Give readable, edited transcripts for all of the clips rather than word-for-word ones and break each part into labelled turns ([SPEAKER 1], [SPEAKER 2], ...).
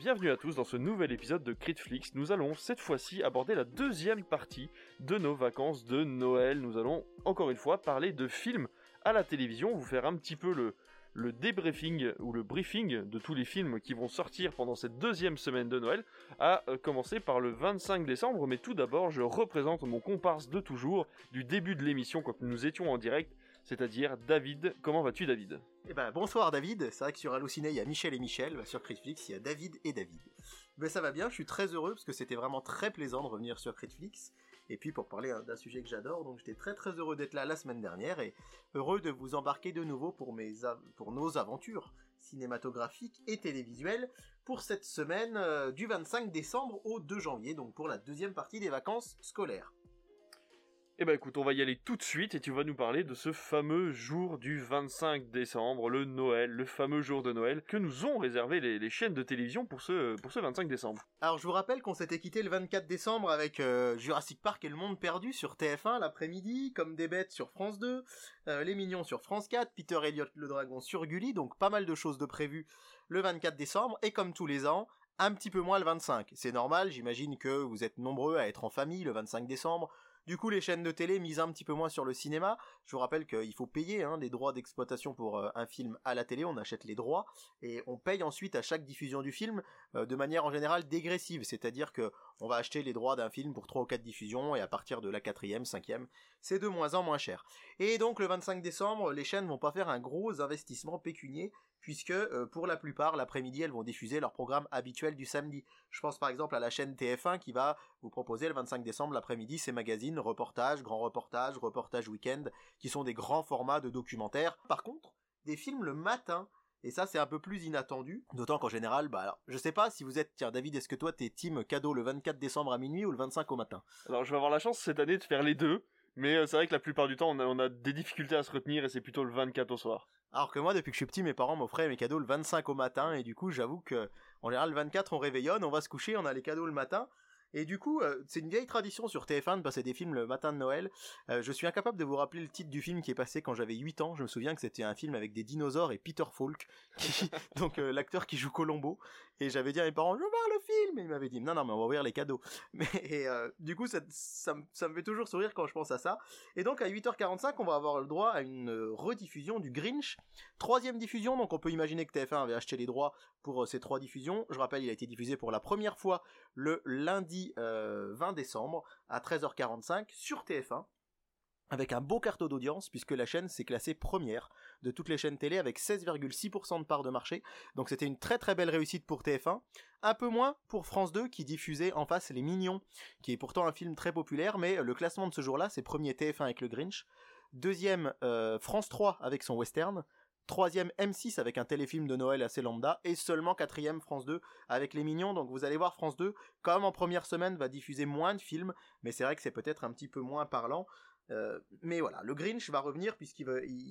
[SPEAKER 1] bienvenue à tous dans ce nouvel épisode de Critflix. Nous allons cette fois-ci aborder la deuxième partie de nos vacances de Noël. Nous allons encore une fois parler de films à la télévision, vous faire un petit peu le débriefing ou le briefing de tous les films qui vont sortir pendant cette deuxième semaine de Noël, à commencer par le 25 décembre. Mais tout d'abord, je représente mon comparse de toujours, du début de l'émission quand nous étions en direct, c'est-à-dire David. Comment vas-tu, David ?
[SPEAKER 2] Eh ben, bonsoir David, c'est vrai que sur Allociné il y a Michel et Michel, sur Critflix il y a David et David. Mais ça va bien, je suis très heureux parce que c'était vraiment très plaisant de revenir sur Critflix, et puis pour parler d'un sujet que j'adore, donc j'étais très très heureux d'être là la semaine dernière, et heureux de vous embarquer de nouveau pour nos aventures cinématographiques et télévisuelles, pour cette semaine du 25 décembre au 2 janvier, donc pour la deuxième partie des vacances scolaires.
[SPEAKER 1] Eh ben écoute, on va y aller tout de suite et tu vas nous parler de ce fameux jour du 25 décembre, le Noël, le fameux jour de Noël, que nous ont réservé les chaînes de télévision pour ce 25 décembre.
[SPEAKER 2] Alors je vous rappelle qu'on s'était quitté le 24 décembre avec Jurassic Park et le Monde Perdu sur TF1 l'après-midi, Comme des bêtes sur France 2, Les Mignons sur France 4, Peter Elliott le Dragon sur Gulli, donc pas mal de choses de prévues le 24 décembre, et comme tous les ans, un petit peu moins le 25. C'est normal, j'imagine que vous êtes nombreux à être en famille le 25 décembre. Du coup, les chaînes de télé misent un petit peu moins sur le cinéma. Je vous rappelle qu'il faut payer les droits d'exploitation pour un film à la télé. On achète les droits et on paye ensuite à chaque diffusion du film de manière en général dégressive. C'est-à-dire que on va acheter les droits d'un film pour 3 ou 4 diffusions et à partir de la 4e, 5e, c'est de moins en moins cher. Et donc le 25 décembre, les chaînes vont pas faire un gros investissement pécunier puisque pour la plupart, l'après-midi, elles vont diffuser leur programme habituel du samedi. Je pense par exemple à la chaîne TF1 qui va vous proposer le 25 décembre l'après-midi ses magazines, reportages, grands reportages, reportages week-end, qui sont des grands formats de documentaires. Par contre, des films le matin, et ça c'est un peu plus inattendu, d'autant qu'en général, alors, je sais pas si vous êtes, tiens David, est-ce que toi t'es team cadeau le 24 décembre à minuit ou le 25 au matin ?
[SPEAKER 1] Alors je vais avoir la chance cette année de faire les deux, mais c'est vrai que la plupart du temps on a des difficultés à se retenir et c'est plutôt le 24 au soir.
[SPEAKER 2] Alors que moi, depuis que je suis petit, mes parents m'offraient mes cadeaux le 25 au matin, et du coup, j'avoue que, en général, le 24, on réveillonne, on va se coucher, on a les cadeaux le matin, et du coup, c'est une vieille tradition sur TF1 de passer des films le matin de Noël. Je suis incapable de vous rappeler le titre du film qui est passé quand j'avais 8 ans, je me souviens que c'était un film avec des dinosaures et Peter Falk, donc l'acteur qui joue Colombo, et j'avais dit à mes parents, je veux voir le film, et ils m'avaient dit, non, mais on va ouvrir les cadeaux. Mais du coup, ça me fait toujours sourire quand je pense à ça. Et donc, à 8h45, on va avoir le droit à une rediffusion du Grinch, 3e diffusion, donc on peut imaginer que TF1 avait acheté les droits pour ces 3 diffusions. Je rappelle, il a été diffusé pour la première fois le lundi 20 décembre à 13h45 sur TF1, avec un beau carton d'audience, puisque la chaîne s'est classée première de toutes les chaînes télé avec 16,6% de part de marché. Donc c'était une très très belle réussite pour TF1. Un peu moins pour France 2 qui diffusait en face Les Mignons, qui est pourtant un film très populaire, mais le classement de ce jour-là, c'est premier TF1 avec le Grinch, deuxième France 3 avec son western, 3e M6 avec un téléfilm de Noël assez lambda, et seulement 4e France 2 avec Les Mignons. Donc vous allez voir, France 2, comme en première semaine, va diffuser moins de films, mais c'est vrai que c'est peut-être un petit peu moins parlant. Mais voilà, le Grinch va revenir puisqu'il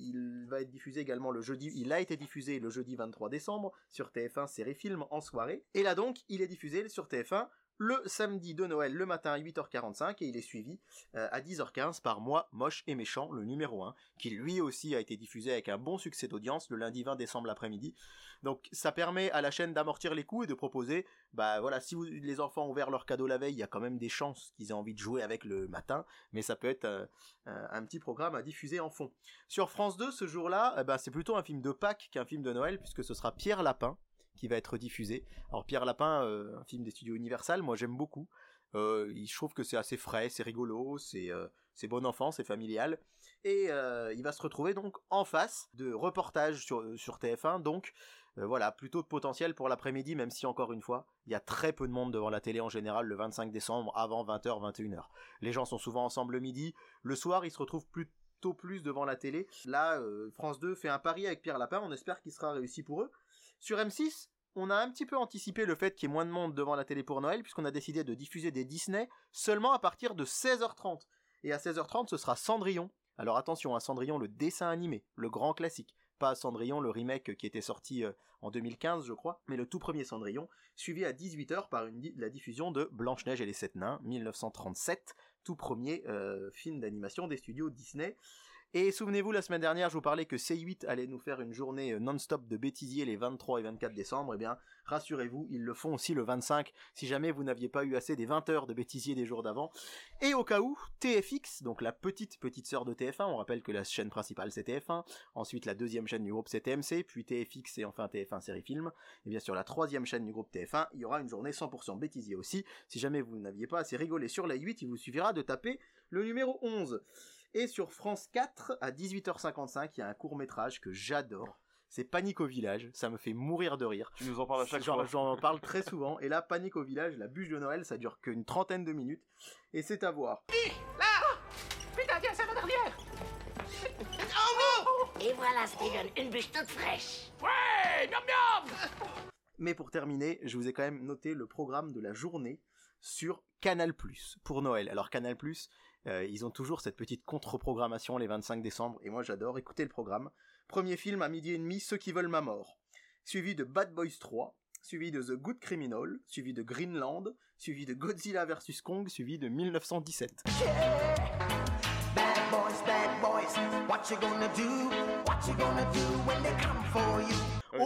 [SPEAKER 2] va être diffusé également le jeudi, il a été diffusé le jeudi 23 décembre sur TF1 série film en soirée, et là donc il est diffusé sur TF1 le samedi de Noël le matin à 8h45, et il est suivi à 10h15 par Moi, Moche et Méchant, le numéro 1, qui lui aussi a été diffusé avec un bon succès d'audience le lundi 20 décembre l'après-midi. Donc ça permet à la chaîne d'amortir les coûts et de proposer, si les enfants ont ouvert leur cadeau la veille, il y a quand même des chances qu'ils aient envie de jouer avec le matin, mais ça peut être un petit programme à diffuser en fond. Sur France 2, ce jour-là, c'est plutôt un film de Pâques qu'un film de Noël, puisque ce sera Pierre Lapin qui va être diffusé. Alors Pierre Lapin, un film des studios Universal, moi j'aime beaucoup. Je trouve que c'est assez frais, c'est rigolo, c'est bon enfant, c'est familial. Et il va se retrouver donc en face de reportages sur TF1, donc voilà, plutôt de potentiel pour l'après-midi, même si encore une fois, il y a très peu de monde devant la télé en général le 25 décembre avant 20h, 21h. Les gens sont souvent ensemble le midi, le soir ils se retrouvent plutôt plus devant la télé. Là, France 2 fait un pari avec Pierre Lapin, on espère qu'il sera réussi pour eux. Sur M6, on a un petit peu anticipé le fait qu'il y ait moins de monde devant la télé pour Noël, puisqu'on a décidé de diffuser des Disney seulement à partir de 16h30. Et à 16h30, ce sera Cendrillon. Alors attention, à Cendrillon, le dessin animé, le grand classique. Pas Cendrillon, le remake qui était sorti en 2015, je crois, mais le tout premier Cendrillon, suivi à 18h par la diffusion de Blanche-Neige et les 7 Nains, 1937, tout premier film d'animation des studios Disney. Et souvenez-vous, la semaine dernière, je vous parlais que C8 allait nous faire une journée non-stop de bêtisier les 23 et 24 décembre. Eh bien, rassurez-vous, ils le font aussi le 25, si jamais vous n'aviez pas eu assez des 20 heures de bêtisier des jours d'avant. Et au cas où, TFX, donc la petite sœur de TF1, on rappelle que la chaîne principale c'est TF1, ensuite la deuxième chaîne du groupe c'est TMC, puis TFX et enfin TF1 Série Film. Et bien sûr, la troisième chaîne du groupe TF1, il y aura une journée 100% bêtisier aussi. Si jamais vous n'aviez pas assez rigolé sur la 8, il vous suffira de taper le numéro 11. Et sur France 4, à 18h55, il y a un court-métrage que j'adore. C'est Panique au village, ça me fait mourir de rire.
[SPEAKER 1] Tu nous en parles à chaque fois.
[SPEAKER 2] J'en parle très souvent. Et là, Panique au village, la bûche de Noël, ça dure qu'une trentaine de minutes. Et c'est à voir.
[SPEAKER 3] Là! Putain, tiens, c'est ma dernière!
[SPEAKER 4] Et voilà, Steven, une bûche toute fraîche.
[SPEAKER 3] Ouais! Miam miam!
[SPEAKER 2] Mais pour terminer, je vous ai quand même noté le programme de la journée sur Canal+, pour Noël. Alors Canal+, ils ont toujours cette petite contre-programmation les 25 décembre, et moi j'adore écouter le programme. Premier film à 12h30, Ceux qui veulent ma mort. Suivi de Bad Boys 3, suivi de The Good Criminal, suivi de Greenland, suivi de Godzilla vs Kong, suivi de 1917.
[SPEAKER 5] Bad boys, what you gonna do? What you gonna do when they come for you?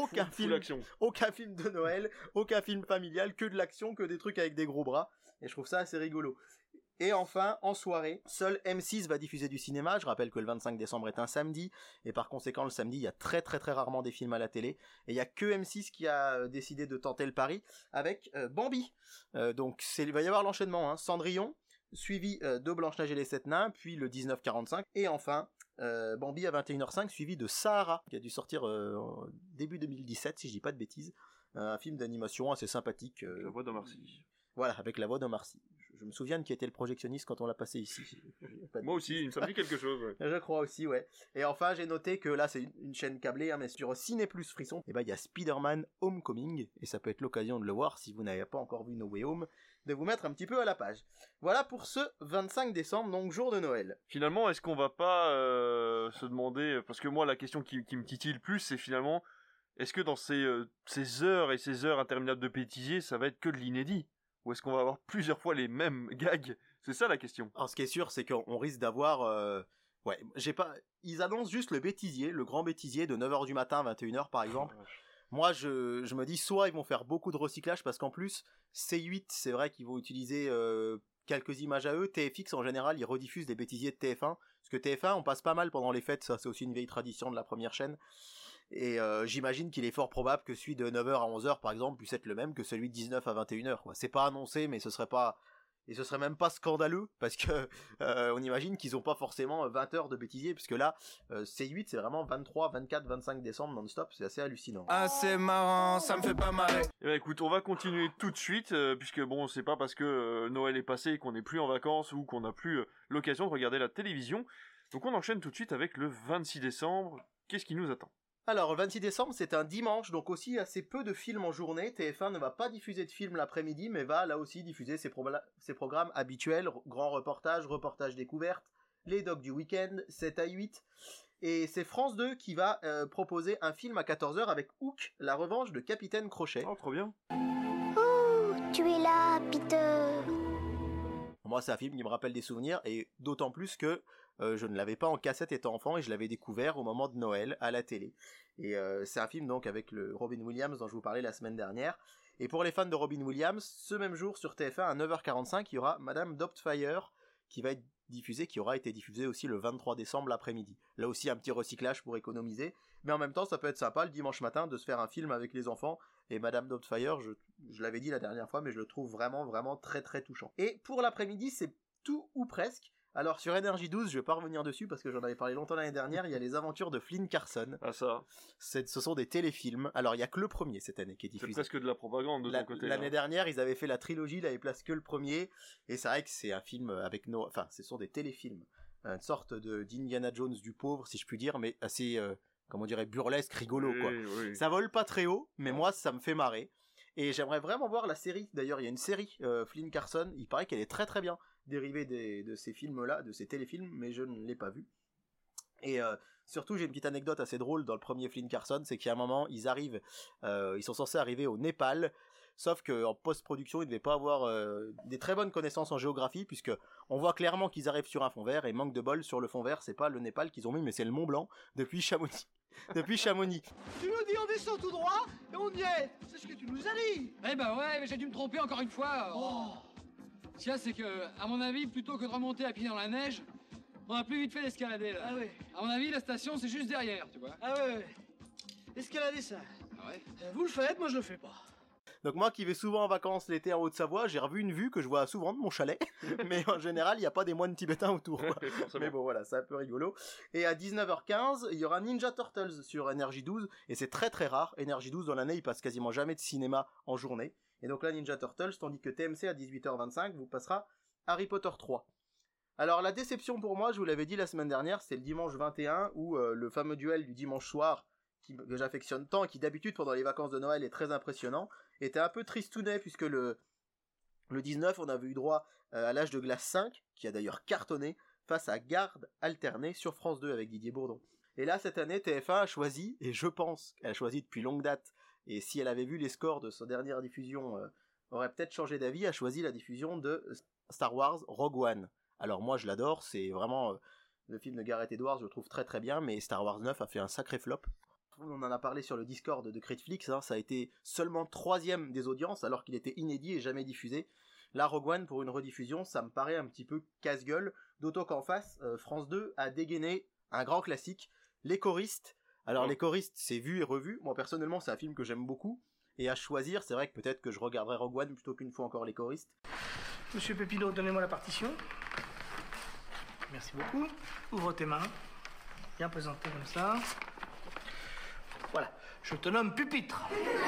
[SPEAKER 2] Aucun film de Noël, aucun film familial, que de l'action, que des trucs avec des gros bras, et je trouve ça assez rigolo. Et enfin, en soirée, seul M6 va diffuser du cinéma. Je rappelle que le 25 décembre est un samedi, et par conséquent, le samedi, il y a très très très rarement des films à la télé. Et il y a que M6 qui a décidé de tenter le pari avec Bambi. Donc il va y avoir l'enchaînement, hein. Cendrillon, suivi de Blanche-Neige et les 7 nains, puis le 1945, et enfin Bambi à 21h05, suivi de Sahara, qui a dû sortir début 2017, si je dis pas de bêtises. Un film d'animation assez sympathique.
[SPEAKER 1] La voix d'Omar Sy.
[SPEAKER 2] Voilà, avec la voix d'Omar Sy. Je me souviens de qui était le projectionniste quand on l'a passé ici.
[SPEAKER 1] Moi aussi, ça me dit quelque chose. Ouais.
[SPEAKER 2] Je crois aussi, ouais. Et enfin, j'ai noté que là, c'est une chaîne câblée, hein, mais sur Ciné Plus Frisson, et ben, il y a Spider-Man Homecoming, et ça peut être l'occasion de le voir si vous n'avez pas encore vu No Way Home, de vous mettre un petit peu à la page. Voilà pour ce 25 décembre, donc jour de Noël.
[SPEAKER 1] Finalement, est-ce qu'on va pas se demander, parce que moi, la question qui me titille le plus, c'est finalement, est-ce que dans ces heures et ces heures interminables de bêtisier, ça va être que de l'inédit? Ou est-ce qu'on va avoir plusieurs fois les mêmes gags? C'est ça la question.
[SPEAKER 2] Alors ce qui est sûr, c'est qu'on risque d'avoir... Ils annoncent juste le bêtisier, le grand bêtisier de 9h du matin à 21h par exemple. Moi, je me dis, soit ils vont faire beaucoup de recyclage, parce qu'en plus, C8, c'est vrai qu'ils vont utiliser quelques images à eux. TFX, en général, ils rediffusent des bêtisiers de TF1. Parce que TF1, on passe pas mal pendant les fêtes, ça c'est aussi une vieille tradition de la première chaîne. Et j'imagine qu'il est fort probable que celui de 9h à 11h par exemple puisse être le même que celui de 19 à 21h. C'est pas annoncé, mais ce serait même pas scandaleux, parce que on imagine qu'ils ont pas forcément 20 heures de bêtisier, puisque là C8 c'est vraiment 23, 24, 25 décembre non-stop, c'est assez hallucinant.
[SPEAKER 3] Ah, c'est marrant, ça me fait pas marrer.
[SPEAKER 1] Eh ben écoute, on va continuer tout de suite, puisque bon, c'est pas parce que Noël est passé qu'on n'est plus en vacances ou qu'on n'a plus l'occasion de regarder la télévision. Donc on enchaîne tout de suite avec le 26 décembre. Qu'est-ce qui nous attend?
[SPEAKER 2] Alors, le 26 décembre, c'est un dimanche, donc aussi assez peu de films en journée. TF1 ne va pas diffuser de films l'après-midi, mais va là aussi diffuser ses programmes habituels, grands reportages découvertes, les docs du week-end, 7 à 8. Et c'est France 2 qui va proposer un film à 14h avec Hook, la revanche de Capitaine Crochet.
[SPEAKER 1] Oh, trop bien.
[SPEAKER 4] Oh, tu es là, Peter.
[SPEAKER 2] Moi, c'est un film qui me rappelle des souvenirs, et d'autant plus que je ne l'avais pas en cassette étant enfant, et je l'avais découvert au moment de Noël à la télé. Et c'est un film donc avec le Robin Williams dont je vous parlais la semaine dernière. Et pour les fans de Robin Williams, ce même jour sur TF1 à 9h45, il y aura Madame Doubtfire qui va être diffusée, qui aura été diffusée aussi le 23 décembre l'après-midi. Là aussi un petit recyclage pour économiser, mais en même temps ça peut être sympa le dimanche matin de se faire un film avec les enfants. Et Madame Doubtfire, je l'avais dit la dernière fois, mais je le trouve vraiment vraiment très très touchant. Et pour l'après-midi, c'est tout ou presque. Alors sur NRJ12, je vais pas revenir dessus parce que j'en avais parlé longtemps l'année dernière, il y a les aventures de Flynn Carson.
[SPEAKER 1] Ah ça.
[SPEAKER 2] Ce sont des téléfilms. Alors il y a que le premier cette année qui est diffusé.
[SPEAKER 1] C'est presque de la propagande de ton côté.
[SPEAKER 2] L'année dernière, ils avaient fait la trilogie, ils avaient placé que le premier, et c'est vrai que c'est un film avec enfin ce sont des téléfilms, une sorte d'Indiana Jones du pauvre si je puis dire, mais assez comment on dirait burlesque, rigolo quoi.
[SPEAKER 1] Oui.
[SPEAKER 2] Ça vole pas très haut, mais moi ça me fait marrer. Et j'aimerais vraiment voir la série. D'ailleurs, il y a une série, Flynn Carson, il paraît qu'elle est très très bien, dérivée de ces films-là, de ces téléfilms, mais je ne l'ai pas vue. Et surtout, j'ai une petite anecdote assez drôle dans le premier Flynn Carson, c'est qu'à un moment, ils sont censés arriver au Népal, sauf qu'en post-production, il devait pas avoir des très bonnes connaissances en géographie, puisque on voit clairement qu'ils arrivent sur un fond vert, et manque de bol, sur le fond vert, c'est pas le Népal qu'ils ont mis, mais c'est le Mont Blanc, depuis Chamonix. Depuis Chamonix.
[SPEAKER 6] Tu nous dis on descend tout droit et on y est. C'est ce que tu nous as dit.
[SPEAKER 7] Eh ben ouais, mais j'ai dû me tromper encore une fois.
[SPEAKER 6] Oh.
[SPEAKER 7] Ce qu'il y a, c'est que, à mon avis, plutôt que de remonter à pied dans la neige, on a plus vite fait d'escalader là.
[SPEAKER 6] Ah ouais.
[SPEAKER 7] À mon avis, la station, c'est juste derrière, tu vois.
[SPEAKER 6] Ah ouais. Escalader ça.
[SPEAKER 7] Ah ouais.
[SPEAKER 6] Vous le faites, moi je le fais pas.
[SPEAKER 2] Donc moi qui vais souvent en vacances l'été en Haute-Savoie, j'ai revu une vue que je vois souvent de mon chalet, mais en général il n'y a pas des moines tibétains autour. Quoi. Mais bon voilà, c'est un peu rigolo. Et à 19h15, il y aura Ninja Turtles sur NRJ12, et c'est très très rare. NRJ12 dans l'année, il passe quasiment jamais de cinéma en journée. Et donc là Ninja Turtles, tandis que TMC à 18h25 vous passera Harry Potter 3. Alors la déception pour moi, je vous l'avais dit la semaine dernière, c'est le dimanche 21, où le fameux duel du dimanche soir, que j'affectionne tant et qui d'habitude pendant les vacances de Noël est très impressionnant, était un peu tristounet puisque le 19 on avait eu droit à l'âge de glace 5, qui a d'ailleurs cartonné, face à Garde alternée sur France 2 avec Didier Bourdon. Et là cette année TF1 a choisi, et je pense qu'elle a choisi depuis longue date, et si elle avait vu les scores de sa dernière diffusion, aurait peut-être changé d'avis, a choisi la diffusion de Star Wars Rogue One. Alors moi je l'adore, c'est vraiment le film de Gareth Edwards, je le trouve très très bien, mais Star Wars 9 a fait un sacré flop. On en a parlé sur le Discord de Critflix, hein, ça a été seulement 3e des audiences alors qu'il était inédit et jamais diffusé. Là, Rogue One pour une rediffusion, ça me paraît un petit peu casse-gueule, d'autant qu'en face, France 2 a dégainé un grand classique, Les Choristes. Alors Les Choristes, c'est vu et revu, moi personnellement c'est un film que j'aime beaucoup, et à choisir, c'est vrai que peut-être que je regarderai Rogue One plutôt qu'une fois encore Les Choristes.
[SPEAKER 6] Monsieur Pépino, donnez-moi la partition. Merci beaucoup. Ouvre tes mains. Bien présentées comme ça. Voilà, je te nomme pupitre.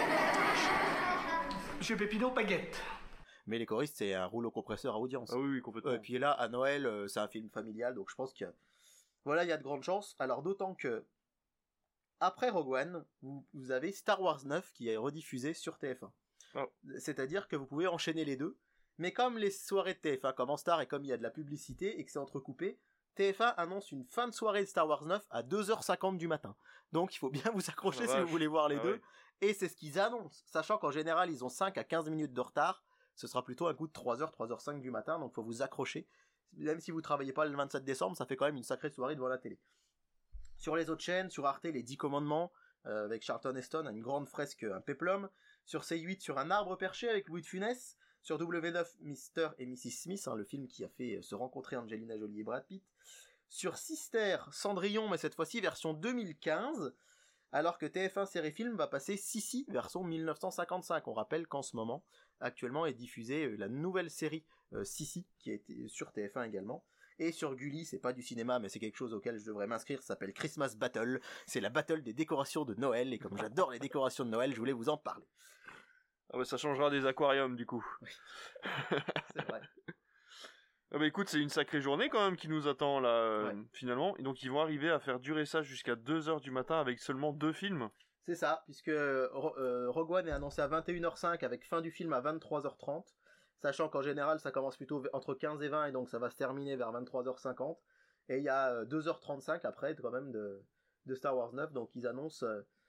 [SPEAKER 6] Monsieur Pépino, baguette.
[SPEAKER 2] Mais Les Choristes, c'est un rouleau compresseur à audience.
[SPEAKER 1] Ah oui, complètement.
[SPEAKER 2] Et puis là, à Noël, c'est un film familial, donc je pense que voilà, il y a de grandes chances. Alors d'autant que après Rogue One, vous avez Star Wars 9 qui est rediffusé sur TF1.
[SPEAKER 1] Oh.
[SPEAKER 2] C'est-à-dire que vous pouvez enchaîner les deux. Mais comme les soirées de TF1 commencent tard et comme il y a de la publicité et que c'est entrecoupé, TF1 annonce une fin de soirée de Star Wars 9 à 2h50 du matin. Donc il faut bien vous accrocher si vous voulez voir les deux. Ouais. Et c'est ce qu'ils annoncent, sachant qu'en général ils ont 5 à 15 minutes de retard. Ce sera plutôt un coup de 3h, 3h05 du matin, donc il faut vous accrocher. Même si vous travaillez pas le 27 décembre, ça fait quand même une sacrée soirée devant la télé. Sur les autres chaînes, sur Arte, les 10 commandements, avec Charlton Heston, une grande fresque, un péplum. Sur C8, sur un arbre perché avec Louis de Funès. Sur W9, Mr. et Mrs. Smith, hein, le film qui a fait se rencontrer Angelina Jolie et Brad Pitt. Sur Sister, Cendrillon, mais cette fois-ci version 2015, alors que TF1 Série Film va passer Sissi, version 1955. On rappelle qu'en ce moment, actuellement, est diffusée la nouvelle série Sissi, qui a été sur TF1 également. Et sur Gulli, c'est pas du cinéma, mais c'est quelque chose auquel je devrais m'inscrire, ça s'appelle Christmas Battle. C'est la battle des décorations de Noël, et comme j'adore les décorations de Noël, je voulais vous en parler.
[SPEAKER 1] Ah bah ça changera des aquariums du coup.
[SPEAKER 2] C'est vrai.
[SPEAKER 1] Ah bah écoute, c'est une sacrée journée quand même qui nous attend là, finalement. Et donc ils vont arriver à faire durer ça jusqu'à 2h du matin avec seulement 2 films.
[SPEAKER 2] C'est ça, puisque Rogue One est annoncé à 21h05 avec fin du film à 23h30. Sachant qu'en général ça commence plutôt entre 15 et 20 et donc ça va se terminer vers 23h50. Et il y a 2h35 après quand même de Star Wars 9, donc ils annoncent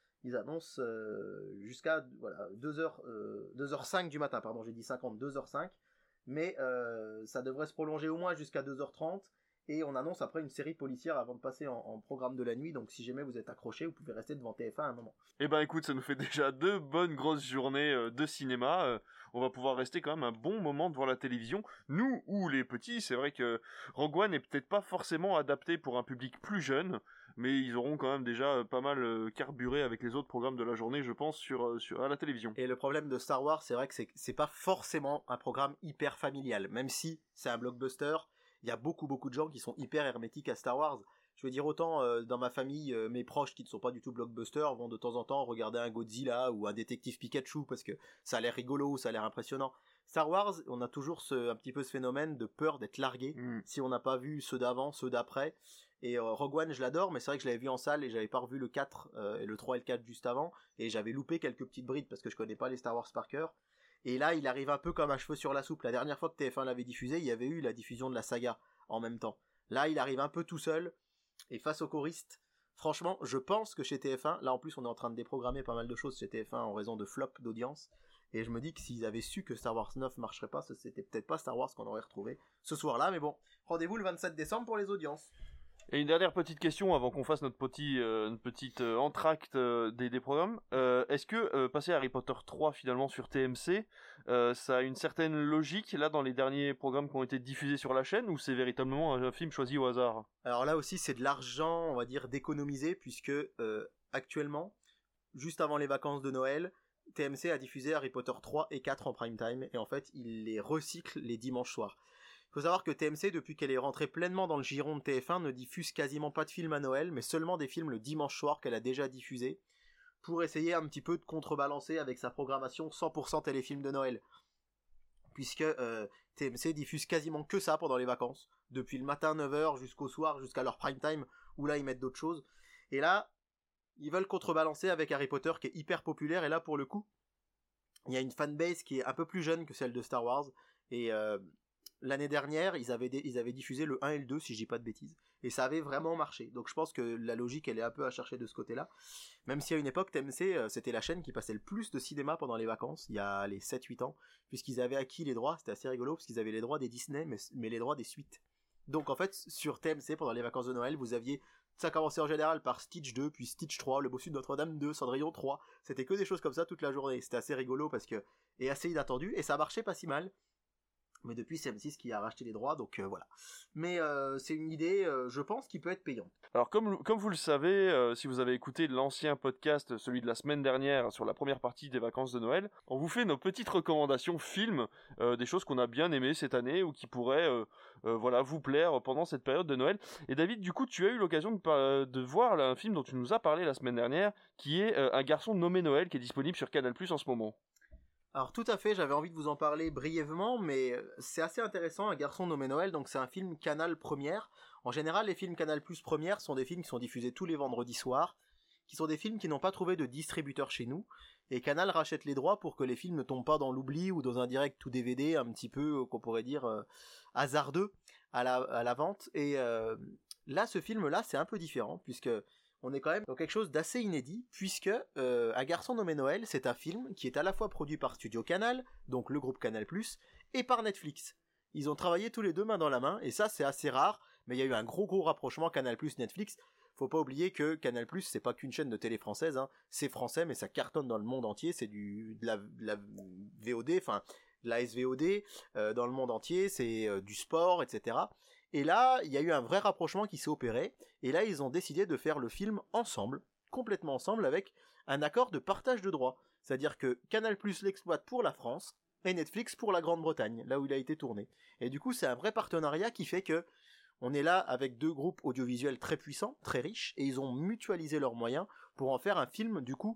[SPEAKER 2] jusqu'à voilà 2h05 du matin, pardon, j'ai dit 50, 2h05, mais ça devrait se prolonger au moins jusqu'à 2h30, et on annonce après une série policière avant de passer en programme de la nuit, donc si jamais vous êtes accroché, vous pouvez rester devant TF1 un moment.
[SPEAKER 1] Eh ben écoute, ça nous fait déjà 2 bonnes grosses journées de cinéma, on va pouvoir rester quand même un bon moment devant la télévision, nous ou les petits. C'est vrai que Rogue One n'est peut-être pas forcément adapté pour un public plus jeune, mais ils auront quand même déjà pas mal carburé avec les autres programmes de la journée, je pense, à la télévision.
[SPEAKER 2] Et le problème de Star Wars, c'est vrai que c'est pas forcément un programme hyper familial, même si c'est un blockbuster. Il y a beaucoup de gens qui sont hyper hermétiques à Star Wars. Je veux dire, autant dans ma famille, mes proches qui ne sont pas du tout blockbusters vont de temps en temps regarder un Godzilla ou un détective Pikachu parce que ça a l'air rigolo, ça a l'air impressionnant. Star Wars, on a toujours un petit peu ce phénomène de peur d'être largué si on n'a pas vu ceux d'avant, ceux d'après. Et Rogue One, je l'adore, mais c'est vrai que je l'avais vu en salle et j'avais pas revu le 4, et le 3 et le 4 juste avant, et j'avais loupé quelques petites brides parce que je connais pas les Star Wars par cœur. Et là, il arrive un peu comme un cheveu sur la soupe. La dernière fois que TF1 l'avait diffusé, il y avait eu la diffusion de la saga en même temps. Là, il arrive un peu tout seul, et face aux choristes, franchement, je pense que chez TF1, là en plus on est en train de déprogrammer pas mal de choses chez TF1 en raison de flop d'audience, Et je me dis que s'ils avaient su que Star Wars 9 marcherait pas, c'était peut-être pas Star Wars qu'on aurait retrouvé ce soir-là, mais bon, rendez-vous le 27 décembre pour les audiences.
[SPEAKER 1] Et une dernière petite question avant qu'on fasse notre petite entracte des programmes. Est-ce que passer Harry Potter 3 finalement sur TMC, ça a une certaine logique là dans les derniers programmes qui ont été diffusés sur la chaîne, ou c'est véritablement un film choisi au hasard?
[SPEAKER 2] Alors là aussi, c'est de l'argent, on va dire, d'économiser, puisque actuellement, juste avant les vacances de Noël, TMC a diffusé Harry Potter 3 et 4 en prime time, et en fait, il les recycle les dimanches soirs. Il faut savoir que TMC, depuis qu'elle est rentrée pleinement dans le giron de TF1, ne diffuse quasiment pas de films à Noël, mais seulement des films le dimanche soir qu'elle a déjà diffusés, pour essayer un petit peu de contrebalancer avec sa programmation 100% téléfilm de Noël. Puisque TMC diffuse quasiment que ça pendant les vacances, depuis le matin 9h jusqu'au soir, jusqu'à leur prime time, où là ils mettent d'autres choses. Et là, ils veulent contrebalancer avec Harry Potter qui est hyper populaire, et là pour le coup, il y a une fanbase qui est un peu plus jeune que celle de Star Wars, et l'année dernière, ils avaient diffusé le 1 et le 2, si je dis pas de bêtises, et ça avait vraiment marché. Donc je pense que la logique, elle est un peu à chercher de ce côté-là. Même si à une époque, TMC, c'était la chaîne qui passait le plus de cinéma pendant les vacances, il y a les 7-8 ans, puisqu'ils avaient acquis les droits, c'était assez rigolo, parce qu'ils avaient les droits des Disney, mais les droits des suites. Donc en fait, sur TMC, pendant les vacances de Noël, vous aviez... Ça commençait en général par Stitch 2, puis Stitch 3, Le Bossu de Notre-Dame 2, Cendrillon 3. C'était que des choses comme ça toute la journée. C'était assez rigolo parce que... et assez inattendu, et ça marchait pas si mal. Mais depuis, c'est M6 qui a racheté les droits, donc voilà. Mais c'est une idée, je pense, qui peut être payante.
[SPEAKER 1] Alors comme vous le savez, si vous avez écouté l'ancien podcast, celui de la semaine dernière, sur la première partie des vacances de Noël, on vous fait nos petites recommandations films, des choses qu'on a bien aimées cette année, ou qui pourraient vous plaire pendant cette période de Noël. Et David, du coup, tu as eu l'occasion de voir là, un film dont tu nous as parlé la semaine dernière, qui est Un garçon nommé Noël, qui est disponible sur Canal+ en ce moment.
[SPEAKER 2] Alors tout à fait, j'avais envie de vous en parler brièvement, mais c'est assez intéressant, Un garçon nommé Noël, donc c'est un film Canal Première. En général, les films Canal+ Première sont des films qui sont diffusés tous les vendredis soirs, qui sont des films qui n'ont pas trouvé de distributeur chez nous, et Canal rachète les droits pour que les films ne tombent pas dans l'oubli ou dans un direct ou DVD un petit peu, qu'on pourrait dire, hasardeux à la vente. Et là, ce film-là, c'est un peu différent, puisque... on est quand même dans quelque chose d'assez inédit, puisque Un garçon nommé Noël, c'est un film qui est à la fois produit par Studio Canal, donc le groupe Canal+, et par Netflix. Ils ont travaillé tous les deux main dans la main, et ça c'est assez rare, mais il y a eu un gros rapprochement Canal+-Netflix. Faut pas oublier que Canal+, c'est pas qu'une chaîne de télé française, hein. C'est français, mais ça cartonne dans le monde entier, c'est de la VOD, enfin de la SVOD, dans le monde entier, c'est du sport, etc. Et là, il y a eu un vrai rapprochement qui s'est opéré, et là, ils ont décidé de faire le film ensemble, complètement ensemble, avec un accord de partage de droits. C'est-à-dire que Canal+ l'exploite pour la France, et Netflix pour la Grande-Bretagne, là où il a été tourné. Et du coup, c'est un vrai partenariat qui fait que on est là avec deux groupes audiovisuels très puissants, très riches, et ils ont mutualisé leurs moyens pour en faire un film, du coup,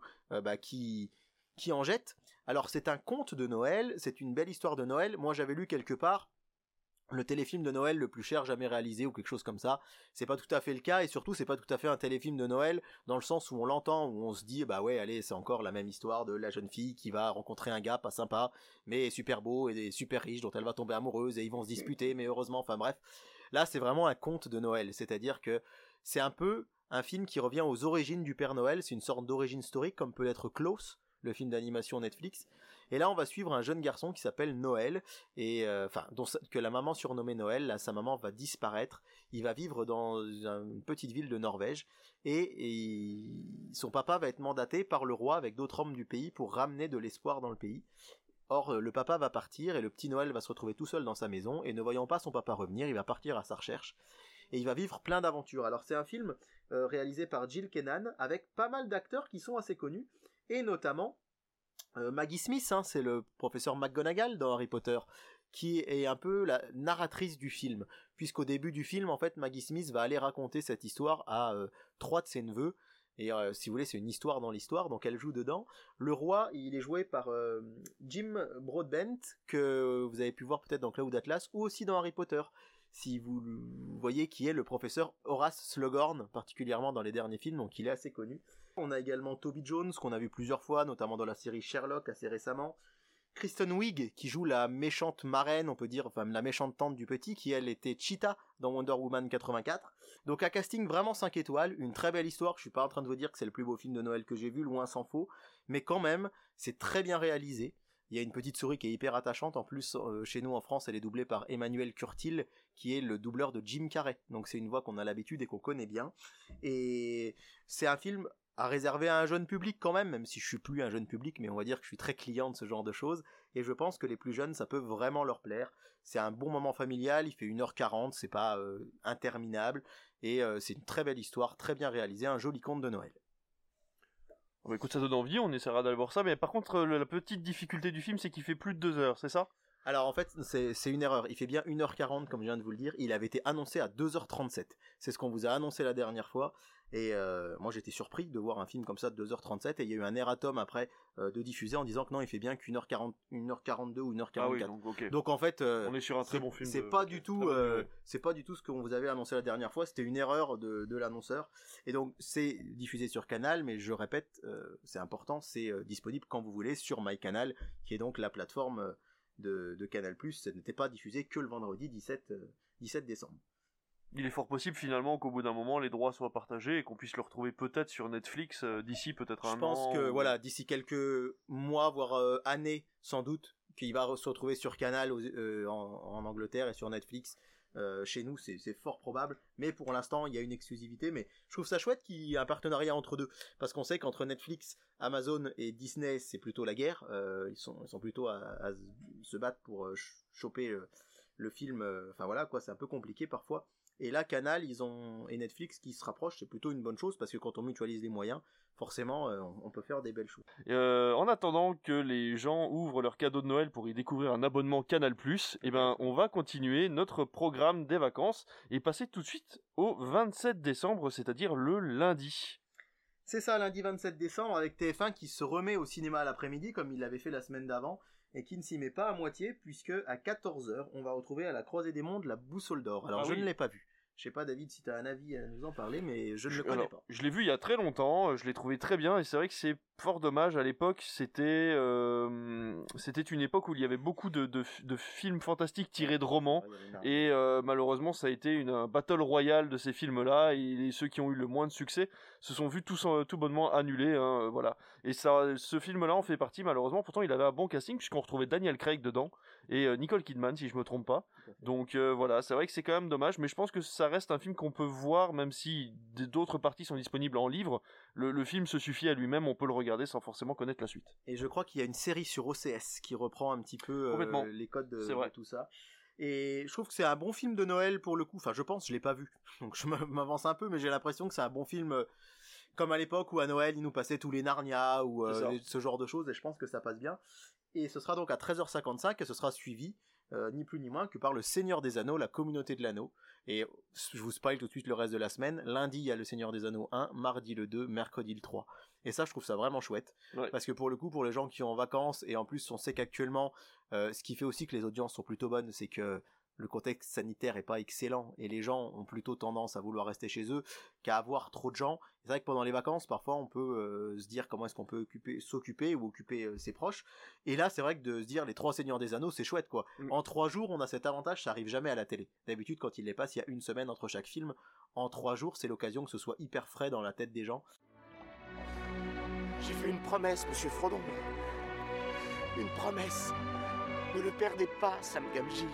[SPEAKER 2] qui en jette. Alors, c'est un conte de Noël, c'est une belle histoire de Noël. Moi, j'avais lu quelque part le téléfilm de Noël le plus cher jamais réalisé ou quelque chose comme ça. C'est pas tout à fait le cas, et surtout c'est pas tout à fait un téléfilm de Noël dans le sens où on l'entend, où on se dit bah ouais allez c'est encore la même histoire de la jeune fille qui va rencontrer un gars pas sympa mais super beau et super riche dont elle va tomber amoureuse et ils vont se disputer mais heureusement, enfin bref. Là c'est vraiment un conte de Noël, c'est-à-dire que c'est un peu un film qui revient aux origines du Père Noël, c'est une sorte d'origine historique comme peut l'être Klaus, le film d'animation Netflix. Et là, on va suivre un jeune garçon qui s'appelle Noël, et que la maman surnommée Noël, là, sa maman va disparaître. Il va vivre dans une petite ville de Norvège, et son papa va être mandaté par le roi avec d'autres hommes du pays pour ramener de l'espoir dans le pays. Or, le papa va partir, et le petit Noël va se retrouver tout seul dans sa maison, et ne voyant pas son papa revenir, il va partir à sa recherche, et il va vivre plein d'aventures. Alors, c'est un film réalisé par Jill Kennan, avec pas mal d'acteurs qui sont assez connus, et notamment Maggie Smith, hein, c'est le professeur McGonagall dans Harry Potter, qui est un peu la narratrice du film, puisqu'au début du film, en fait, Maggie Smith va aller raconter cette histoire à 3 de ses neveux, et si vous voulez, c'est une histoire dans l'histoire, donc elle joue dedans. Le roi, il est joué par Jim Broadbent, que vous avez pu voir peut-être dans Cloud Atlas, ou aussi dans Harry Potter, si vous voyez qui est le professeur Horace Slughorn, particulièrement dans les derniers films, donc il est assez connu. On a également Toby Jones, qu'on a vu plusieurs fois, notamment dans la série Sherlock, assez récemment. Kristen Wiig, qui joue la méchante marraine, on peut dire, enfin la méchante tante du petit, qui elle était Cheetah dans Wonder Woman 84. Donc un casting vraiment 5 étoiles, une très belle histoire, je suis pas en train de vous dire que c'est le plus beau film de Noël que j'ai vu, loin s'en faut, mais quand même, c'est très bien réalisé. Il y a une petite souris qui est hyper attachante. En plus, chez nous en France, elle est doublée par Emmanuel Curtil, qui est le doubleur de Jim Carrey. Donc c'est une voix qu'on a l'habitude et qu'on connaît bien. Et c'est un film à réserver à un jeune public quand même si je suis plus un jeune public, mais on va dire que je suis très client de ce genre de choses. Et je pense que les plus jeunes, ça peut vraiment leur plaire. C'est un bon moment familial, il fait 1h40, c'est pas interminable. Et c'est une très belle histoire, très bien réalisée, un joli conte de Noël.
[SPEAKER 1] Bah, écoute, ça donne envie, on essaiera d'aller voir ça, mais par contre, la petite difficulté du film, c'est qu'il fait plus de 2 heures, c'est ça ?
[SPEAKER 2] Alors en fait, c'est une erreur, il fait bien 1h40 comme je viens de vous le dire, il avait été annoncé à 2h37. C'est ce qu'on vous a annoncé la dernière fois, et moi j'étais surpris de voir un film comme ça de 2h37, et il y a eu un erratum après de diffuser en disant que non, il fait bien qu'1h40, 1h42 ou 1h44.
[SPEAKER 1] Ah oui, donc, okay.
[SPEAKER 2] Donc en fait,
[SPEAKER 1] on est sur un très bon film.
[SPEAKER 2] C'est pas du tout ce qu'on vous avait annoncé la dernière fois, c'était une erreur de l'annonceur. Et donc c'est diffusé sur Canal, mais je répète, c'est important, c'est disponible quand vous voulez sur MyCanal, qui est donc la plateforme de Canal+. Ça n'était pas diffusé que le vendredi 17 décembre.
[SPEAKER 1] Il est fort possible finalement qu'au bout d'un moment les droits soient partagés et qu'on puisse le retrouver peut-être sur Netflix d'ici peut-être un an.
[SPEAKER 2] Je pense que voilà, d'ici quelques mois voire années sans doute, qu'il va se retrouver sur Canal en Angleterre et sur Netflix. Chez nous c'est fort probable, mais pour l'instant il y a une exclusivité. Mais je trouve ça chouette qu'il y ait un partenariat entre deux, parce qu'on sait qu'entre Netflix, Amazon et Disney c'est plutôt la guerre. Ils sont plutôt à se battre pour choper le film. Enfin voilà quoi, c'est un peu compliqué parfois. Et là, Canal, et Netflix qui se rapprochent, c'est plutôt une bonne chose, parce que quand on mutualise les moyens, forcément, on peut faire des belles choses.
[SPEAKER 1] En attendant que les gens ouvrent leur cadeau de Noël pour y découvrir un abonnement Canal+, eh ben, on va continuer notre programme des vacances et passer tout de suite au 27 décembre, c'est-à-dire le lundi.
[SPEAKER 2] C'est ça, lundi 27 décembre, avec TF1 qui se remet au cinéma à l'après-midi, comme il l'avait fait la semaine d'avant, et qui ne s'y met pas à moitié, puisque à 14h, on va retrouver à la Croisée des Mondes la Boussole d'Or. Alors, je ne l'ai pas vu. Je sais pas, David, si tu as un avis à nous en parler, mais je ne le connais pas.
[SPEAKER 1] Je l'ai vu il y a très longtemps, je l'ai trouvé très bien, et c'est vrai que c'est fort dommage. À l'époque, c'était une époque où il y avait beaucoup de films fantastiques tirés de romans, et malheureusement, ça a été un battle royal de ces films-là, et ceux qui ont eu le moins de succès se sont vus tout bonnement annulés, hein, voilà. Et ce film-là en fait partie, malheureusement. Pourtant, il avait un bon casting, puisqu'on retrouvait Daniel Craig dedans, et Nicole Kidman, si je me trompe pas. Donc voilà, c'est vrai que c'est quand même dommage, mais je pense que ça reste un film qu'on peut voir, même si d'autres parties sont disponibles en livre. Le film se suffit à lui-même, on peut le regarder sans forcément connaître la suite.
[SPEAKER 2] Et je crois qu'il y a une série sur OCS qui reprend un petit peu les codes de tout ça. Et je trouve que c'est un bon film de Noël pour le coup. Enfin, je pense, je l'ai pas vu, donc je m'avance un peu, mais j'ai l'impression que c'est un bon film comme à l'époque où à Noël ils nous passaient tous les Narnia ou ce genre de choses, et je pense que ça passe bien. Et ce sera donc à 13h55 et ce sera suivi ni plus ni moins que par le Seigneur des Anneaux, la communauté de l'anneau. Et je vous spoil tout de suite le reste de la semaine. Lundi, il y a le Seigneur des Anneaux 1, mardi le 2, mercredi le 3. Et ça, je trouve ça vraiment chouette. Ouais. Parce que pour le coup, pour les gens qui sont en vacances, et en plus, on sait qu'actuellement, ce qui fait aussi que les audiences sont plutôt bonnes, c'est que le contexte sanitaire est pas excellent et les gens ont plutôt tendance à vouloir rester chez eux qu'à avoir trop de gens. C'est vrai que pendant les vacances, parfois on peut se dire comment est-ce qu'on peut s'occuper ou occuper ses proches. Et là, c'est vrai que de se dire les 3 Seigneurs des Anneaux, c'est chouette quoi. En 3 jours, on a cet avantage, ça arrive jamais à la télé. D'habitude, quand il les passe, il y a une semaine entre chaque film. En 3 jours, c'est l'occasion que ce soit hyper frais dans la tête des gens.
[SPEAKER 3] J'ai fait une promesse, monsieur Frodon. Une promesse. Ne le perdez pas, Sam Gamgee.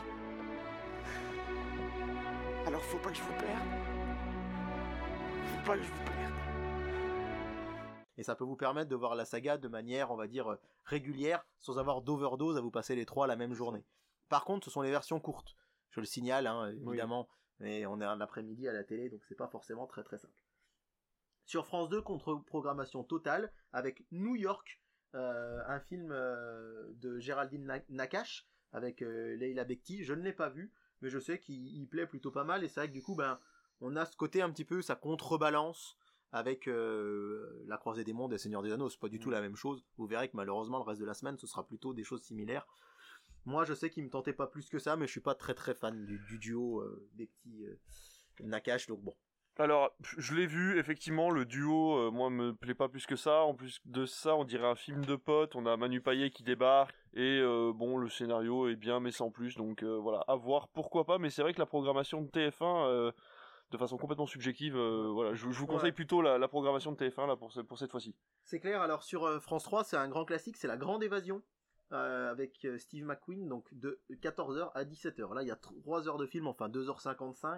[SPEAKER 3] Alors faut pas que je vous perde. Faut pas que je vous perde.
[SPEAKER 2] Et ça peut vous permettre de voir la saga de manière, on va dire, régulière, sans avoir d'overdose à vous passer les 3 la même journée. Par contre, ce sont les versions courtes. Je le signale, hein, évidemment, mais on est un après-midi à la télé, donc c'est pas forcément très très simple. Sur France 2, contre-programmation totale, avec New York, un film de Géraldine Nakache, avec Leila Bekti. Je ne l'ai pas vu, mais je sais qu'il plaît plutôt pas mal, et c'est vrai que du coup, on a ce côté un petit peu, ça contrebalance avec La Croisée des Mondes et Seigneur des Anneaux. C'est pas du tout la même chose. Vous verrez que malheureusement, le reste de la semaine, ce sera plutôt des choses similaires. Moi, je sais qu'il me tentait pas plus que ça, mais je suis pas très très fan du duo Bekti Nakache, donc bon.
[SPEAKER 1] Alors, je l'ai vu, effectivement, le duo, moi, me plaît pas plus que ça. En plus de ça, on dirait un film de potes. On a Manu Payet qui débarque. Et bon, le scénario est bien, mais sans plus. Donc voilà, à voir, pourquoi pas. Mais c'est vrai que la programmation de TF1, de façon complètement subjective, voilà, je vous conseille plutôt la programmation de TF1 là, pour cette fois-ci.
[SPEAKER 2] C'est clair, alors sur France 3, c'est un grand classique, c'est La Grande Évasion. avec Steve McQueen, donc de 14h à 17h. Là, il y a 3 heures de film, enfin 2h55.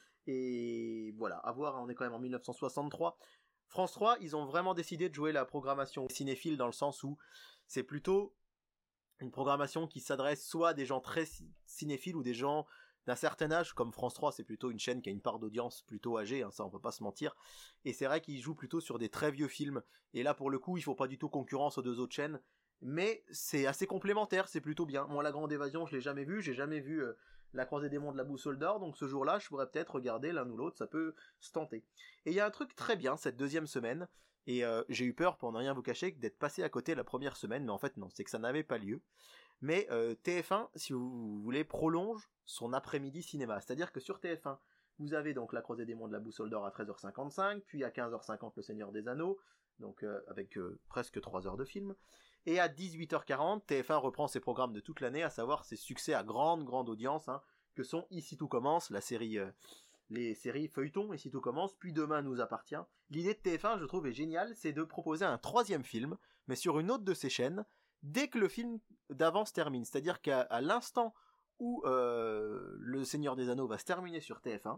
[SPEAKER 2] Et voilà, à voir, on est quand même en 1963. France 3, ils ont vraiment décidé de jouer la programmation cinéphile dans le sens où c'est plutôt une programmation qui s'adresse soit à des gens très cinéphiles ou des gens d'un certain âge, comme France 3, c'est plutôt une chaîne qui a une part d'audience plutôt âgée, hein, ça on peut pas se mentir, et c'est vrai qu'ils jouent plutôt sur des très vieux films, et là pour le coup, il faut pas du tout concurrence aux deux autres chaînes, mais c'est assez complémentaire, c'est plutôt bien. Moi, La Grande Évasion, je l'ai jamais vu, j'ai jamais vu La Croisée des Mondes de la Boussole d'Or, donc ce jour-là, je pourrais peut-être regarder l'un ou l'autre, ça peut se tenter. Et il y a un truc très bien, cette deuxième semaine, et j'ai eu peur, pour ne rien vous cacher, d'être passé à côté la première semaine, mais en fait non, c'est que ça n'avait pas lieu. Mais TF1, si vous voulez, prolonge son après-midi cinéma. C'est-à-dire que sur TF1, vous avez donc La Croisée des Mondes de la Boussole d'Or à 13h55, puis à 15h50 Le Seigneur des Anneaux, donc avec presque 3 heures de film. Et à 18h40, TF1 reprend ses programmes de toute l'année, à savoir ses succès à grande audience, hein, que sont Ici tout commence, la série, les séries feuilletons, Ici tout commence, puis Demain nous appartient. L'idée de TF1, je trouve, est géniale, c'est de proposer un troisième film, mais sur une autre de ses chaînes, dès que le film d'avant se termine. C'est-à-dire qu'à l'instant où Le Seigneur des Anneaux va se terminer sur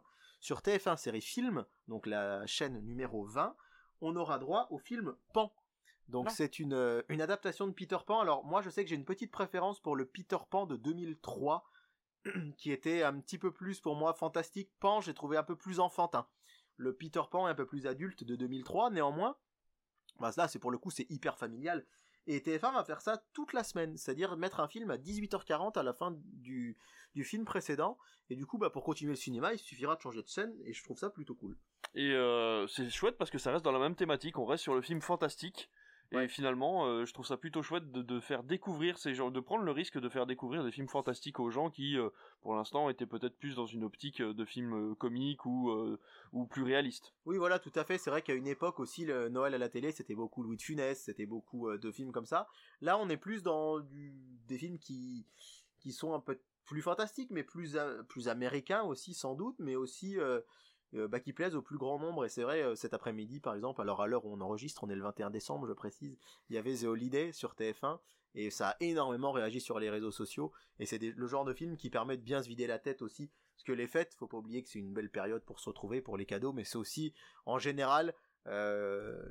[SPEAKER 2] TF1 série film, donc la chaîne numéro 20, on aura droit au film Pan. Donc c'est une adaptation de Peter Pan. Alors moi je sais que j'ai une petite préférence pour le Peter Pan de 2003, qui était un petit peu plus pour moi fantastique. Pan, j'ai trouvé un peu plus enfantin. Le Peter Pan est un peu plus adulte de 2003, néanmoins, bah là c'est pour le coup c'est hyper familial. Et TF1 va faire ça toute la semaine, c'est-à-dire mettre un film à 18h40 à la fin du film précédent, et du coup bah, pour continuer le cinéma il suffira de changer de scène, et je trouve ça plutôt cool.
[SPEAKER 1] Et c'est chouette parce que ça reste dans la même thématique, on reste sur le film fantastique, et finalement je trouve ça plutôt chouette de faire découvrir ces gens, de prendre le risque de faire découvrir des films fantastiques aux gens qui pour l'instant étaient peut-être plus dans une optique de films comiques ou plus réalistes.
[SPEAKER 2] Oui voilà, tout à fait, c'est vrai qu'à une époque aussi le Noël à la télé c'était beaucoup Louis de Funès, c'était beaucoup de films comme ça. Là on est plus dans des films qui sont un peu plus fantastiques, mais plus américains aussi sans doute, mais aussi qui plaisent au plus grand nombre. Et c'est vrai, cet après-midi par exemple, alors à l'heure où on enregistre, on est le 21 décembre je précise, il y avait The Holiday sur TF1, et ça a énormément réagi sur les réseaux sociaux, et c'est le genre de film qui permet de bien se vider la tête aussi, parce que les fêtes, faut pas oublier que c'est une belle période pour se retrouver, pour les cadeaux, mais c'est aussi en général dans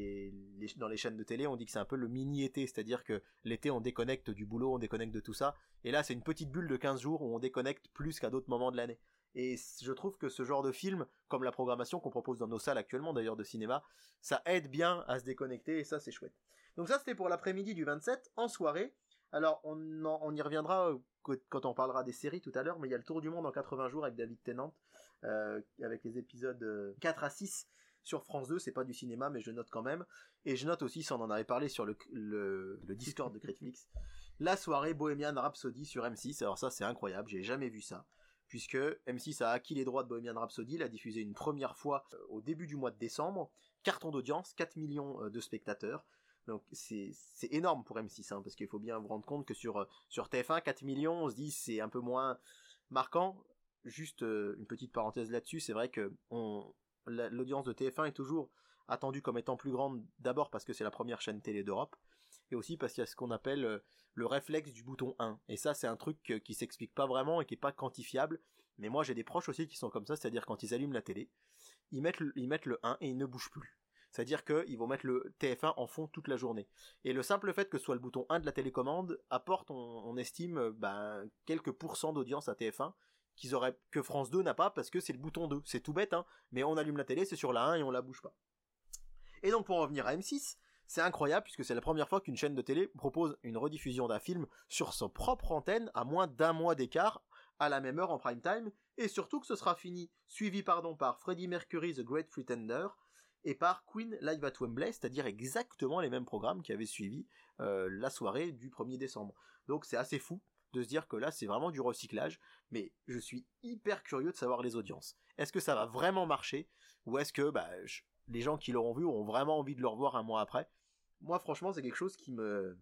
[SPEAKER 2] les chaînes de télé on dit que c'est un peu le mini-été, c'est-à-dire que l'été on déconnecte du boulot, on déconnecte de tout ça, et là c'est une petite bulle de 15 jours où on déconnecte plus qu'à d'autres moments de l'année. Et je trouve que ce genre de film, comme la programmation qu'on propose dans nos salles actuellement d'ailleurs de cinéma, ça aide bien à se déconnecter, et ça c'est chouette. Donc ça c'était pour l'après-midi du 27. En soirée, alors on y reviendra quand on parlera des séries tout à l'heure, mais il y a le Tour du Monde en 80 jours avec David Tennant, avec les épisodes 4 à 6 sur France 2, c'est pas du cinéma mais je note quand même, et je note aussi, ça on en avait parlé sur le Discord de Critflix, la soirée Bohemian Rhapsody sur M6. Alors ça c'est incroyable, j'ai jamais vu ça, puisque M6 a acquis les droits de Bohemian Rhapsody, l'a diffusé une première fois au début du mois de décembre, carton d'audience, 4 millions de spectateurs, donc c'est énorme pour M6, hein, parce qu'il faut bien vous rendre compte que sur TF1, 4 millions, on se dit c'est un peu moins marquant. Juste une petite parenthèse là-dessus, c'est vrai que l'audience de TF1 est toujours attendue comme étant plus grande, d'abord parce que c'est la première chaîne télé d'Europe, et aussi parce qu'il y a ce qu'on appelle le réflexe du bouton 1, et ça c'est un truc qui s'explique pas vraiment et qui est pas quantifiable, mais moi j'ai des proches aussi qui sont comme ça, c'est-à-dire quand ils allument la télé, ils mettent le 1 et ils ne bougent plus. C'est-à-dire qu'ils vont mettre le TF1 en fond toute la journée. Et le simple fait que ce soit le bouton 1 de la télécommande apporte, on estime, quelques pourcents d'audience à TF1 que France 2 n'a pas, parce que c'est le bouton 2. C'est tout bête, hein, mais on allume la télé, c'est sur la 1 et on la bouge pas. Et donc pour en revenir à M6, c'est incroyable puisque c'est la première fois qu'une chaîne de télé propose une rediffusion d'un film sur son propre antenne à moins d'un mois d'écart, à la même heure en prime time, et surtout que ce sera suivi par Freddie Mercury The Great Pretender, et par Queen Live at Wembley, c'est-à-dire exactement les mêmes programmes qui avaient suivi la soirée du 1er décembre. Donc c'est assez fou de se dire que là c'est vraiment du recyclage, mais je suis hyper curieux de savoir les audiences. Est-ce que ça va vraiment marcher, ou est-ce que les gens qui l'auront vu auront vraiment envie de le revoir un mois après? Moi franchement c'est quelque chose qui me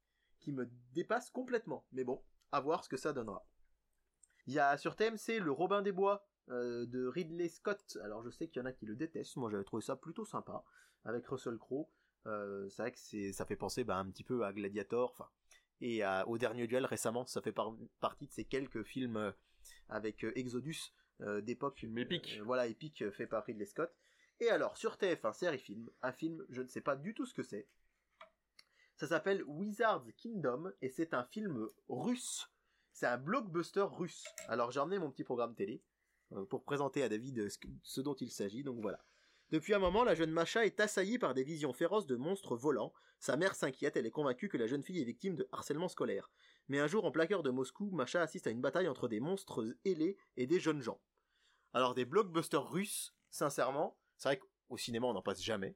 [SPEAKER 2] dépasse complètement, mais bon, à voir ce que ça donnera. Il y a sur TMC le Robin des Bois, de Ridley Scott. Alors je sais qu'il y en a qui le détestent, moi j'avais trouvé ça plutôt sympa, avec Russell Crowe. C'est vrai que ça fait penser un petit peu à Gladiator, enfin et au Dernier Duel récemment. Ça fait partie de ces quelques films avec Exodus d'époque.
[SPEAKER 1] Film épique.
[SPEAKER 2] Voilà, épique, fait par Ridley Scott. Et alors, sur TF1, série film, un film, je ne sais pas du tout ce que c'est. Ça s'appelle Wizard's Kingdom, et c'est un film russe. C'est un blockbuster russe. Alors, j'ai emmené mon petit programme télé pour présenter à David ce dont il s'agit, donc voilà. Depuis un moment, la jeune Masha est assaillie par des visions féroces de monstres volants. Sa mère s'inquiète, elle est convaincue que la jeune fille est victime de harcèlement scolaire. Mais un jour, en plein cœur de Moscou, Masha assiste à une bataille entre des monstres ailés et des jeunes gens. Alors, des blockbusters russes, sincèrement, c'est vrai qu'au cinéma, on n'en passe jamais.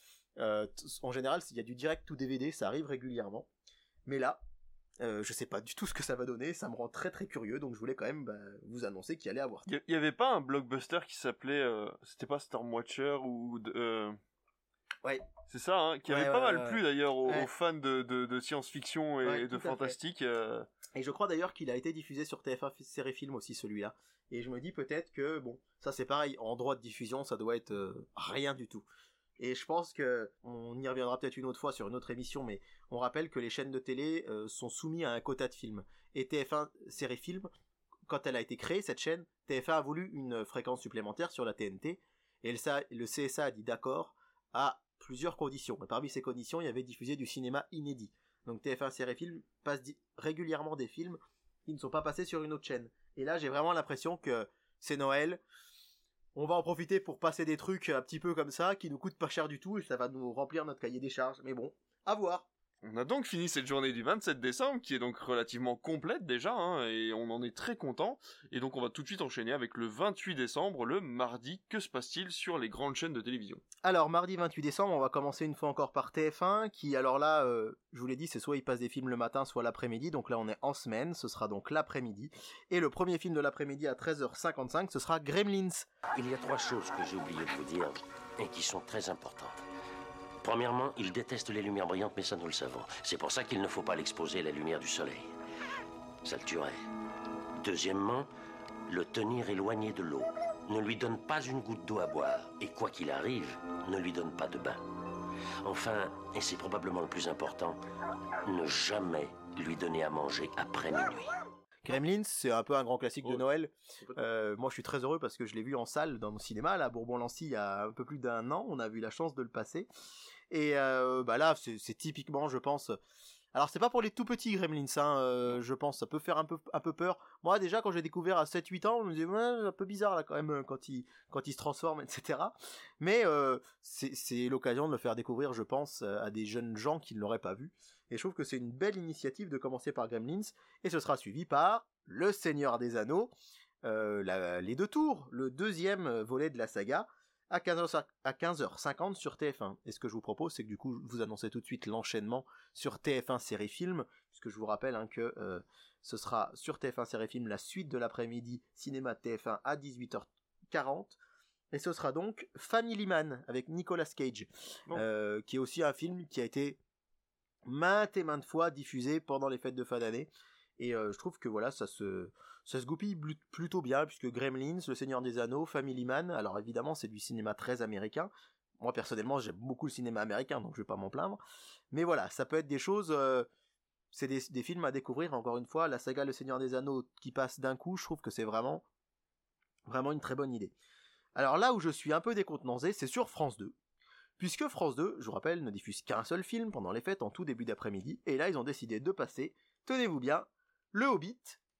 [SPEAKER 2] En général, s'il y a du direct ou DVD, ça arrive régulièrement. Mais là, je sais pas du tout ce que ça va donner, ça me rend très très curieux, donc je voulais quand même vous annoncer qu'il allait avoir.
[SPEAKER 1] Il y avait pas un blockbuster qui s'appelait, c'était pas Stormwatcher ou
[SPEAKER 2] ouais.
[SPEAKER 1] C'est ça, hein, qui avait pas mal plu d'ailleurs aux fans de science-fiction et de fantastique.
[SPEAKER 2] Et je crois d'ailleurs qu'il a été diffusé sur TF1 Série Film aussi, celui-là. Et je me dis peut-être que, bon, ça c'est pareil, en droit de diffusion, ça doit être rien du tout. Et je pense que on y reviendra peut-être une autre fois sur une autre émission, mais on rappelle que les chaînes de télé sont soumises à un quota de films. Et TF1 Série Film, quand elle a été créée, cette chaîne, TF1 a voulu une fréquence supplémentaire sur la TNT, et le CSA a dit d'accord à plusieurs conditions. Et parmi ces conditions, il y avait diffusé du cinéma inédit. Donc TF1 Série Film passe régulièrement des films qui ne sont pas passés sur une autre chaîne. Et là, j'ai vraiment l'impression que c'est Noël. On va en profiter pour passer des trucs un petit peu comme ça, qui nous coûtent pas cher du tout, et ça va nous remplir notre cahier des charges. Mais bon, à voir.
[SPEAKER 1] On a donc fini cette journée du 27 décembre, qui est donc relativement complète déjà, hein, et on en est très content. Et donc on va tout de suite enchaîner avec le 28 décembre, le mardi. Que se passe-t-il sur les grandes chaînes de télévision ?
[SPEAKER 2] Alors, mardi 28 décembre, on va commencer une fois encore par TF1, qui, alors là, je vous l'ai dit, c'est soit il passe des films le matin, soit l'après-midi, donc là on est en semaine, ce sera donc l'après-midi. Et le premier film de l'après-midi à 13h55, ce sera Gremlins.
[SPEAKER 8] Il y a 3 choses que j'ai oublié de vous dire, et qui sont très importantes. Premièrement, il déteste les lumières brillantes, mais ça nous le savons. C'est pour ça qu'il ne faut pas l'exposer à la lumière du soleil. Ça le tuerait. Deuxièmement, le tenir éloigné de l'eau. Ne lui donne pas une goutte d'eau à boire. Et quoi qu'il arrive, ne lui donne pas de bain. Enfin, et c'est probablement le plus important, ne jamais lui donner à manger après minuit.
[SPEAKER 2] Gremlins, c'est un peu un grand classique de Noël. Moi, je suis très heureux parce que je l'ai vu en salle dans mon cinéma, à Bourbon-Lancy, il y a un peu plus d'1 an. On a eu la chance de le passer. Et là, c'est typiquement, je pense... Alors, c'est pas pour les tout petits Gremlins, hein, je pense. Ça peut faire un peu peur. Moi, déjà, quand j'ai découvert à 7-8 ans, je me disais, ouais, c'est un peu bizarre, là, quand même, quand il se transforme, etc. Mais c'est l'occasion de le faire découvrir, je pense, à des jeunes gens qui ne l'auraient pas vu. Et je trouve que c'est une belle initiative de commencer par Gremlins, et ce sera suivi par Le Seigneur des Anneaux, les 2 tours, le 2e volet de la saga, à 15h50 sur TF1. Et ce que je vous propose, c'est que du coup, vous annoncez tout de suite l'enchaînement sur TF1 Série Film, puisque je vous rappelle que ce sera sur TF1 Série Film la suite de l'après-midi cinéma TF1 à 18h40. Et ce sera donc Family Man avec Nicolas Cage, qui est aussi un film qui a été maintes et maintes fois diffusé pendant les fêtes de fin d'année. Et je trouve que voilà, ça se goupille plutôt bien, puisque Gremlins, Le Seigneur des Anneaux, Family Man, alors évidemment c'est du cinéma très américain. Moi personnellement j'aime beaucoup le cinéma américain, donc je vais pas m'en plaindre. Mais voilà, ça peut être des choses, c'est des films à découvrir. Encore une fois, la saga Le Seigneur des Anneaux qui passe d'un coup, je trouve que c'est vraiment une très bonne idée. Alors là où je suis un peu décontenancé, c'est sur France 2. Puisque France 2, je vous rappelle, ne diffuse qu'un seul film pendant les fêtes en tout début d'après-midi, et là ils ont décidé de passer, tenez-vous bien, Le Hobbit,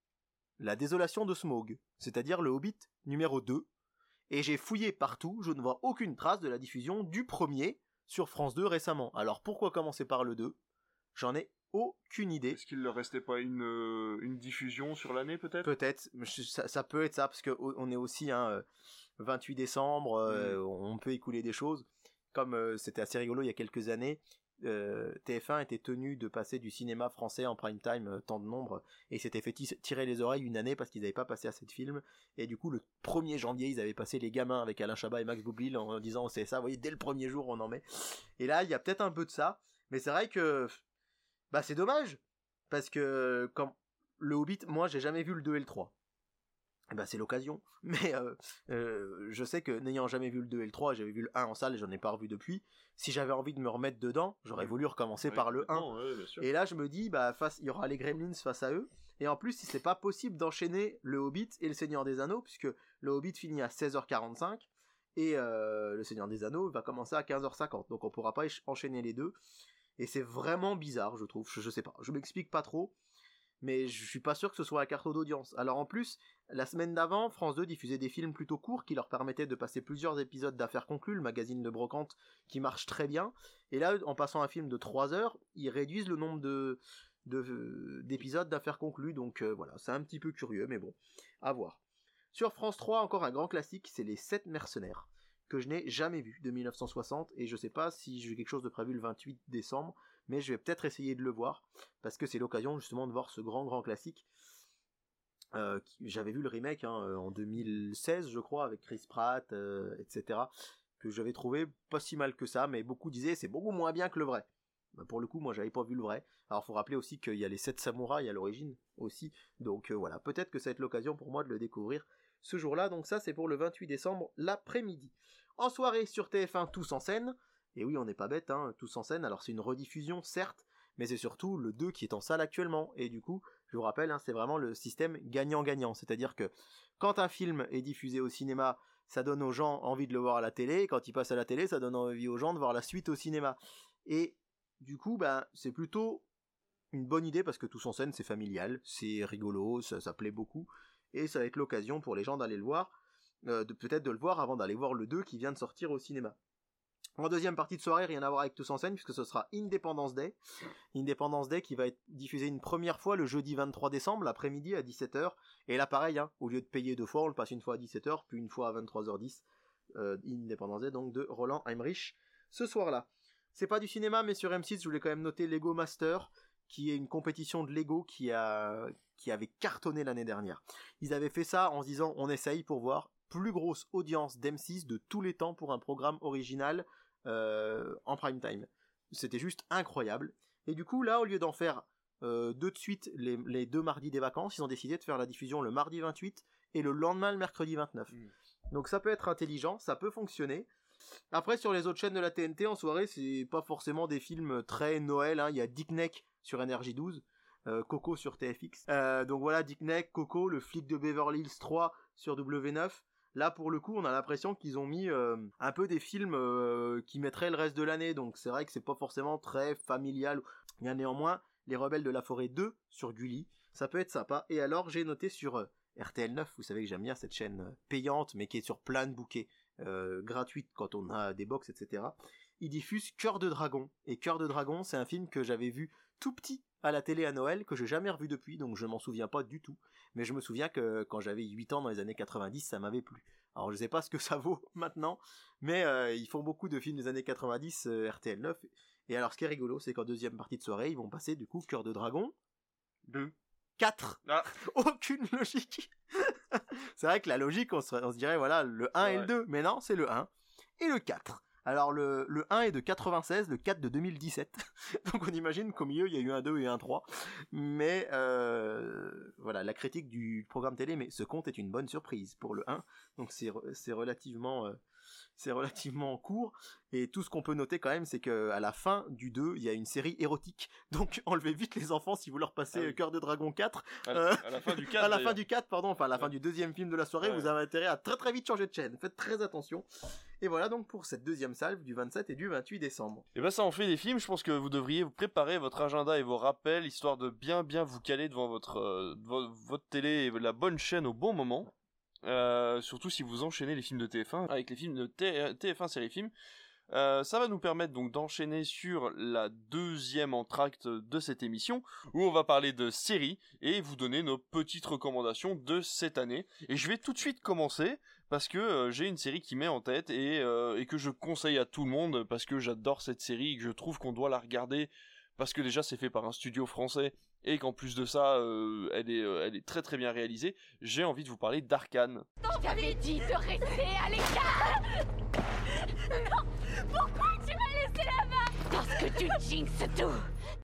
[SPEAKER 2] La Désolation de Smaug, c'est-à-dire Le Hobbit numéro 2, et j'ai fouillé partout, je ne vois aucune trace de la diffusion du premier sur France 2 récemment. Alors pourquoi commencer par le 2 ? J'en ai aucune idée.
[SPEAKER 1] Est-ce qu'il ne restait pas une diffusion sur l'année peut-être ?
[SPEAKER 2] Peut-être, ça peut être ça, parce qu'on est aussi 28 décembre, on peut écouler des choses. Comme c'était assez rigolo il y a quelques années, TF1 était tenu de passer du cinéma français en prime time tant de nombre, et s'était fait tirer les oreilles une année parce qu'ils n'avaient pas passé assez de films, et du coup le 1er janvier ils avaient passé Les Gamins avec Alain Chabat et Max Boublil en disant c'est ça, vous voyez, dès le premier jour on en met. Et là il y a peut-être un peu de ça, mais c'est vrai que c'est dommage, parce que comme Le Hobbit, moi j'ai jamais vu le 2 et le 3. c'est l'occasion. Mais je sais que n'ayant jamais vu le 2 et le 3, j'avais vu le 1 en salle et j'en ai pas revu depuis. Si j'avais envie de me remettre dedans, j'aurais voulu recommencer par le 1.
[SPEAKER 1] Ouais, bien sûr.
[SPEAKER 2] Et là, je me dis, il y aura les Gremlins face à eux. Et en plus, si c'est pas possible d'enchaîner le Hobbit et le Seigneur des Anneaux, puisque le Hobbit finit à 16h45 et le Seigneur des Anneaux va commencer à 15h50. Donc on pourra pas enchaîner les deux. Et c'est vraiment bizarre, je trouve. Je sais pas. Je m'explique pas trop. Mais je suis pas sûr que ce soit un carton d'audience. Alors en plus, la semaine d'avant, France 2 diffusait des films plutôt courts qui leur permettaient de passer plusieurs épisodes d'Affaires conclues, le magazine de Brocante qui marche très bien. Et là, en passant un film de 3 heures, ils réduisent le nombre d'épisodes d'Affaires conclues. Donc voilà, c'est un petit peu curieux, mais bon, à voir. Sur France 3, encore un grand classique, c'est Les 7 mercenaires, que je n'ai jamais vu, de 1960, et je sais pas si j'ai quelque chose de prévu le 28 décembre, mais je vais peut-être essayer de le voir, parce que c'est l'occasion justement de voir ce grand classique. J'avais vu le remake en 2016, je crois, avec Chris Pratt, etc., que j'avais trouvé pas si mal que ça, mais beaucoup disaient c'est beaucoup moins bien que le vrai. Pour le coup, moi j'avais pas vu le vrai. Alors faut rappeler aussi qu'il y a les 7 samouraïs à l'origine aussi, donc voilà, peut-être que ça va être l'occasion pour moi de le découvrir ce jour-là. Donc ça c'est pour le 28 décembre l'après-midi. En soirée sur TF1, Tous en scène. Et oui, on n'est pas bête, Tous en scène. Alors c'est une rediffusion, certes, mais c'est surtout le 2 qui est en salle actuellement. Et du coup, je vous rappelle, c'est vraiment le système gagnant-gagnant. C'est-à-dire que quand un film est diffusé au cinéma, ça donne aux gens envie de le voir à la télé. Et quand il passe à la télé, ça donne envie aux gens de voir la suite au cinéma. Et du coup, c'est plutôt une bonne idée parce que Tous en scène, c'est familial, c'est rigolo, ça plaît beaucoup. Et ça va être l'occasion pour les gens d'aller le voir, peut-être de le voir avant d'aller voir le 2 qui vient de sortir au cinéma. En deuxième partie de soirée, rien à voir avec Tous en scène, puisque ce sera Independence Day. Independence Day qui va être diffusé une première fois le jeudi 23 décembre, l'après-midi à 17h. Et là, pareil, au lieu de payer 2 fois, on le passe une fois à 17h, puis une fois à 23h10. Independence Day, donc de Roland Emmerich, ce soir-là. C'est pas du cinéma, mais sur M6, je voulais quand même noter Lego Master, qui est une compétition de Lego qui avait cartonné l'année dernière. Ils avaient fait ça en se disant, on essaye pour voir plus grosse audience d'M6 de tous les temps pour un programme original en prime time. C'était juste incroyable. Et du coup, là, au lieu d'en faire 2 de suite les 2 mardis des vacances, ils ont décidé de faire la diffusion le mardi 28 et le lendemain le mercredi 29. Donc ça peut être intelligent, ça peut fonctionner. Après, sur les autres chaînes de la TNT, en soirée, c'est pas forcément des films très Noël. Il y a Dick Neck sur NRJ12, Coco sur TFX. Donc voilà, Dick Neck, Coco, le flic de Beverly Hills 3 sur W9. Là, pour le coup, on a l'impression qu'ils ont mis un peu des films qui mettraient le reste de l'année. Donc c'est vrai que c'est pas forcément très familial. Il y a néanmoins Les Rebelles de la Forêt 2 sur Gulli. Ça peut être sympa. Et alors, j'ai noté sur RTL 9, vous savez que j'aime bien cette chaîne payante, mais qui est sur plein de bouquets. Gratuite quand on a des box, etc. Ils diffusent Cœur de Dragon. Et Cœur de Dragon, c'est un film que j'avais vu tout petit à la télé à Noël, que j'ai jamais revu depuis, donc je m'en souviens pas du tout. Mais je me souviens que quand j'avais 8 ans dans les années 90, ça m'avait plu. Alors je sais pas ce que ça vaut maintenant, mais ils font beaucoup de films des années 90, RTL 9. Et alors ce qui est rigolo, c'est qu'en deuxième partie de soirée, ils vont passer du coup Cœur de Dragon 2. 4. Aucune logique. C'est vrai que la logique, on se dirait, voilà, le 1 et le 2. Mais non, c'est le 1 et le 4. Alors, le 1 est de 96, le 4 de 2017. Donc, on imagine qu'au milieu, il y a eu un 2 et un 3. Mais, voilà, la critique du programme télé, mais ce conte est une bonne surprise pour le 1. Donc, c'est relativement court. Et tout ce qu'on peut noter quand même, c'est qu'à la fin du 2, il y a une série érotique. Donc enlevez vite les enfants si vous leur passez Cœur de Dragon 4.
[SPEAKER 1] À la fin du 4.
[SPEAKER 2] À la fin du 4, pardon, enfin à la fin du deuxième film de la soirée, vous avez intérêt à très très vite changer de chaîne. Faites très attention. Et voilà donc pour cette deuxième salve du 27 et du 28 décembre.
[SPEAKER 1] Et ça en fait des films. Je pense que vous devriez vous préparer votre agenda et vos rappels, histoire de bien vous caler devant votre télé et la bonne chaîne au bon moment. Surtout si vous enchaînez les films de TF1 avec les films de TF1 série film. Ça va nous permettre donc d'enchaîner sur la deuxième entracte de cette émission où on va parler de séries et vous donner nos petites recommandations de cette année. Et je vais tout de suite commencer parce que j'ai une série qui m'est en tête et que je conseille à tout le monde parce que j'adore cette série et que je trouve qu'on doit la regarder parce que déjà c'est fait par un studio français et qu'en plus de ça elle est très très bien réalisée. J'ai envie de vous parler d'Arcane.
[SPEAKER 9] Je t'avais dit de rester à l'écart. Non, pourquoi tu m'as laissé là-bas? Parce que tu jinxes tout.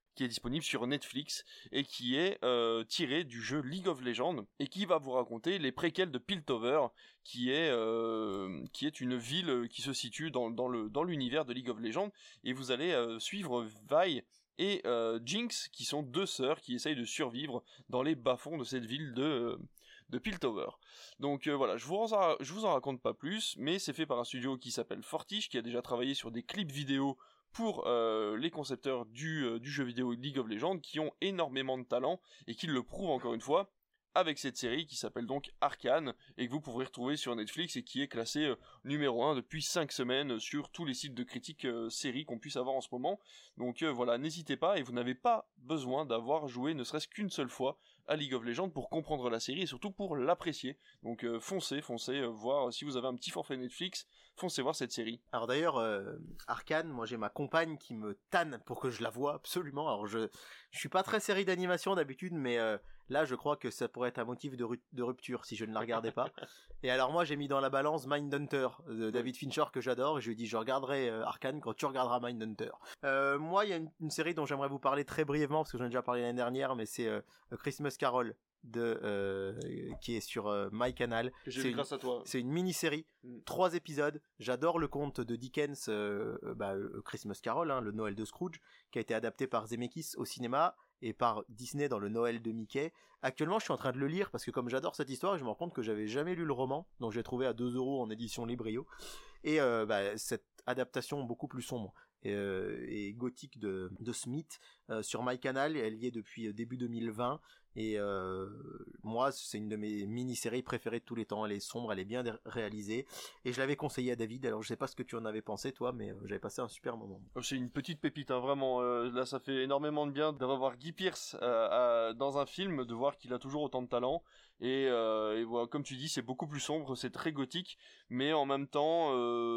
[SPEAKER 1] qui est disponible sur Netflix et qui est tiré du jeu League of Legends et qui va vous raconter les préquels de Piltover, qui est une ville qui se situe dans l'univers de League of Legends, et vous allez suivre Vi et Jinx, qui sont deux sœurs qui essayent de survivre dans les bas-fonds de cette ville de Piltover. Donc voilà, je vous en raconte pas plus, mais c'est fait par un studio qui s'appelle Fortiche, qui a déjà travaillé sur des clips vidéo pour les concepteurs du jeu vidéo League of Legends, qui ont énormément de talent et qui le prouvent encore une fois avec cette série qui s'appelle donc Arcane et que vous pourrez retrouver sur Netflix et qui est classée numéro 1 depuis 5 semaines sur tous les sites de critiques séries qu'on puisse avoir en ce moment. Donc voilà, n'hésitez pas, et vous n'avez pas besoin d'avoir joué ne serait-ce qu'une seule fois à League of Legends pour comprendre la série et surtout pour l'apprécier. Donc foncez voir, si vous avez un petit forfait Netflix, foncez voir cette série.
[SPEAKER 2] Alors d'ailleurs, Arcane, moi j'ai ma compagne qui me tanne pour que je la voie absolument. Alors je suis pas très série d'animation d'habitude, mais là je crois que ça pourrait être un motif de rupture si je ne la regardais pas. Et alors moi j'ai mis dans la balance Mindhunter de David Fincher que j'adore, et je lui ai dit je regarderai Arcane quand tu regarderas Mindhunter. Moi il y a une série dont j'aimerais vous parler très brièvement parce que j'en ai déjà parlé l'année dernière, mais c'est Christmas Carol qui est sur MyCanal.
[SPEAKER 1] J'ai vu grâce à toi.
[SPEAKER 2] C'est une mini-série, 3 épisodes. J'adore le conte de Dickens, Christmas Carol, le Noël de Scrooge, qui a été adapté par Zemeckis au cinéma et par Disney dans le Noël de Mickey. Actuellement, je suis en train de le lire parce que comme j'adore cette histoire, je me rends compte que j'avais jamais lu le roman, donc j'ai trouvé à 2€ en édition Librio. Et cette adaptation beaucoup plus sombre et gothique de Smith sur MyCanal, elle y est depuis début 2020. Et moi c'est une de mes mini-séries préférées de tous les temps. Elle est sombre, elle est bien réalisée, et je l'avais conseillé à David. Alors je sais pas ce que tu en avais pensé toi, mais j'avais passé un super moment.
[SPEAKER 1] C'est une petite pépite, vraiment. Là ça fait énormément de bien d'avoir Guy Pearce dans un film, de voir qu'il a toujours autant de talent. Et voilà, comme tu dis, c'est beaucoup plus sombre, c'est très gothique, mais en même temps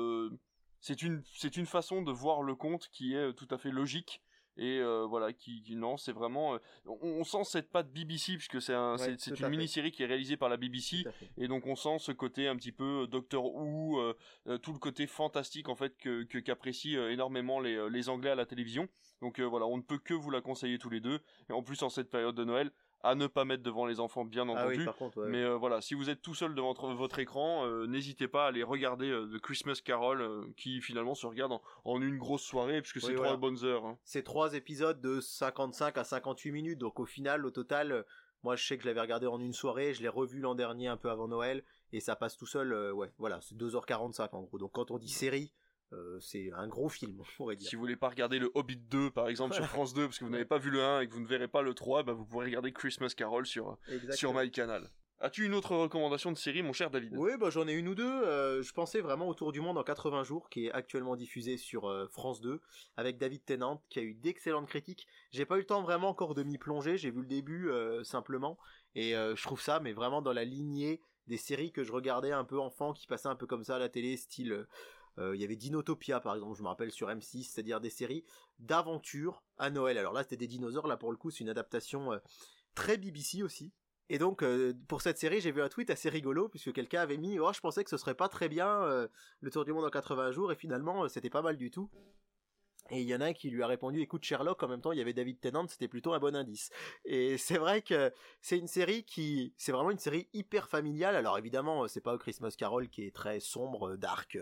[SPEAKER 1] c'est une façon de voir le conte qui est tout à fait logique. Et voilà, non, c'est vraiment on sent cette patte BBC, puisque c'est une mini-série qui est réalisée par la BBC, et donc on sent ce côté un petit peu Doctor Who, tout le côté fantastique en fait qu'apprécient énormément les Anglais à la télévision. Donc voilà, on ne peut que vous la conseiller tous les deux, et en plus en cette période de Noël, à ne pas mettre devant les enfants bien entendu.
[SPEAKER 2] Oui, par contre, ouais.
[SPEAKER 1] Mais voilà, si vous êtes tout seul devant votre écran, n'hésitez pas à aller regarder The Christmas Carol, qui finalement se regarde en une grosse soirée, puisque c'est 3 bonnes heures.
[SPEAKER 2] C'est 3 épisodes de 55 à 58 minutes, donc au final, au total, moi je sais que je l'avais regardé en une soirée, je l'ai revu l'an dernier un peu avant Noël, et ça passe tout seul, voilà, c'est 2h45 en gros. Donc quand on dit série, c'est un gros film, on pourrait dire.
[SPEAKER 1] Si vous voulez pas regarder le Hobbit 2 par exemple sur France 2 parce que vous n'avez pas vu le 1 et que vous ne verrez pas le 3, vous pourrez regarder Christmas Carol sur MyCanal. As-tu une autre recommandation de série, mon cher David ?
[SPEAKER 2] Oui, j'en ai une ou deux. Je pensais vraiment au Tour du monde en 80 jours, qui est actuellement diffusé sur France 2, avec David Tennant, qui a eu d'excellentes critiques. J'ai pas eu le temps vraiment encore de m'y plonger, j'ai vu le début simplement, et je trouve ça, mais vraiment dans la lignée des séries que je regardais un peu enfant, qui passaient un peu comme ça à la télé, style... il y avait Dinotopia par exemple, je me rappelle, sur M6, c'est-à-dire des séries d'aventure à Noël. Alors là c'était des dinosaures, là pour le coup c'est une adaptation très BBC aussi. Et donc pour cette série j'ai vu un tweet assez rigolo, puisque quelqu'un avait mis je pensais que ce serait pas très bien le Tour du monde en 80 jours, et finalement c'était pas mal du tout. Et il y en a un qui lui a répondu, écoute Sherlock, en même temps il y avait David Tennant, c'était plutôt un bon indice. Et c'est vrai que c'est une série c'est vraiment une série hyper familiale. Alors évidemment c'est pas Christmas Carol qui est très sombre, dark,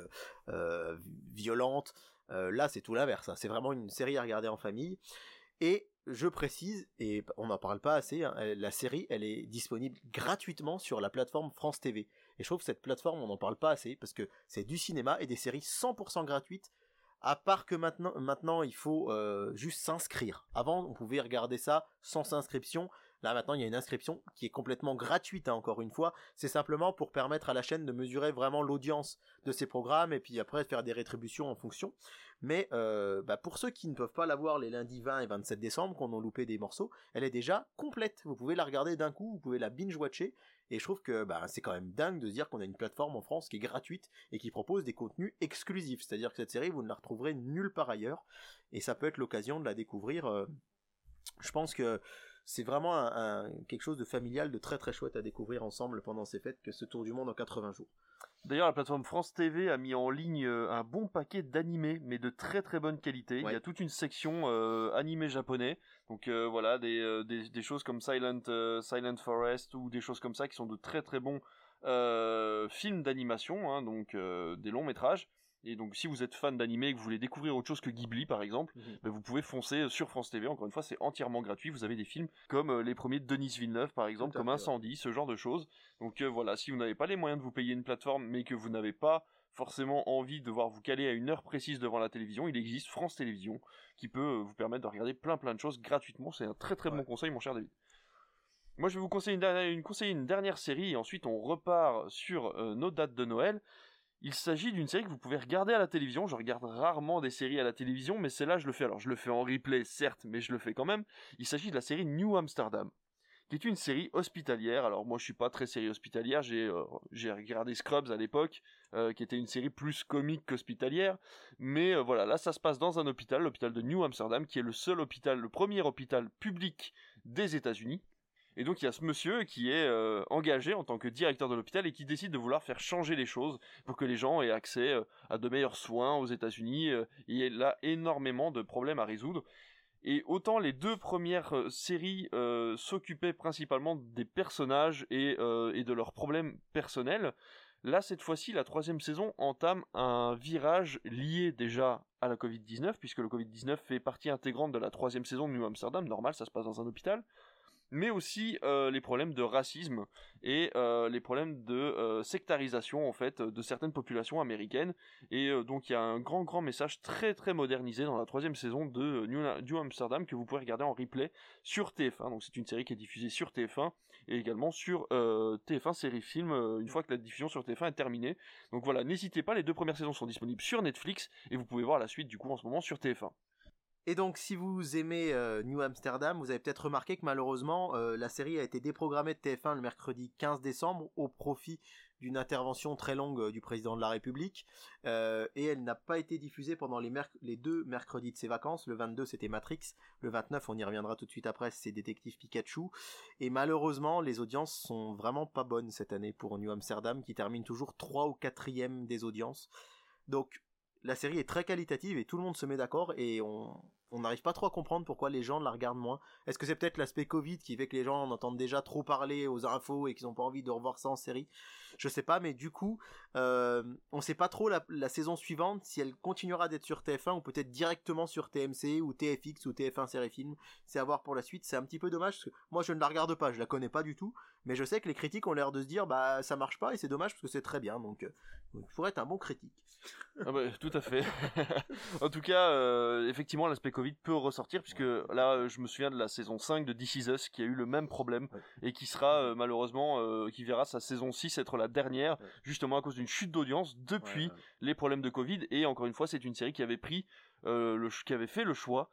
[SPEAKER 2] violente. Là c'est tout l'inverse, c'est vraiment une série à regarder en famille. Et je précise, et on n'en parle pas assez, la série elle est disponible gratuitement sur la plateforme France TV. Et je trouve que cette plateforme on n'en parle pas assez, parce que c'est du cinéma et des séries 100% gratuites. À part que maintenant il faut juste s'inscrire. Avant on pouvait regarder ça sans inscription. Là maintenant il y a une inscription qui est complètement gratuite, encore une fois. C'est simplement pour permettre à la chaîne de mesurer vraiment l'audience de ces programmes, et puis après faire des rétributions en fonction. Mais pour ceux qui ne peuvent pas la voir les lundis 20 et 27 décembre, qu'on a loupé des morceaux, elle est déjà complète. Vous pouvez la regarder d'un coup, vous pouvez la binge-watcher. Et je trouve que c'est quand même dingue de se dire qu'on a une plateforme en France qui est gratuite et qui propose des contenus exclusifs. C'est-à-dire que cette série, vous ne la retrouverez nulle part ailleurs. Et ça peut être l'occasion de la découvrir. Je pense que c'est vraiment quelque chose de familial, de très très chouette à découvrir ensemble pendant ces fêtes, que ce Tour du monde en 80 jours.
[SPEAKER 1] D'ailleurs, la plateforme France TV a mis en ligne un bon paquet d'animés, mais de très très bonne qualité. Ouais. Il y a toute une section animés japonais, donc voilà, des choses comme Silent Forest ou des choses comme ça qui sont de très très bons films d'animation, hein, donc des longs métrages. Et donc si vous êtes fan d'animé et que vous voulez découvrir autre chose que Ghibli par exemple, ben, vous pouvez foncer sur France TV, encore une fois c'est entièrement gratuit, vous avez des films comme les premiers de Denis Villeneuve par exemple, comme Incendie, ce genre de choses. Donc voilà, si vous n'avez pas les moyens de vous payer une plateforme mais que vous n'avez pas forcément envie de devoir vous caler à une heure précise devant la télévision, il existe France Télévisions qui peut vous permettre de regarder plein de choses gratuitement, c'est un très très bon conseil mon cher David. Moi je vais vous conseiller une dernière série et ensuite on repart sur nos dates de Noël. Il s'agit d'une série que vous pouvez regarder à la télévision. Je regarde rarement des séries à la télévision, mais celle-là, je le fais. Alors, je le fais en replay, certes, mais je le fais quand même. Il s'agit de la série New Amsterdam, qui est une série hospitalière. Alors, moi, je suis pas très série hospitalière. J'ai regardé Scrubs à l'époque, qui était une série plus comique qu'hospitalière. Mais voilà, là, ça se passe dans un hôpital, l'hôpital de New Amsterdam, qui est le premier hôpital public des États-Unis. Et donc il y a ce monsieur qui est engagé en tant que directeur de l'hôpital et qui décide de vouloir faire changer les choses pour que les gens aient accès à de meilleurs soins aux États-Unis. Il a énormément de problèmes à résoudre. Et autant les deux premières séries s'occupaient principalement des personnages et de leurs problèmes personnels, là cette fois-ci la troisième saison entame un virage lié déjà à la Covid-19, puisque le Covid-19 fait partie intégrante de la troisième saison de New Amsterdam, normal, ça se passe dans un hôpital. Mais aussi les problèmes de racisme et les problèmes de sectarisation en fait de certaines populations américaines. Et donc il y a un grand message très très modernisé dans la troisième saison de New Amsterdam que vous pouvez regarder en replay sur TF1. Donc c'est une série qui est diffusée sur TF1 et également sur TF1 série film une fois que la diffusion sur TF1 est terminée. Donc voilà, n'hésitez pas, les deux premières saisons sont disponibles sur Netflix et vous pouvez voir la suite du coup en ce moment sur TF1.
[SPEAKER 2] Et donc, si vous aimez New Amsterdam, vous avez peut-être remarqué que malheureusement, la série a été déprogrammée de TF1 le mercredi 15 décembre au profit d'une intervention très longue du président de la République, et elle n'a pas été diffusée pendant les deux mercredis de ses vacances. Le 22, c'était Matrix, le 29, on y reviendra tout de suite après, c'est Détective Pikachu, et malheureusement, les audiences sont vraiment pas bonnes cette année pour New Amsterdam, qui termine toujours 3 ou 4e des audiences. Donc, la série est très qualitative et tout le monde se met d'accord et on n'arrive pas trop à comprendre pourquoi les gens la regardent moins. Est-ce que c'est peut-être l'aspect Covid qui fait que les gens en entendent déjà trop parler aux infos et qu'ils n'ont pas envie de revoir ça en série? Je sais pas, mais du coup, on sait pas trop la saison suivante si elle continuera d'être sur TF1 ou peut-être directement sur TMC ou TFX ou TF1 série film. C'est à voir pour la suite. C'est un petit peu dommage parce que moi je ne la regarde pas, je la connais pas du tout, mais je sais que les critiques ont l'air de se dire bah ça marche pas et c'est dommage parce que c'est très bien, donc il pourrait être un bon critique.
[SPEAKER 1] Ah bah, tout à fait. En tout cas, effectivement, l'aspect Covid peut ressortir, puisque là, je me souviens de la saison 5 de This Is Us qui a eu le même problème et qui sera malheureusement, qui verra sa saison 6 être la dernière, justement à cause d'une chute d'audience depuis les problèmes de Covid. Et encore une fois, c'est une série qui avait pris qui avait fait le choix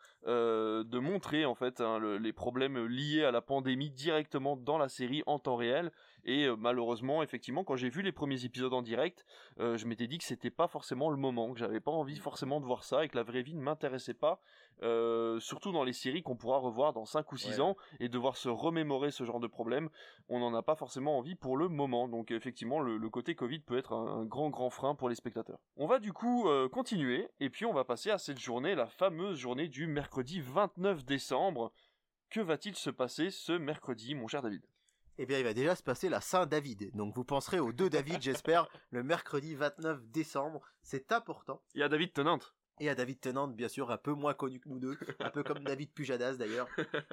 [SPEAKER 1] de montrer en fait les problèmes liés à la pandémie directement dans la série en temps réel. Et malheureusement, effectivement, quand j'ai vu les premiers épisodes en direct, je m'étais dit que c'était pas forcément le moment, que j'avais pas envie forcément de voir ça et que la vraie vie ne m'intéressait pas, surtout dans les séries qu'on pourra revoir dans 5 ou 6 ans et devoir se remémorer ce genre de problème, on n'en a pas forcément envie pour le moment. Donc effectivement, le côté Covid peut être un grand frein pour les spectateurs. On va du coup continuer et puis on va passer à cette journée, la fameuse journée du mercredi 29 décembre. Que va-t-il se passer ce mercredi, mon cher David ?
[SPEAKER 2] Eh bien, il va déjà se passer la Saint-David. Donc, vous penserez aux deux David, j'espère, le mercredi 29 décembre. C'est important.
[SPEAKER 1] Et à David Tennant.
[SPEAKER 2] Et à David Tennant, bien sûr, un peu moins connu que nous deux. Un peu comme David Pujadas, d'ailleurs.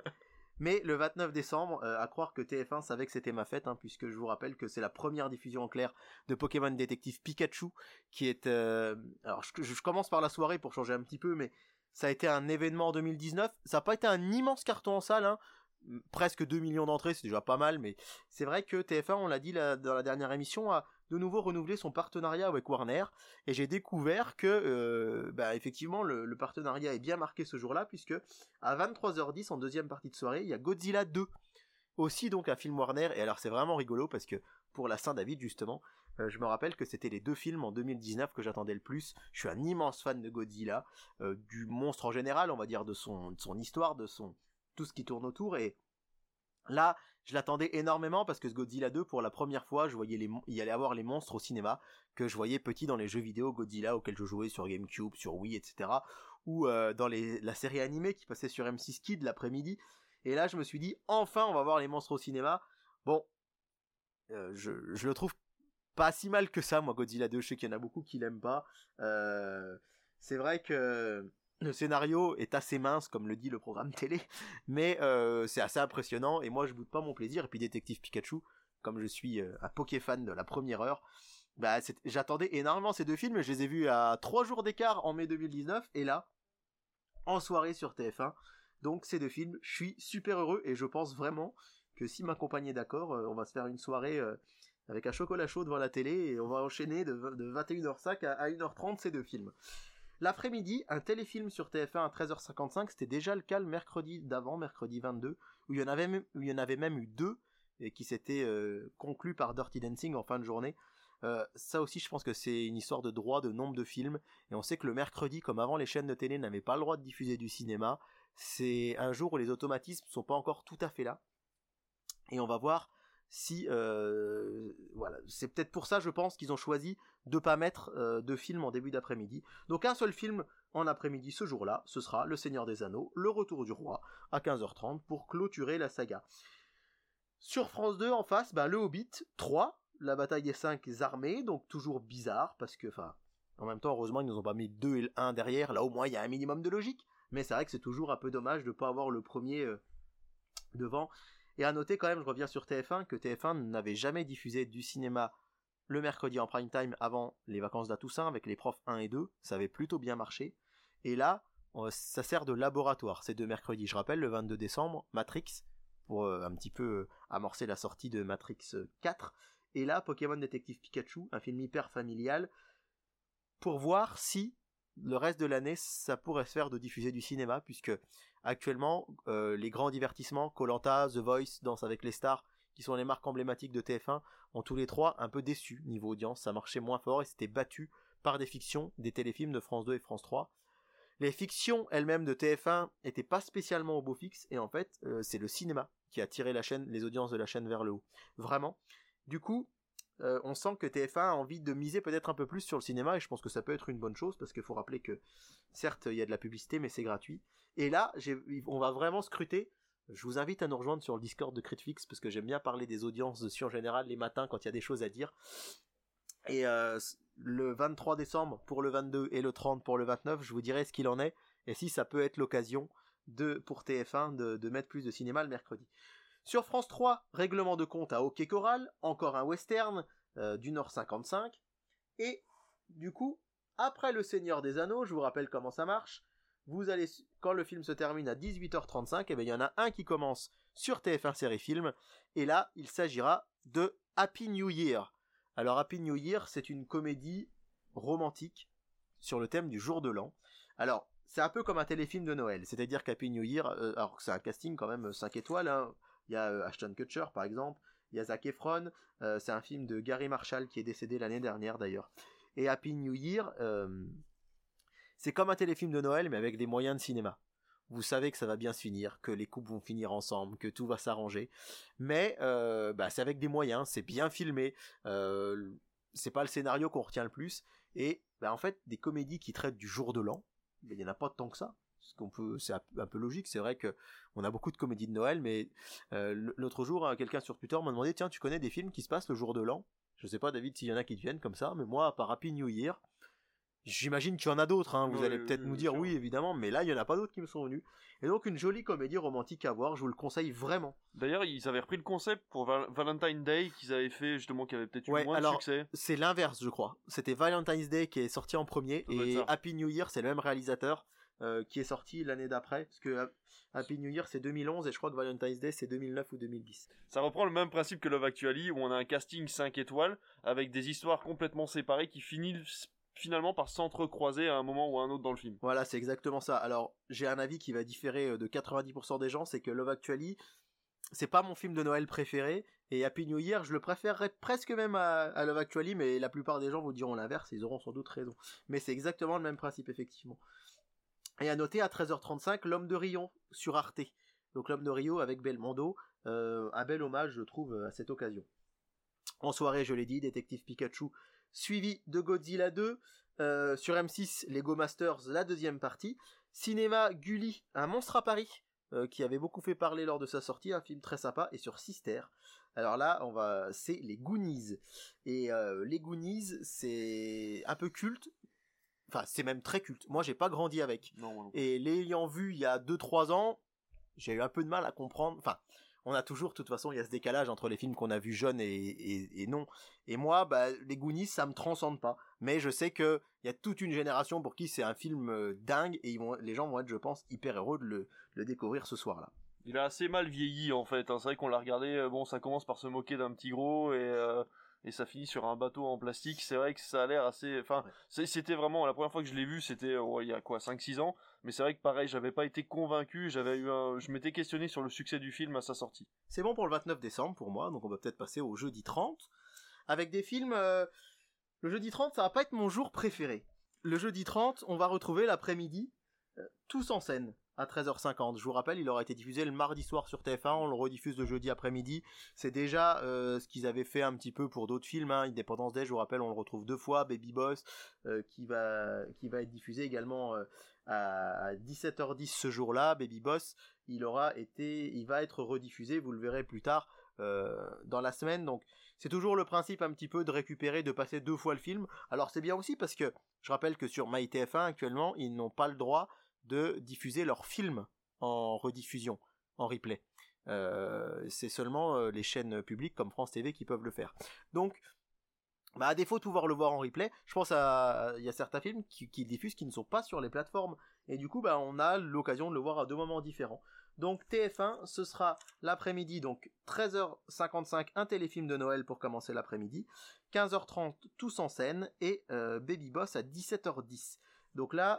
[SPEAKER 2] Mais le 29 décembre, à croire que TF1 savait que c'était ma fête, hein, puisque je vous rappelle que c'est la première diffusion en clair de Pokémon Détective Pikachu, qui est... Alors, je commence par la soirée pour changer un petit peu, mais ça a été un événement en 2019. Ça n'a pas été un immense carton en salle, hein. Presque 2 millions d'entrées, c'est déjà pas mal, mais c'est vrai que TF1, on l'a dit dans la dernière émission, a de nouveau renouvelé son partenariat avec Warner, et j'ai découvert que effectivement le partenariat est bien marqué ce jour-là, puisque à 23h10 en deuxième partie de soirée, il y a Godzilla 2, aussi donc un film Warner, et alors c'est vraiment rigolo parce que pour la Saint-David justement, je me rappelle que c'était les deux films en 2019 que j'attendais le plus. Je suis un immense fan de Godzilla, du monstre en général, on va dire, de son histoire, de tout ce qui tourne autour, et Là, je l'attendais énormément parce que ce Godzilla 2, pour la première fois, je voyais il y allait avoir les monstres au cinéma que je voyais petit dans les jeux vidéo Godzilla auxquels je jouais sur GameCube, sur Wii, etc. Ou dans la série animée qui passait sur M6 Kids l'après-midi. Et là, je me suis dit, enfin, on va voir les monstres au cinéma. Bon, je le trouve pas si mal que ça, moi, Godzilla 2. Je sais qu'il y en a beaucoup qui l'aiment pas. C'est vrai que le scénario est assez mince, comme le dit le programme télé, mais c'est assez impressionnant, et moi, je boude pas mon plaisir. Et puis, Détective Pikachu, comme je suis un Pokéfan de la première heure, bah, j'attendais énormément ces deux films. Je les ai vus à 3 jours d'écart en mai 2019, et là, en soirée sur TF1. Donc, ces deux films, je suis super heureux, et je pense vraiment que si ma compagne est d'accord, on va se faire une soirée avec un chocolat chaud devant la télé, et on va enchaîner de 21h05 à 1h30 ces deux films. L'après-midi, un téléfilm sur TF1 à 13h55, c'était déjà le cas le mercredi d'avant, mercredi 22, où il y en avait même eu 2, et qui s'étaient conclus par Dirty Dancing en fin de journée. Ça aussi, je pense que c'est une histoire de droit, de nombre de films, et on sait que le mercredi, comme avant, les chaînes de télé n'avaient pas le droit de diffuser du cinéma. C'est un jour où les automatismes sont pas encore tout à fait là, et on va voir si voilà, c'est peut-être pour ça, je pense, qu'ils ont choisi de pas mettre de film en début d'après-midi. Donc un seul film en après-midi ce jour-là, ce sera Le Seigneur des Anneaux, Le Retour du Roi, à 15h30 pour clôturer la saga. Sur France 2 en face, Le Hobbit 3, La Bataille des 5 armées, donc toujours bizarre, parce que, en même temps, heureusement, ils nous ont pas mis 2 et le 1 derrière, là au moins il y a un minimum de logique, mais c'est vrai que c'est toujours un peu dommage de pas avoir le premier devant. Et à noter quand même, je reviens sur TF1, que TF1 n'avait jamais diffusé du cinéma le mercredi en prime time avant les vacances de la Toussaint avec les profs 1 et 2, ça avait plutôt bien marché. Et là, ça sert de laboratoire ces deux mercredis. Je rappelle, le 22 décembre, Matrix, pour un petit peu amorcer la sortie de Matrix 4. Et là, Pokémon Détective Pikachu, un film hyper familial, pour voir si le reste de l'année, ça pourrait se faire de diffuser du cinéma, puisque actuellement, les grands divertissements, Koh-Lanta, The Voice, Danse avec les stars, qui sont les marques emblématiques de TF1, ont tous les trois un peu déçus niveau audience. Ça marchait moins fort et c'était battu par des fictions, des téléfilms de France 2 et France 3. Les fictions elles-mêmes de TF1 étaient pas spécialement au beau fixe, et en fait, c'est le cinéma qui a tiré les audiences de la chaîne vers le haut. Vraiment. Du coup, on sent que TF1 a envie de miser peut-être un peu plus sur le cinéma, et je pense que ça peut être une bonne chose, parce qu'il faut rappeler que, certes, il y a de la publicité, mais c'est gratuit. Et là, on va vraiment scruter. Je vous invite à nous rejoindre sur le Discord de Critflix, parce que j'aime bien parler des audiences dessus en général, les matins, quand il y a des choses à dire. Et le 23 décembre pour le 22 et le 30 pour le 29, je vous dirai ce qu'il en est, et si ça peut être l'occasion pour TF1 de mettre plus de cinéma le mercredi. Sur France 3, règlement de compte à Hockey Choral, encore un western d'1h55, et du coup, après Le Seigneur des Anneaux, je vous rappelle comment ça marche, vous allez, quand le film se termine à 18h35, il y en a un qui commence sur TF1 Série Film, et là, il s'agira de Happy New Year. Alors Happy New Year, c'est une comédie romantique sur le thème du jour de l'an. Alors, c'est un peu comme un téléfilm de Noël, c'est-à-dire qu'Happy New Year, alors que c'est un casting quand même 5 étoiles, hein. Il y a Ashton Kutcher par exemple, il y a Zac Efron, c'est un film de Gary Marshall qui est décédé l'année dernière d'ailleurs. Et Happy New Year, c'est comme un téléfilm de Noël mais avec des moyens de cinéma. Vous savez que ça va bien se finir, que les couples vont finir ensemble, que tout va s'arranger, mais c'est avec des moyens, c'est bien filmé, c'est pas le scénario qu'on retient le plus, et en fait des comédies qui traitent du jour de l'an, il y en a pas tant que ça. C'est un peu logique, c'est vrai que on a beaucoup de comédies de Noël, mais l'autre jour, quelqu'un sur Twitter m'a demandé, tiens, tu connais des films qui se passent le jour de l'an? Je sais pas, David, s'il y en a qui te viennent comme ça, mais moi, à part Happy New Year, j'imagine qu'il y en a d'autres, hein. Vous allez peut-être nous dire oui, évidemment, mais là, il y en a pas d'autres qui me sont venus. Et donc, une jolie comédie romantique à voir, je vous le conseille vraiment.
[SPEAKER 1] D'ailleurs, ils avaient repris le concept pour Valentine's Day, qu'ils avaient fait, justement, qui avait peut-être eu moins de succès.
[SPEAKER 2] C'est l'inverse, je crois. C'était Valentine's Day qui est sorti en premier, et Happy New Year, c'est le même réalisateur. Qui est sorti l'année d'après, parce que Happy New Year c'est 2011 et je crois que Valentine's Day c'est 2009 ou 2010.
[SPEAKER 1] Ça reprend le même principe que Love Actually, où on a un casting 5 étoiles avec des histoires complètement séparées qui finissent finalement par s'entrecroiser à un moment ou à un autre dans le film.
[SPEAKER 2] Voilà, c'est exactement ça. Alors j'ai un avis qui va différer de 90% des gens, c'est que Love Actually c'est pas mon film de Noël préféré, et Happy New Year je le préférerais presque même à Love Actually, mais la plupart des gens vous diront l'inverse, ils auront sans doute raison. Mais c'est exactement le même principe effectivement. Et à noter, à 13h35, L'Homme de Rion sur Arte. donc L'Homme de Rio avec Belmondo, un bel hommage je trouve à cette occasion. En soirée, je l'ai dit, Détective Pikachu, suivi de Godzilla 2, sur M6, Lego Masters, la deuxième partie, cinéma Gulli, Un monstre à Paris, qui avait beaucoup fait parler lors de sa sortie, un film très sympa, et sur Sister. Alors là, c'est les Goonies. Et les Goonies, c'est un peu culte. Enfin, c'est même très culte. Moi, j'ai pas grandi avec.
[SPEAKER 1] Non.
[SPEAKER 2] Et l'ayant vu il y a 2-3 ans, j'ai eu un peu de mal à comprendre. Enfin, on a toujours, de toute façon, il y a ce décalage entre les films qu'on a vus jeunes et non. Et moi, les Goonies, ça me transcende pas. Mais je sais que il y a toute une génération pour qui c'est un film dingue et les gens vont être, je pense, hyper heureux de le découvrir ce soir-là.
[SPEAKER 1] Il a assez mal vieilli en fait, hein. C'est vrai qu'on l'a regardé, ça commence par se moquer d'un petit gros et ça finit sur un bateau en plastique. C'est vrai que ça a l'air assez... Enfin, c'était vraiment... La première fois que je l'ai vu, c'était il y a 5-6 ans. Mais c'est vrai que pareil, j'avais pas été convaincu, je m'étais questionné sur le succès du film à sa sortie.
[SPEAKER 2] C'est bon pour le 29 décembre pour moi, donc on va peut-être passer au jeudi 30. Avec des films... Le jeudi 30, ça va pas être mon jour préféré. Le jeudi 30, on va retrouver l'après-midi Tous en scène à 13h50. Je vous rappelle, il aura été diffusé le mardi soir sur TF1, on le rediffuse le jeudi après-midi. C'est déjà ce qu'ils avaient fait un petit peu pour d'autres films, hein. Independence Day, je vous rappelle, on le retrouve 2 fois, Baby Boss, qui va être diffusé également à 17h10 ce jour-là. Baby Boss, il va être rediffusé, vous le verrez plus tard dans la semaine. Donc c'est toujours le principe un petit peu de récupérer, de passer 2 fois le film. Alors c'est bien aussi parce que je rappelle que sur MyTF1 actuellement, ils n'ont pas le droit de diffuser leurs films en rediffusion, en replay. C'est seulement les chaînes publiques comme France TV qui peuvent le faire. Donc, à défaut de pouvoir le voir en replay, je pense il y a certains films qui diffusent qui ne sont pas sur les plateformes. Et du coup, on a l'occasion de le voir à 2 moments différents. Donc TF1, ce sera l'après-midi, donc 13h55, un téléfilm de Noël pour commencer l'après-midi, 15h30, Tous en scène, et Baby Boss à 17h10. Donc là,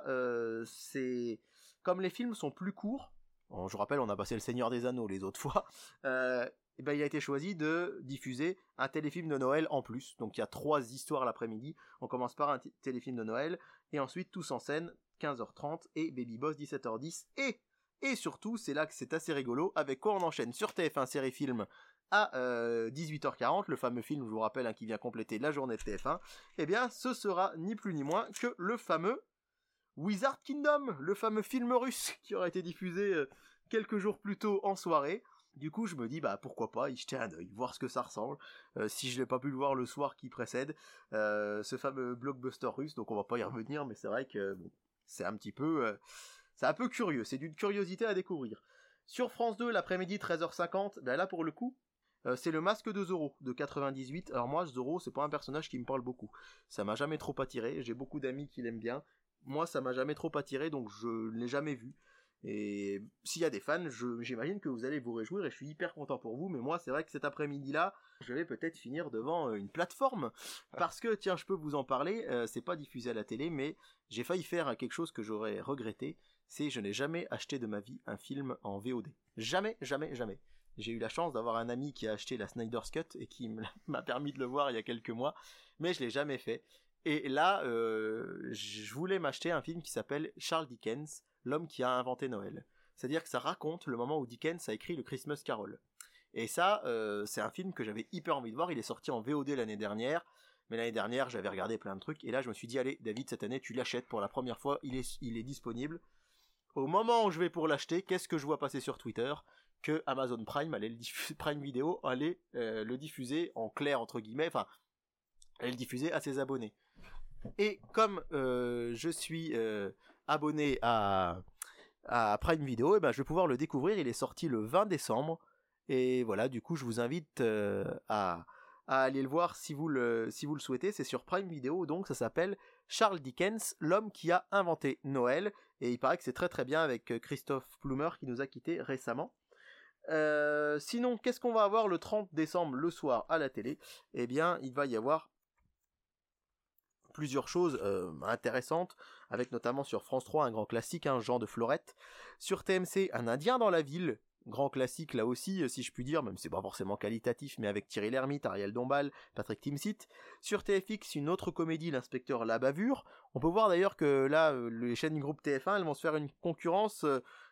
[SPEAKER 2] c'est comme les films sont plus courts. Je vous rappelle, on a passé Le Seigneur des Anneaux les autres fois. Il a été choisi de diffuser un téléfilm de Noël en plus. Donc il y a 3 histoires l'après-midi. On commence par un téléfilm de Noël et ensuite Tous en scène 15h30 et Baby Boss 17h10. Et surtout, c'est là que c'est assez rigolo. Avec quoi on enchaîne sur TF1 série film à 18h40, le fameux film, je vous rappelle, qui vient compléter la journée de TF1. Eh bien, ce sera ni plus ni moins que le fameux Wizard Kingdom, le fameux film russe qui aurait été diffusé quelques jours plus tôt en soirée. Du coup, je me dis, pourquoi pas y jeter un œil, voir ce que ça ressemble, si je n'ai pas pu le voir le soir qui précède, ce fameux blockbuster russe, donc on va pas y revenir, mais c'est vrai que c'est un peu curieux, c'est d'une curiosité à découvrir. Sur France 2, l'après-midi, 13h50, là pour le coup, c'est le Masque de Zorro, de 98. Alors moi, Zorro, c'est pas un personnage qui me parle beaucoup, ça m'a jamais trop attiré, j'ai beaucoup d'amis qui l'aiment bien. Moi, ça m'a jamais trop attiré, donc je ne l'ai jamais vu. Et s'il y a des fans, j'imagine que vous allez vous réjouir et je suis hyper content pour vous. Mais moi, c'est vrai que cet après-midi-là, je vais peut-être finir devant une plateforme. Parce que, tiens, je peux vous en parler, c'est pas diffusé à la télé, mais j'ai failli faire quelque chose que j'aurais regretté. C'est je n'ai jamais acheté de ma vie un film en VOD. Jamais, jamais, jamais. J'ai eu la chance d'avoir un ami qui a acheté la Snyder's Cut et qui m'a permis de le voir il y a quelques mois. Mais je l'ai jamais fait. Et là, je voulais m'acheter un film qui s'appelle Charles Dickens, l'homme qui a inventé Noël. C'est-à-dire que ça raconte le moment où Dickens a écrit le Christmas Carol. Et ça, c'est un film que j'avais hyper envie de voir. Il est sorti en VOD l'année dernière. Mais l'année dernière, j'avais regardé plein de trucs. Et là, je me suis dit, allez, David, cette année, tu l'achètes pour la première fois. Il est disponible. Au moment où je vais pour l'acheter, qu'est-ce que je vois passer sur Twitter ? Que Amazon Prime, Prime Video, allait le diffuser en clair, entre guillemets. Enfin, allait le diffuser à ses abonnés. Et comme je suis abonné à Prime Video, je vais pouvoir le découvrir. Il est sorti le 20 décembre. Et voilà, du coup, je vous invite à aller le voir si vous le souhaitez. C'est sur Prime Video, donc ça s'appelle Charles Dickens, l'homme qui a inventé Noël. Et il paraît que c'est très très bien avec Christophe Plummer qui nous a quittés récemment. Sinon, qu'est-ce qu'on va avoir le 30 décembre le soir à la télé ? Eh bien, il va y avoir plusieurs choses intéressantes, avec notamment sur France 3 un grand classique, Jean de Florette. Sur TMC, Un Indien dans la ville, grand classique là aussi, si je puis dire, même si c'est pas forcément qualitatif, mais avec Thierry Lhermitte, Ariel Dombal, Patrick Timsit. Sur TFX, une autre comédie, L'inspecteur La Bavure. On peut voir d'ailleurs que là, les chaînes du groupe TF1, elles vont se faire une concurrence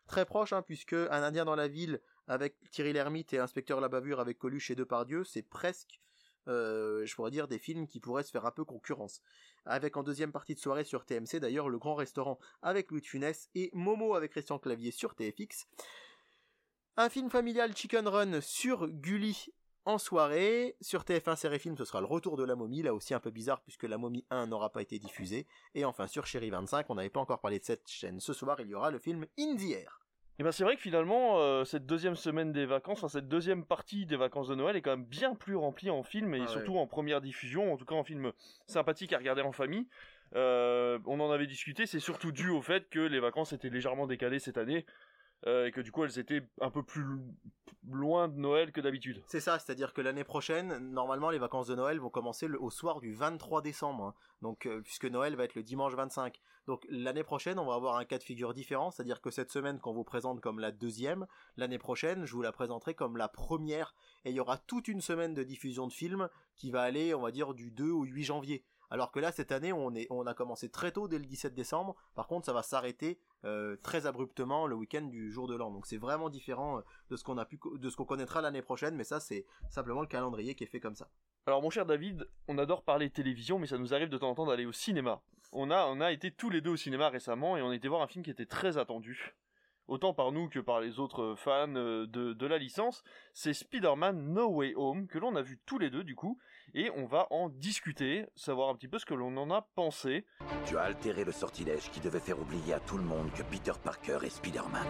[SPEAKER 2] Très proche, hein, puisque Un Indien dans la ville avec Thierry Lhermitte et Inspecteur la bavure avec Coluche et Depardieu, c'est presque, je pourrais dire, des films qui pourraient se faire un peu concurrence. Avec en deuxième partie de soirée sur TMC d'ailleurs Le Grand Restaurant avec Louis de Funès et Momo avec Christian Clavier sur TFX. Un film familial Chicken Run sur Gulli en soirée. Sur TF1 Série Film, ce sera Le Retour de la Momie, là aussi un peu bizarre puisque La Momie 1 n'aura pas été diffusée. Et enfin sur Chérie 25, on n'avait pas encore parlé de cette chaîne. Ce soir, il y aura le film In the Air.
[SPEAKER 1] Et ben c'est vrai que finalement, cette deuxième semaine des vacances, enfin cette deuxième partie des vacances de Noël est quand même bien plus remplie en film et surtout en première diffusion, en tout cas en film sympathique à regarder en famille. On en avait discuté, c'est surtout dû au fait que les vacances étaient légèrement décalées cette année et que du coup elles étaient un peu plus loin de Noël que d'habitude.
[SPEAKER 2] C'est ça, c'est-à-dire que l'année prochaine, normalement les vacances de Noël vont commencer au soir du 23 décembre, hein. Donc puisque Noël va être le dimanche 25. Donc l'année prochaine, on va avoir un cas de figure différent, c'est-à-dire que cette semaine qu'on vous présente comme la deuxième, l'année prochaine, je vous la présenterai comme la première, et il y aura toute une semaine de diffusion de films qui va aller, on va dire, du 2 au 8 janvier. Alors que là, cette année, on a commencé très tôt, dès le 17 décembre. Par contre, ça va s'arrêter très abruptement le week-end du jour de l'an. Donc c'est vraiment différent de ce qu'on connaîtra l'année prochaine, mais ça, c'est simplement le calendrier qui est fait comme ça.
[SPEAKER 1] Alors mon cher David, on adore parler télévision, mais ça nous arrive de temps en temps d'aller au cinéma. On a été tous les deux au cinéma récemment et on a été voir un film qui était très attendu. Autant par nous que par les autres fans de la licence, c'est Spider-Man No Way Home, que l'on a vu tous les deux du coup, et on va en discuter, savoir un petit peu ce que l'on en a pensé.
[SPEAKER 10] Tu as altéré le sortilège qui devait faire oublier à tout le monde que Peter Parker est Spider-Man.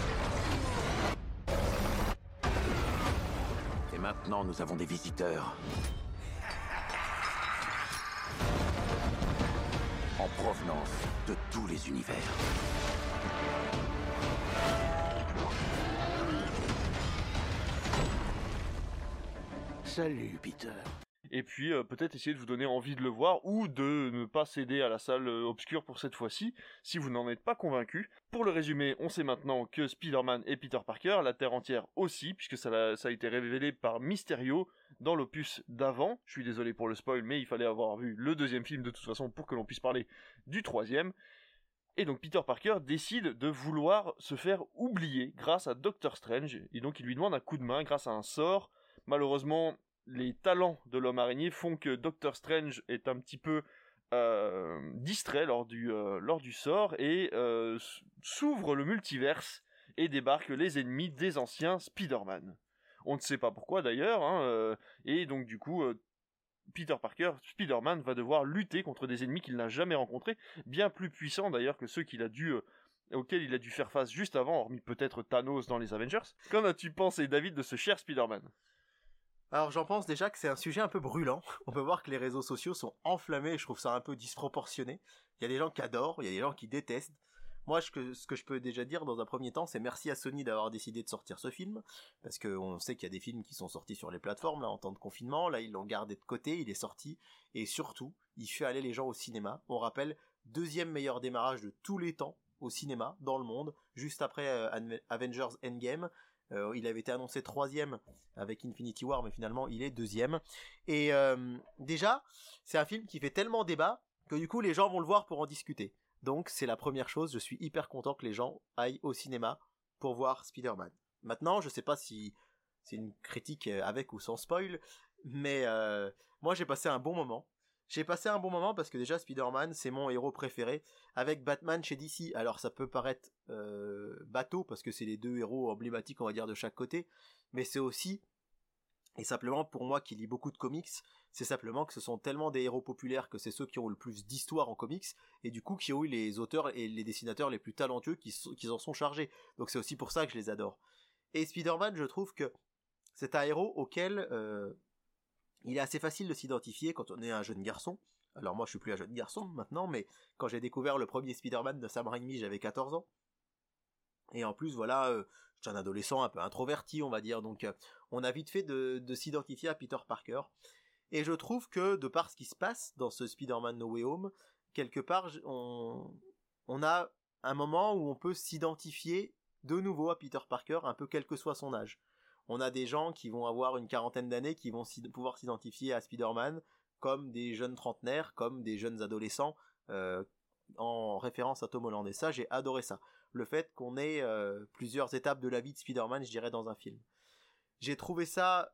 [SPEAKER 10] Et maintenant, nous avons des visiteurs. En provenance de tous les univers.
[SPEAKER 3] Salut, Peter.
[SPEAKER 1] Et puis peut-être essayer de vous donner envie de le voir ou de ne pas céder à la salle obscure pour cette fois-ci, si vous n'en êtes pas convaincu. Pour le résumer, on sait maintenant que Spider-Man est Peter Parker, la Terre entière aussi, puisque ça a été révélé par Mysterio dans l'opus d'avant. Je suis désolé pour le spoil, mais il fallait avoir vu le deuxième film de toute façon pour que l'on puisse parler du troisième. Et donc Peter Parker décide de vouloir se faire oublier grâce à Doctor Strange, et donc il lui demande un coup de main grâce à un sort. Malheureusement, les talents de l'homme araignée font que Doctor Strange est un petit peu distrait lors du sort et s'ouvre le multiverse et débarquent les ennemis des anciens Spider-Man. On ne sait pas pourquoi d'ailleurs, hein, et donc du coup Peter Parker, Spider-Man, va devoir lutter contre des ennemis qu'il n'a jamais rencontrés, bien plus puissants d'ailleurs que ceux auxquels il a dû faire face juste avant, hormis peut-être Thanos dans les Avengers. Qu'en as-tu pensé, David, de ce cher Spider-Man ?
[SPEAKER 2] Alors j'en pense déjà que c'est un sujet un peu brûlant. On peut voir que les réseaux sociaux sont enflammés et je trouve ça un peu disproportionné. Il y a des gens qui adorent, il y a des gens qui détestent. Moi, ce que je peux déjà dire dans un premier temps, c'est merci à Sony d'avoir décidé de sortir ce film, parce qu'on sait qu'il y a des films qui sont sortis sur les plateformes là en temps de confinement. Là, ils l'ont gardé de côté, il est sorti, et surtout, il fait aller les gens au cinéma. On rappelle, deuxième meilleur démarrage de tous les temps au cinéma dans le monde, juste après Avengers Endgame. Il avait été annoncé troisième avec Infinity War, mais finalement il est deuxième. Et déjà, c'est un film qui fait tellement débat que du coup les gens vont le voir pour en discuter. Donc c'est la première chose, je suis hyper content que les gens aillent au cinéma pour voir Spider-Man. Maintenant, je sais pas si c'est une critique avec ou sans spoil, mais moi j'ai passé un bon moment. J'ai passé un bon moment parce que déjà Spider-Man c'est mon héros préféré, avec Batman chez DC. Alors ça peut paraître bateau parce que c'est les deux héros emblématiques on va dire de chaque côté, mais c'est aussi, et simplement pour moi qui lis beaucoup de comics, c'est simplement que ce sont tellement des héros populaires que c'est ceux qui ont le plus d'histoire en comics, et du coup qui ont eu les auteurs et les dessinateurs les plus talentueux qui en sont chargés. Donc c'est aussi pour ça que je les adore. Et Spider-Man, je trouve que c'est un héros auquel il est assez facile de s'identifier quand on est un jeune garçon. Alors moi je suis plus un jeune garçon maintenant, mais quand j'ai découvert le premier Spider-Man de Sam Raimi, j'avais 14 ans. Et en plus voilà, j'étais un adolescent un peu introverti on va dire, donc on a vite fait de s'identifier à Peter Parker. Et je trouve que de par ce qui se passe dans ce Spider-Man No Way Home, quelque part on a un moment où on peut s'identifier de nouveau à Peter Parker, un peu quel que soit son âge. On a des gens qui vont avoir une quarantaine d'années qui vont pouvoir s'identifier à Spider-Man comme des jeunes trentenaires, comme des jeunes adolescents en référence à Tom Holland. Et ça, j'ai adoré ça. Le fait qu'on ait plusieurs étapes de la vie de Spider-Man, je dirais, dans un film. J'ai trouvé ça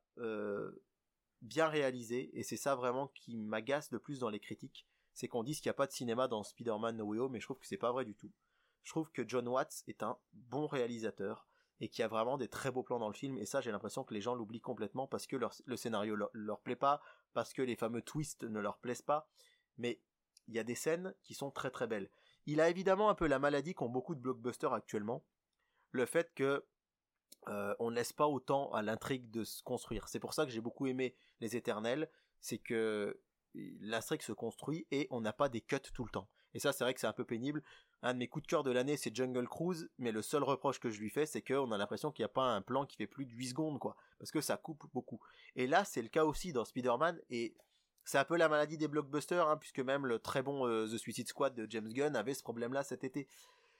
[SPEAKER 2] bien réalisé, et c'est ça vraiment qui m'agace le plus dans les critiques, c'est qu'on dise qu'il n'y a pas de cinéma dans Spider-Man No Way Home, mais je trouve que c'est pas vrai du tout. Je trouve que John Watts est un bon réalisateur, et qu'il y a vraiment des très beaux plans dans le film, et ça j'ai l'impression que les gens l'oublient complètement parce que le scénario leur plaît pas, parce que les fameux twists ne leur plaisent pas, mais il y a des scènes qui sont très très belles. Il a évidemment un peu la maladie qu'ont beaucoup de blockbusters actuellement, le fait que on ne laisse pas autant à l'intrigue de se construire. C'est pour ça que j'ai beaucoup aimé Les Éternels, c'est que l'intrigue se construit et on n'a pas des cuts tout le temps. Et ça, c'est vrai que c'est un peu pénible. Un de mes coups de cœur de l'année, c'est Jungle Cruise, mais le seul reproche que je lui fais, c'est qu'on a l'impression qu'il n'y a pas un plan qui fait plus de 8 secondes, quoi. Parce que ça coupe beaucoup. Et là, c'est le cas aussi dans Spider-Man, et c'est un peu la maladie des blockbusters, hein, puisque même le très bon The Suicide Squad de James Gunn avait ce problème-là cet été.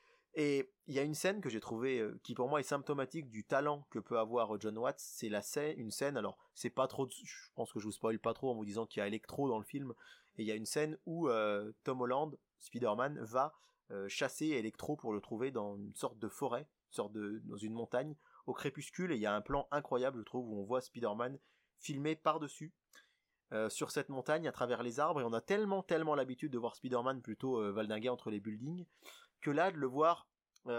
[SPEAKER 2] Et il y a une scène que j'ai trouvée qui pour moi est symptomatique du talent que peut avoir John Watts, c'est une scène, alors c'est pas trop, je pense que je vous spoil pas trop en vous disant qu'il y a Electro dans le film, et il y a une scène où Tom Holland, Spider-Man, va chasser Electro pour le trouver dans une sorte de forêt, dans une montagne, au crépuscule, et il y a un plan incroyable je trouve où on voit Spider-Man filmé par-dessus sur cette montagne à travers les arbres, et on a tellement l'habitude de voir Spider-Man plutôt valdinguer entre les buildings, que là de le voir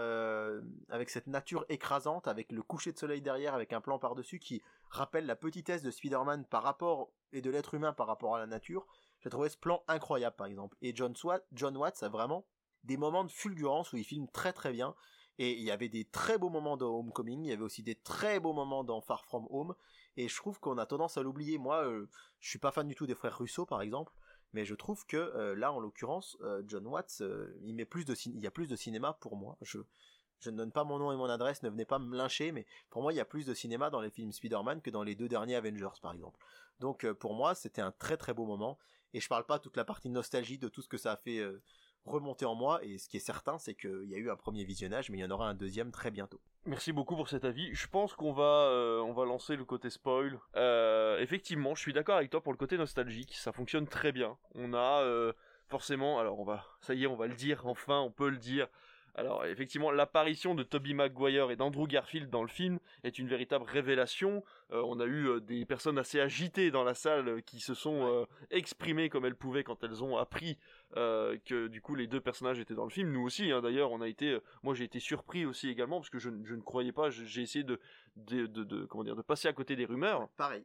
[SPEAKER 2] avec cette nature écrasante, avec le coucher de soleil derrière, avec un plan par-dessus qui rappelle la petitesse de Spider-Man et de l'être humain par rapport à la nature, j'ai trouvé ce plan incroyable par exemple. Et John Watts a vraiment des moments de fulgurance où il filme très très bien, et il y avait des très beaux moments dans Homecoming, il y avait aussi des très beaux moments dans Far From Home, et je trouve qu'on a tendance à l'oublier. Moi je suis pas fan du tout des frères Russo par exemple, mais je trouve que là en l'occurrence John Watts il y a plus de cinéma pour moi. Je ne donne pas mon nom et mon adresse, ne venez pas me lyncher, mais pour moi il y a plus de cinéma dans les films Spider-Man que dans les 2 derniers Avengers par exemple. Donc pour moi c'était un très très beau moment, et je parle pas toute la partie nostalgie de tout ce que ça a fait remonter en moi, et ce qui est certain c'est qu'il y a eu un premier visionnage, mais il y en aura un deuxième très bientôt.
[SPEAKER 1] Merci beaucoup pour cet avis. Je pense qu'on va lancer le côté spoil. Effectivement, je suis d'accord avec toi pour le côté nostalgique. Ça fonctionne très bien. On a forcément, alors on va le dire. Enfin, on peut le dire. Alors effectivement, l'apparition de Tobey Maguire et d'Andrew Garfield dans le film est une véritable révélation. On a eu des personnes assez agitées dans la salle qui se sont exprimées comme elles pouvaient quand elles ont appris que du coup les 2 personnages étaient dans le film. Nous aussi, hein, d'ailleurs, moi j'ai été surpris aussi également parce que je ne croyais pas. J'ai essayé de passer à côté des rumeurs.
[SPEAKER 2] Pareil.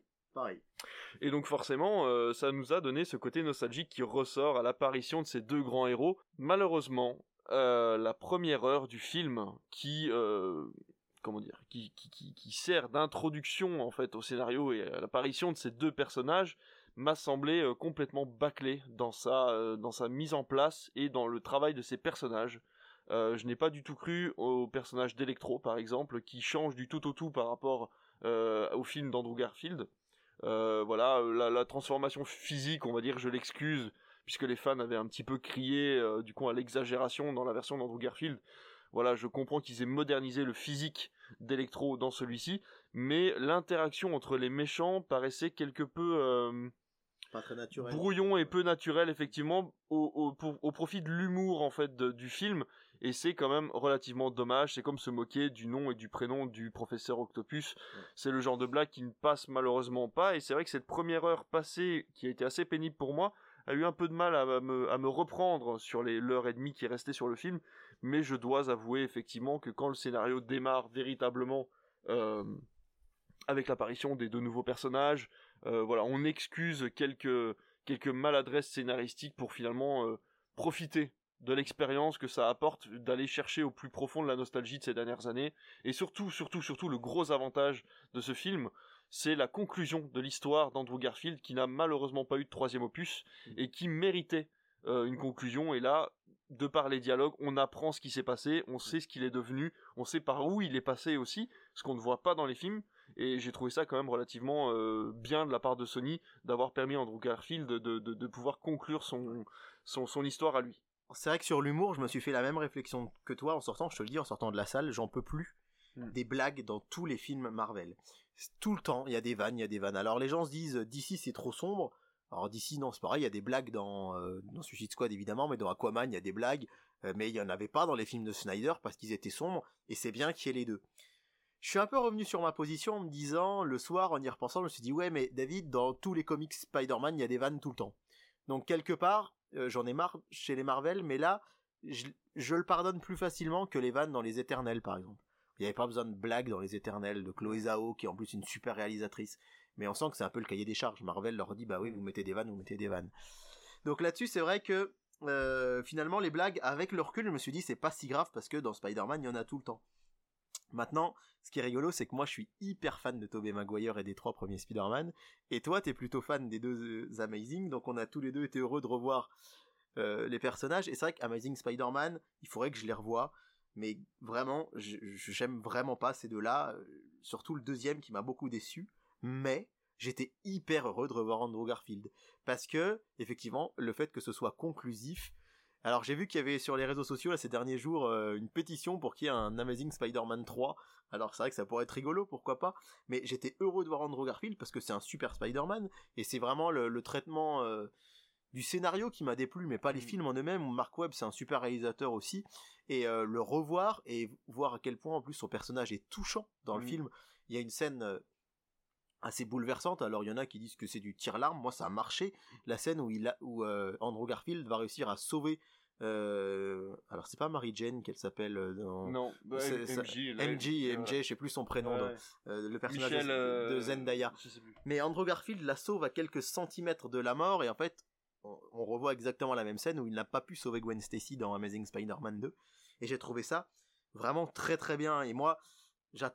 [SPEAKER 1] Et donc forcément, ça nous a donné ce côté nostalgique qui ressort à l'apparition de ces 2 grands héros. Malheureusement, la première heure du film qui sert d'introduction en fait au scénario et à l'apparition de ces 2 personnages m'a semblé complètement bâclé dans sa mise en place et dans le travail de ces personnages. Je n'ai pas du tout cru au personnage d'Electro par exemple, qui change du tout au tout par rapport au film d'Andrew Garfield. La transformation physique, on va dire, je l'excuse, puisque les fans avaient un petit peu crié du coup à l'exagération dans la version d'Andrew Garfield. Voilà, je comprends qu'ils aient modernisé le physique d'Electro dans celui-ci, mais l'interaction entre les méchants paraissait quelque peu
[SPEAKER 2] pas très naturel,
[SPEAKER 1] brouillon et peu naturel effectivement au profit de l'humour en fait du film, et c'est quand même relativement dommage. C'est comme se moquer du nom et du prénom du professeur Octopus. C'est le genre de blague qui ne passe malheureusement pas, et c'est vrai que cette première heure passée qui a été assez pénible pour moi a eu un peu de mal à me reprendre sur l'heure et demie qui est restée sur le film, mais je dois avouer effectivement que quand le scénario démarre véritablement avec l'apparition des 2 nouveaux personnages, on excuse quelques maladresses scénaristiques pour finalement profiter de l'expérience que ça apporte d'aller chercher au plus profond de la nostalgie de ces dernières années. Et surtout, le gros avantage de ce film, c'est la conclusion de l'histoire d'Andrew Garfield, qui n'a malheureusement pas eu de 3e opus, et qui méritait une conclusion. Et là, de par les dialogues, on apprend ce qui s'est passé, on sait ce qu'il est devenu, on sait par où il est passé aussi, ce qu'on ne voit pas dans les films. Et j'ai trouvé ça quand même relativement bien de la part de Sony d'avoir permis à Andrew Garfield de pouvoir conclure son histoire à lui.
[SPEAKER 2] C'est vrai que sur l'humour, je me suis fait la même réflexion que toi en sortant, je te le dis, en sortant de la salle, j'en peux plus des blagues dans tous les films Marvel. Tout le temps, il y a des vannes. Alors les gens se disent, d'ici c'est trop sombre. Alors d'ici non, c'est pareil, il y a des blagues dans Suicide Squad évidemment, mais dans Aquaman il y a des blagues, mais il y en avait pas dans les films de Snyder parce qu'ils étaient sombres, et c'est bien qu'il y ait les deux. Je suis un peu revenu sur ma position en me disant, le soir en y repensant, je me suis dit ouais mais David, dans tous les comics Spider-Man il y a des vannes tout le temps. Donc quelque part, j'en ai marre chez les Marvel, mais là, je le pardonne plus facilement que les vannes dans les Éternels par exemple. Il n'y avait pas besoin de blagues dans les Éternels, de Chloé Zhao qui est en plus une super réalisatrice. Mais on sent que c'est un peu le cahier des charges. Marvel leur dit bah oui, vous mettez des vannes, vous mettez des vannes. Donc là-dessus, c'est vrai que finalement les blagues, avec le recul, je me suis dit c'est pas si grave parce que dans Spider-Man, il y en a tout le temps. Maintenant, ce qui est rigolo, c'est que moi je suis hyper fan de Tobey Maguire et des 3 premiers Spider-Man, et toi t'es plutôt fan des 2 Amazing, donc on a tous les deux été heureux de revoir les personnages, et c'est vrai qu'Amazing Spider-Man, il faudrait que je les revoie, mais vraiment, j'aime vraiment pas ces deux-là, surtout le deuxième qui m'a beaucoup déçu, mais j'étais hyper heureux de revoir Andrew Garfield, parce que, effectivement, le fait que ce soit conclusif. Alors j'ai vu qu'il y avait sur les réseaux sociaux là, ces derniers jours une pétition pour qu'il y ait un Amazing Spider-Man 3, alors c'est vrai que ça pourrait être rigolo, pourquoi pas, mais j'étais heureux de voir Andrew Garfield parce que c'est un super Spider-Man, et c'est vraiment le traitement du scénario qui m'a déplu, mais pas les films en eux-mêmes. Mark Webb c'est un super réalisateur aussi, et le revoir et voir à quel point en plus son personnage est touchant dans le film. Il y a une scène assez bouleversante, alors il y en a qui disent que c'est du tire-larme, moi ça a marché, la scène où Andrew Garfield va réussir à sauver alors c'est pas Mary Jane qu'elle s'appelle
[SPEAKER 1] non, bah,
[SPEAKER 2] MJ, je sais plus son prénom,
[SPEAKER 1] ouais.
[SPEAKER 2] Le personnage
[SPEAKER 1] Michel,
[SPEAKER 2] de Zendaya,
[SPEAKER 1] je sais plus.
[SPEAKER 2] Mais Andrew Garfield la sauve à quelques centimètres de la mort, et en fait on revoit exactement la même scène où il n'a pas pu sauver Gwen Stacy dans Amazing Spider-Man 2, et j'ai trouvé ça vraiment très très bien, et moi j'ai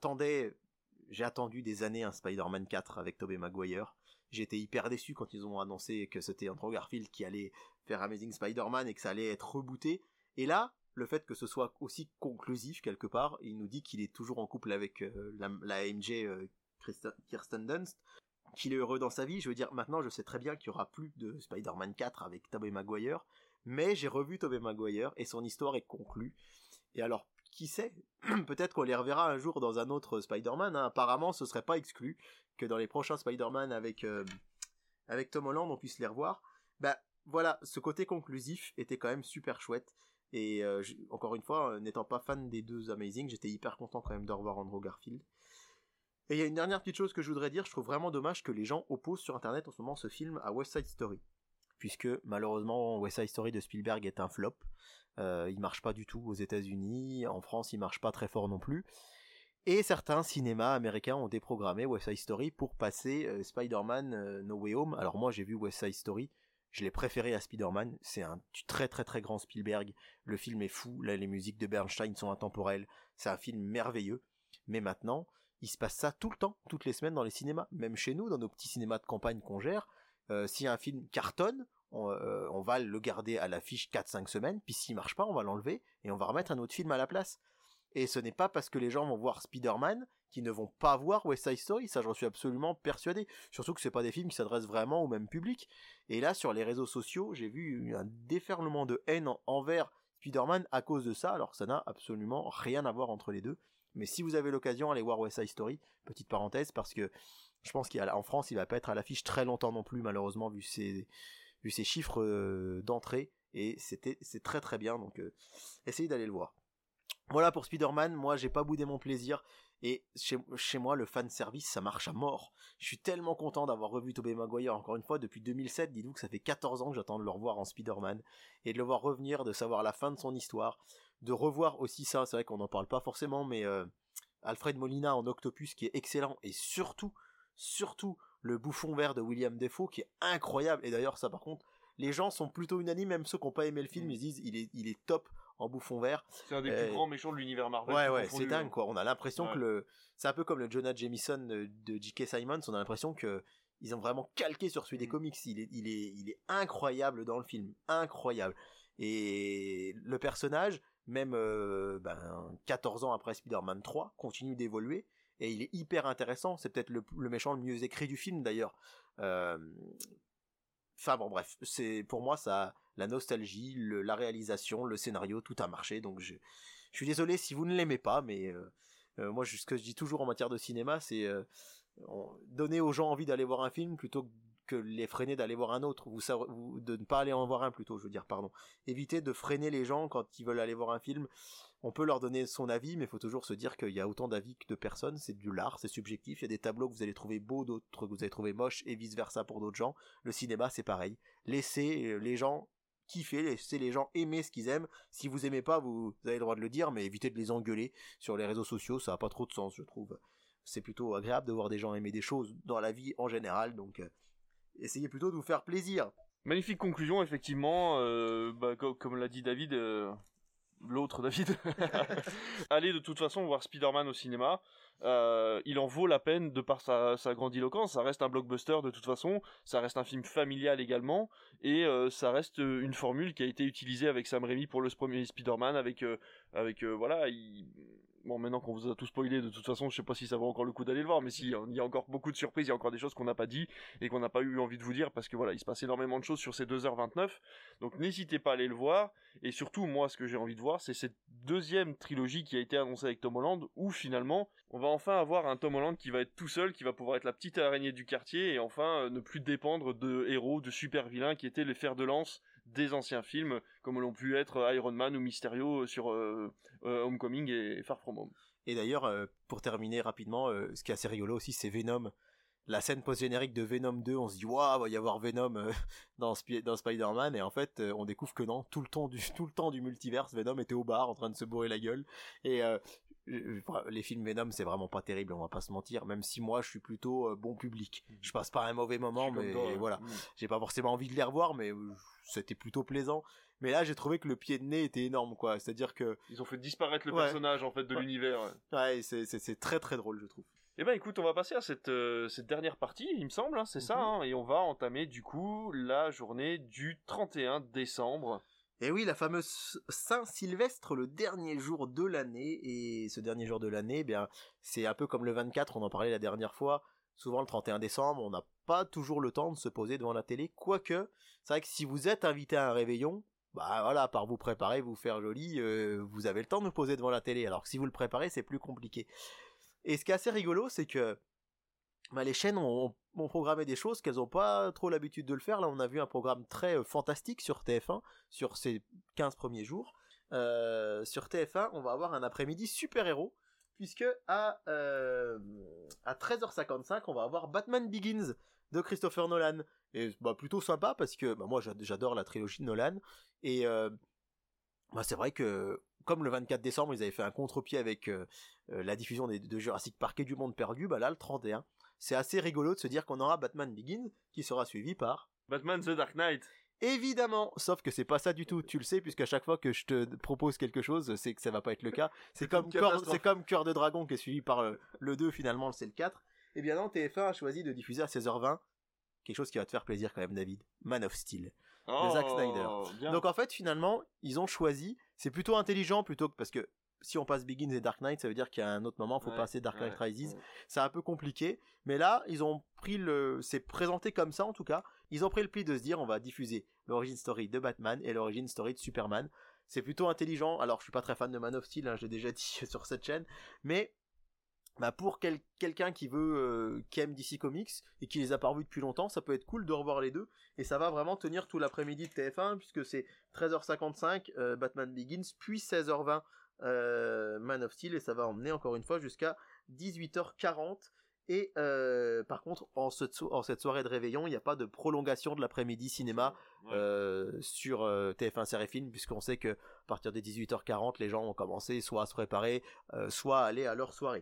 [SPEAKER 2] attendu des années un Spider-Man 4 avec Tobey Maguire. J'étais hyper déçu quand ils ont annoncé que c'était Andrew Garfield qui allait faire Amazing Spider-Man et que ça allait être rebooté. Et là, le fait que ce soit aussi conclusif quelque part, il nous dit qu'il est toujours en couple avec la MJ Kirsten Dunst, qu'il est heureux dans sa vie. Je veux dire, maintenant je sais très bien qu'il y aura plus de Spider-Man 4 avec Tobey Maguire, mais j'ai revu Tobey Maguire et son histoire est conclue. Et alors, qui sait, peut-être qu'on les reverra un jour dans un autre Spider-Man, hein. Apparemment ce serait pas exclu que dans les prochains Spider-Man avec Tom Holland on puisse les revoir. Bah voilà, ce côté conclusif était quand même super chouette, et encore une fois, n'étant pas fan des 2 Amazing, j'étais hyper content quand même de revoir Andrew Garfield. Et il y a une dernière petite chose que je voudrais dire, je trouve vraiment dommage que les gens opposent sur internet en ce moment ce film à West Side Story, puisque malheureusement West Side Story de Spielberg est un flop. Il marche pas du tout aux États-Unis, en France il marche pas très fort non plus, et certains cinémas américains ont déprogrammé West Side Story pour passer Spider-Man No Way Home. Alors moi j'ai vu West Side Story, je l'ai préféré à Spider-Man, c'est un très très très grand Spielberg, le film est fou, là les musiques de Bernstein sont intemporelles, c'est un film merveilleux, mais maintenant il se passe ça tout le temps, toutes les semaines dans les cinémas, même chez nous dans nos petits cinémas de campagne qu'on gère. Si un film cartonne, on va le garder à l'affiche 4-5 semaines, puis s'il marche pas, on va l'enlever, et on va remettre un autre film à la place. Et ce n'est pas parce que les gens vont voir Spider-Man qu'ils ne vont pas voir West Side Story, ça j'en suis absolument persuadé. Surtout que c'est pas des films qui s'adressent vraiment au même public. Et là, sur les réseaux sociaux, j'ai vu un déferlement de haine envers Spider-Man à cause de ça, alors ça n'a absolument rien à voir entre les deux. Mais si vous avez l'occasion, allez voir West Side Story, petite parenthèse, parce que je pense qu'en France, il va pas être à l'affiche très longtemps non plus, malheureusement, vu ses chiffres d'entrée, et c'est très très bien, donc essayez d'aller le voir. Voilà pour Spider-Man, moi j'ai pas boudé mon plaisir, et chez moi le fan service ça marche à mort. Je suis tellement content d'avoir revu Tobey Maguire encore une fois depuis 2007, dites-vous que ça fait 14 ans que j'attends de le revoir en Spider-Man, et de le voir revenir, de savoir la fin de son histoire, de revoir aussi ça, c'est vrai qu'on n'en parle pas forcément, mais Alfred Molina en Octopus qui est excellent, et surtout le bouffon vert de William Dafoe qui est incroyable, et d'ailleurs ça par contre, les gens sont plutôt unanimes, même ceux qui n'ont pas aimé le film, ils disent il est top en bouffon vert.
[SPEAKER 1] C'est un des plus grands méchants de l'univers Marvel.
[SPEAKER 2] Ouais, c'est dingue quoi. On a l'impression que c'est un peu comme le Jonah Jameson de J.K. Simmons. On a l'impression que ils ont vraiment calqué sur celui des comics. Il est incroyable dans le film, incroyable. Et le personnage, même 14 ans après Spider-Man 3, continue d'évoluer. Et il est hyper intéressant. C'est peut-être le méchant le mieux écrit du film d'ailleurs. Enfin bon bref, c'est pour moi ça, la nostalgie, la réalisation, le scénario, tout a marché, donc je suis désolé si vous ne l'aimez pas, mais moi ce que je dis toujours en matière de cinéma, c'est donner aux gens envie d'aller voir un film plutôt que les freiner d'aller voir un autre, de ne pas aller en voir un plutôt, je veux dire, pardon. Évitez de freiner les gens quand ils veulent aller voir un film. On peut leur donner son avis, mais il faut toujours se dire qu'il y a autant d'avis que de personnes, c'est de l'art, c'est subjectif, il y a des tableaux que vous allez trouver beaux, d'autres que vous allez trouver moches, et vice versa pour d'autres gens. Le cinéma, c'est pareil. Laissez les gens kiffer, laissez les gens aimer ce qu'ils aiment. Si vous aimez pas, vous avez le droit de le dire, mais évitez de les engueuler sur les réseaux sociaux, ça a pas trop de sens, je trouve. C'est plutôt agréable de voir des gens aimer des choses dans la vie en général, donc essayez plutôt de vous faire plaisir.
[SPEAKER 1] Magnifique conclusion, effectivement, comme l'a dit David, l'autre David, allez de toute façon voir Spider-Man au cinéma, il en vaut la peine de par sa grandiloquence, ça reste un blockbuster de toute façon, ça reste un film familial également, et ça reste une formule qui a été utilisée avec Sam Raimi pour le premier Spider-Man, Bon, maintenant qu'on vous a tout spoilé, de toute façon, je sais pas si ça vaut encore le coup d'aller le voir, mais si, il y a encore beaucoup de surprises, il y a encore des choses qu'on n'a pas dit, et qu'on n'a pas eu envie de vous dire, parce que voilà, il se passe énormément de choses sur ces 2h29, donc n'hésitez pas à aller le voir, et surtout, moi, ce que j'ai envie de voir, c'est cette deuxième trilogie qui a été annoncée avec Tom Holland, où finalement, on va enfin avoir un Tom Holland qui va être tout seul, qui va pouvoir être la petite araignée du quartier, et enfin, ne plus dépendre de héros, de super vilains, qui étaient les fers de lance des anciens films, comme l'ont pu être Iron Man ou Mysterio sur Homecoming et Far From Home.
[SPEAKER 2] Et d'ailleurs, pour terminer rapidement, ce qui est assez rigolo aussi, c'est Venom. La scène post-générique de Venom 2, on se dit waouh, va y avoir Venom dans Spider-Man, et en fait, on découvre que non, tout le temps du multiverse, Venom était au bar en train de se bourrer la gueule. Et les films Venom, c'est vraiment pas terrible, on va pas se mentir, même si moi je suis plutôt bon public. Je passe pas un mauvais moment, mais voilà, j'ai pas forcément envie de les revoir, mais c'était plutôt plaisant. Mais là, j'ai trouvé que le pied de nez était énorme, quoi. C'est-à-dire que
[SPEAKER 1] ils ont fait disparaître le personnage en fait de l'univers.
[SPEAKER 2] Ouais, c'est très très drôle, je trouve.
[SPEAKER 1] Eh ben écoute, on va passer à cette dernière partie, il me semble, hein, c'est ça, hein, et on va entamer du coup la journée du 31 décembre.
[SPEAKER 2] Et oui, la fameuse Saint-Sylvestre, le dernier jour de l'année, et ce dernier jour de l'année, bien, c'est un peu comme le 24, on en parlait la dernière fois. Souvent le 31 décembre, on n'a pas toujours le temps de se poser devant la télé, quoique, c'est vrai que si vous êtes invité à un réveillon, bah voilà, par vous préparer, vous faire joli, vous avez le temps de vous poser devant la télé, alors que si vous le préparez, c'est plus compliqué. Et ce qui est assez rigolo, c'est que les chaînes ont programmé des choses qu'elles n'ont pas trop l'habitude de le faire. Là, on a vu un programme très fantastique sur TF1, sur ces 15 premiers jours. Sur TF1, on va avoir un après-midi super-héros, puisque à 13h55, on va avoir Batman Begins de Christopher Nolan. Et plutôt sympa, parce que moi, j'adore la trilogie de Nolan. Et c'est vrai que comme le 24 décembre, ils avaient fait un contre-pied avec la diffusion de Jurassic Park et du Monde Perdu, là, le 31, c'est assez rigolo de se dire qu'on aura Batman Begins, qui sera suivi par
[SPEAKER 1] Batman The Dark Knight.
[SPEAKER 2] Évidemment, sauf que c'est pas ça du tout, tu le sais, puisqu'à chaque fois que je te propose quelque chose, c'est que ça va pas être le cas. C'est comme Cœur de Dragon qui est suivi par le 2, finalement, c'est le 4. Et bien non, TF1 a choisi de diffuser à 16h20, quelque chose qui va te faire plaisir quand même, David, Man of Steel. De Zack Snyder. Bien. Donc en fait, finalement, ils ont choisi, c'est plutôt intelligent plutôt que, parce que si on passe Begins et Dark Knight, ça veut dire qu'à un autre moment, il faut passer Dark Knight Rises. C'est un peu compliqué, mais là, ils ont pris c'est présenté comme ça en tout cas, ils ont pris le pli de se dire, on va diffuser l'origin story de Batman et l'origin story de Superman. C'est plutôt intelligent. Alors, je suis pas très fan de Man of Steel, hein, je l'ai déjà dit sur cette chaîne, mais pour quelqu'un qui aime DC Comics et qui les a pas revus depuis longtemps, ça peut être cool de revoir les deux, et ça va vraiment tenir tout l'après-midi de TF1, puisque c'est 13h55 Batman Begins, puis 16h20 Man of Steel, et ça va emmener encore une fois jusqu'à 18h40. Et par contre, en cette soirée de réveillon, il n'y a pas de prolongation de l'après-midi cinéma sur TF1 Série Film, puisqu'on sait que à partir de 18h40, les gens vont commencer soit à se préparer, soit à aller à leur soirée.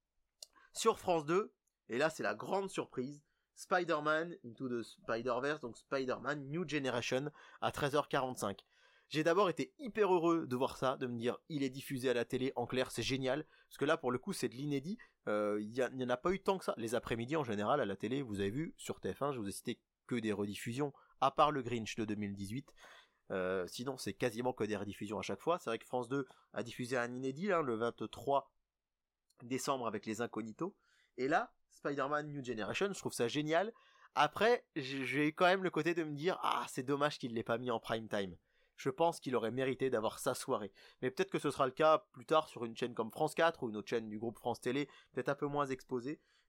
[SPEAKER 2] Sur France 2, et là c'est la grande surprise, Spider-Man Into the Spider-Verse, donc Spider-Man New Generation à 13h45. J'ai d'abord été hyper heureux de voir ça, de me dire il est diffusé à la télé, en clair c'est génial, parce que là pour le coup c'est de l'inédit, il n'y en a pas eu tant que ça. Les après-midi en général à la télé, vous avez vu sur TF1, je vous ai cité que des rediffusions, à part le Grinch de 2018, sinon c'est quasiment que des rediffusions à chaque fois. C'est vrai que France 2 a diffusé un inédit là, le 23 décembre avec les Incognitos, et là Spider-Man New Generation, je trouve ça génial. Après j'ai quand même le côté de me dire c'est dommage qu'il l'ait pas mis en prime time. Je pense qu'il aurait mérité d'avoir sa soirée, mais peut-être que ce sera le cas plus tard sur une chaîne comme France 4 ou une autre chaîne du groupe France Télé, peut-être un peu moins exposée,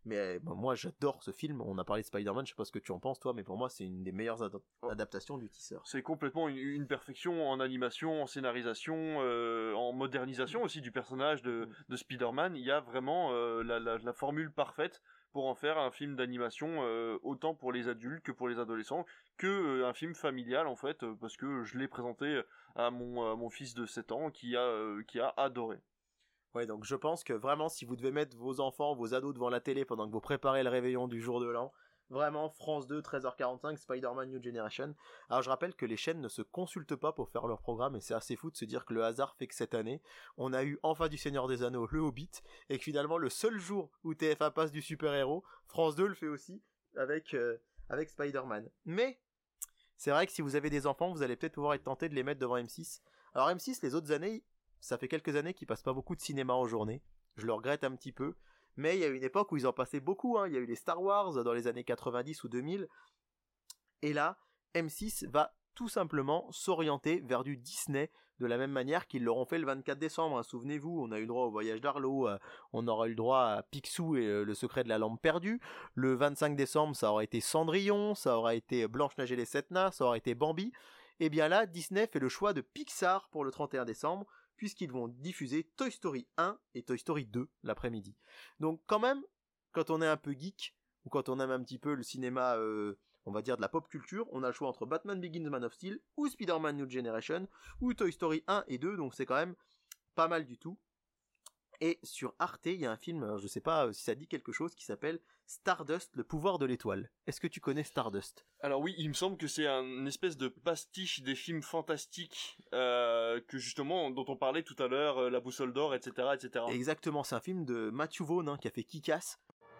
[SPEAKER 2] Mais moi j'adore ce film, on a parlé de Spider-Man, je sais pas ce que tu en penses toi, mais pour moi c'est une des meilleures adaptations du tisseur.
[SPEAKER 1] C'est complètement une perfection en animation, en scénarisation, en modernisation aussi du personnage de Spider-Man. Il y a vraiment la formule parfaite pour en faire un film d'animation autant pour les adultes que pour les adolescents, que un film familial en fait, parce que je l'ai présenté à mon fils de 7 ans qui a adoré.
[SPEAKER 2] Ouais, donc je pense que vraiment, si vous devez mettre vos enfants, vos ados devant la télé pendant que vous préparez le réveillon du jour de l'an, vraiment, France 2, 13h45, Spider-Man New Generation. Alors je rappelle que les chaînes ne se consultent pas pour faire leur programme, et c'est assez fou de se dire que le hasard fait que cette année, on a eu enfin du Seigneur des Anneaux, le Hobbit, et que finalement le seul jour où TF1 passe du super-héros, France 2 le fait aussi, avec Spider-Man. Mais, c'est vrai que si vous avez des enfants, vous allez peut-être pouvoir être tenté de les mettre devant M6. Alors M6, les autres années, ça fait quelques années qu'ils passent pas beaucoup de cinéma en journée. Je le regrette un petit peu. Mais il y a une époque où ils en passaient beaucoup. Il y a eu les Star Wars dans les années 90 ou 2000. Et là, M6 va tout simplement s'orienter vers du Disney de la même manière qu'ils l'auront fait le 24 décembre. Souvenez-vous, on a eu le droit au Voyage d'Arlo, on aura eu le droit à Picsou et le secret de la lampe perdue. Le 25 décembre, ça aura été Cendrillon, ça aura été Blanche-Neige et les 7 nains, ça aura été Bambi. Et bien là, Disney fait le choix de Pixar pour le 31 décembre. Puisqu'ils vont diffuser Toy Story 1 et Toy Story 2 l'après-midi. Donc quand même, quand on est un peu geek, ou quand on aime un petit peu le cinéma, on va dire de la pop culture, on a le choix entre Batman Begins, Man of Steel, ou Spider-Man New Generation, ou Toy Story 1 et 2, donc c'est quand même pas mal du tout. Et sur Arte, il y a un film, alors je sais pas si ça dit quelque chose, qui s'appelle Stardust, le pouvoir de l'étoile. Est-ce que tu connais Stardust ?
[SPEAKER 1] Alors oui, il me semble que c'est un espèce de pastiche des films fantastiques que justement dont on parlait tout à l'heure, La Boussole d'Or, etc., etc.
[SPEAKER 2] Exactement, c'est un film de Matthew Vaughn qui a fait Kick-Ass.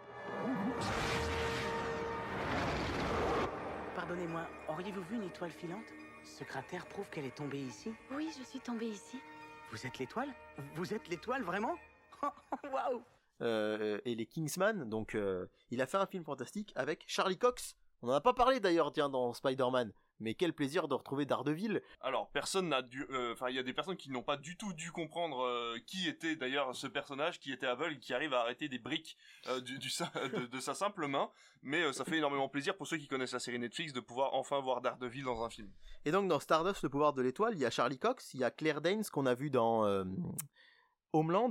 [SPEAKER 11] Pardonnez-moi, auriez-vous vu une étoile filante ? Ce cratère prouve qu'elle est tombée ici ?
[SPEAKER 9] Oui, je suis tombée ici.
[SPEAKER 11] Vous êtes l'étoile ? Vous êtes l'étoile, vraiment ? Waouh !
[SPEAKER 2] Et les Kingsman, donc il a fait un film fantastique avec Charlie Cox. On en a pas parlé d'ailleurs, tiens, dans Spider-Man. Mais quel plaisir de retrouver Daredevil.
[SPEAKER 1] Alors, personne n'a dû... Enfin, il y a des personnes qui n'ont pas du tout dû comprendre qui était d'ailleurs ce personnage, qui était aveugle, qui arrive à arrêter des briques de sa simple main. Mais ça fait énormément plaisir pour ceux qui connaissent la série Netflix de pouvoir enfin voir Daredevil dans un film.
[SPEAKER 2] Et donc, dans Stardust, le pouvoir de l'étoile, il y a Charlie Cox, il y a Claire Danes, qu'on a vu dans Homeland.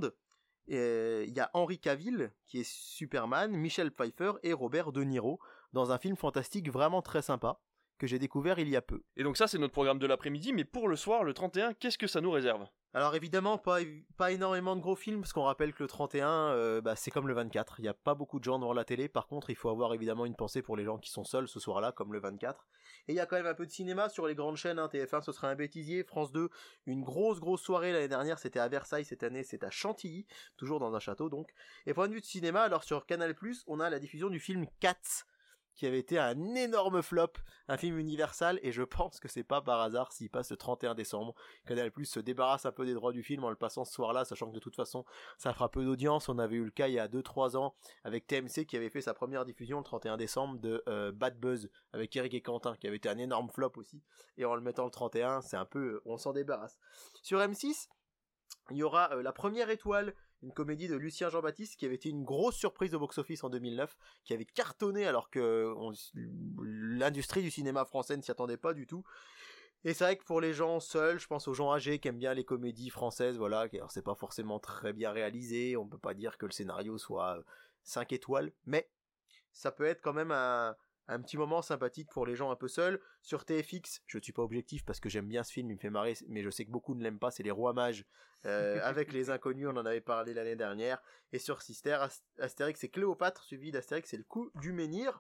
[SPEAKER 2] Il y a Henry Cavill, qui est Superman, Michelle Pfeiffer et Robert De Niro, dans un film fantastique vraiment très sympa, que j'ai découvert il y a peu.
[SPEAKER 1] Et donc ça, c'est notre programme de l'après-midi, mais pour le soir, le 31, qu'est-ce que ça nous réserve ?
[SPEAKER 2] Alors évidemment, pas énormément de gros films, parce qu'on rappelle que le 31, c'est comme le 24. Il n'y a pas beaucoup de gens devant la télé. Par contre, il faut avoir évidemment une pensée pour les gens qui sont seuls ce soir-là, comme le 24. Et il y a quand même un peu de cinéma sur les grandes chaînes. TF1, ce serait un bêtisier. France 2, une grosse soirée l'année dernière. C'était à Versailles, cette année, c'est à Chantilly. Toujours dans un château, donc. Et point de vue de cinéma, alors sur Canal+, on a la diffusion du film Cats, qui avait été un énorme flop, un film Universal, et je pense que c'est pas par hasard s'il passe le 31 décembre. Canal+ se débarrasse un peu des droits du film en le passant ce soir-là, sachant que de toute façon, ça fera peu d'audience. On avait eu le cas il y a 2-3 ans avec TMC qui avait fait sa première diffusion le 31 décembre de Bad Buzz avec Eric et Quentin, qui avait été un énorme flop aussi, et en le mettant le 31, c'est un peu, on s'en débarrasse. Sur M6, il y aura La Première Étoile, une comédie de Lucien Jean-Baptiste qui avait été une grosse surprise au box-office en 2009, qui avait cartonné alors que l'industrie du cinéma français ne s'y attendait pas du tout. Et c'est vrai que pour les gens seuls, je pense aux gens âgés qui aiment bien les comédies françaises, voilà, alors c'est pas forcément très bien réalisé, on peut pas dire que le scénario soit 5 étoiles, mais ça peut être quand même un petit moment sympathique pour les gens un peu seuls. Sur TFX, je ne suis pas objectif parce que j'aime bien ce film, il me fait marrer, mais je sais que beaucoup ne l'aiment pas, c'est Les Rois Mages, avec Les Inconnus, on en avait parlé l'année dernière. Et sur Sister, Astérix et Cléopâtre, suivi d'Astérix c'est le coup du menhir.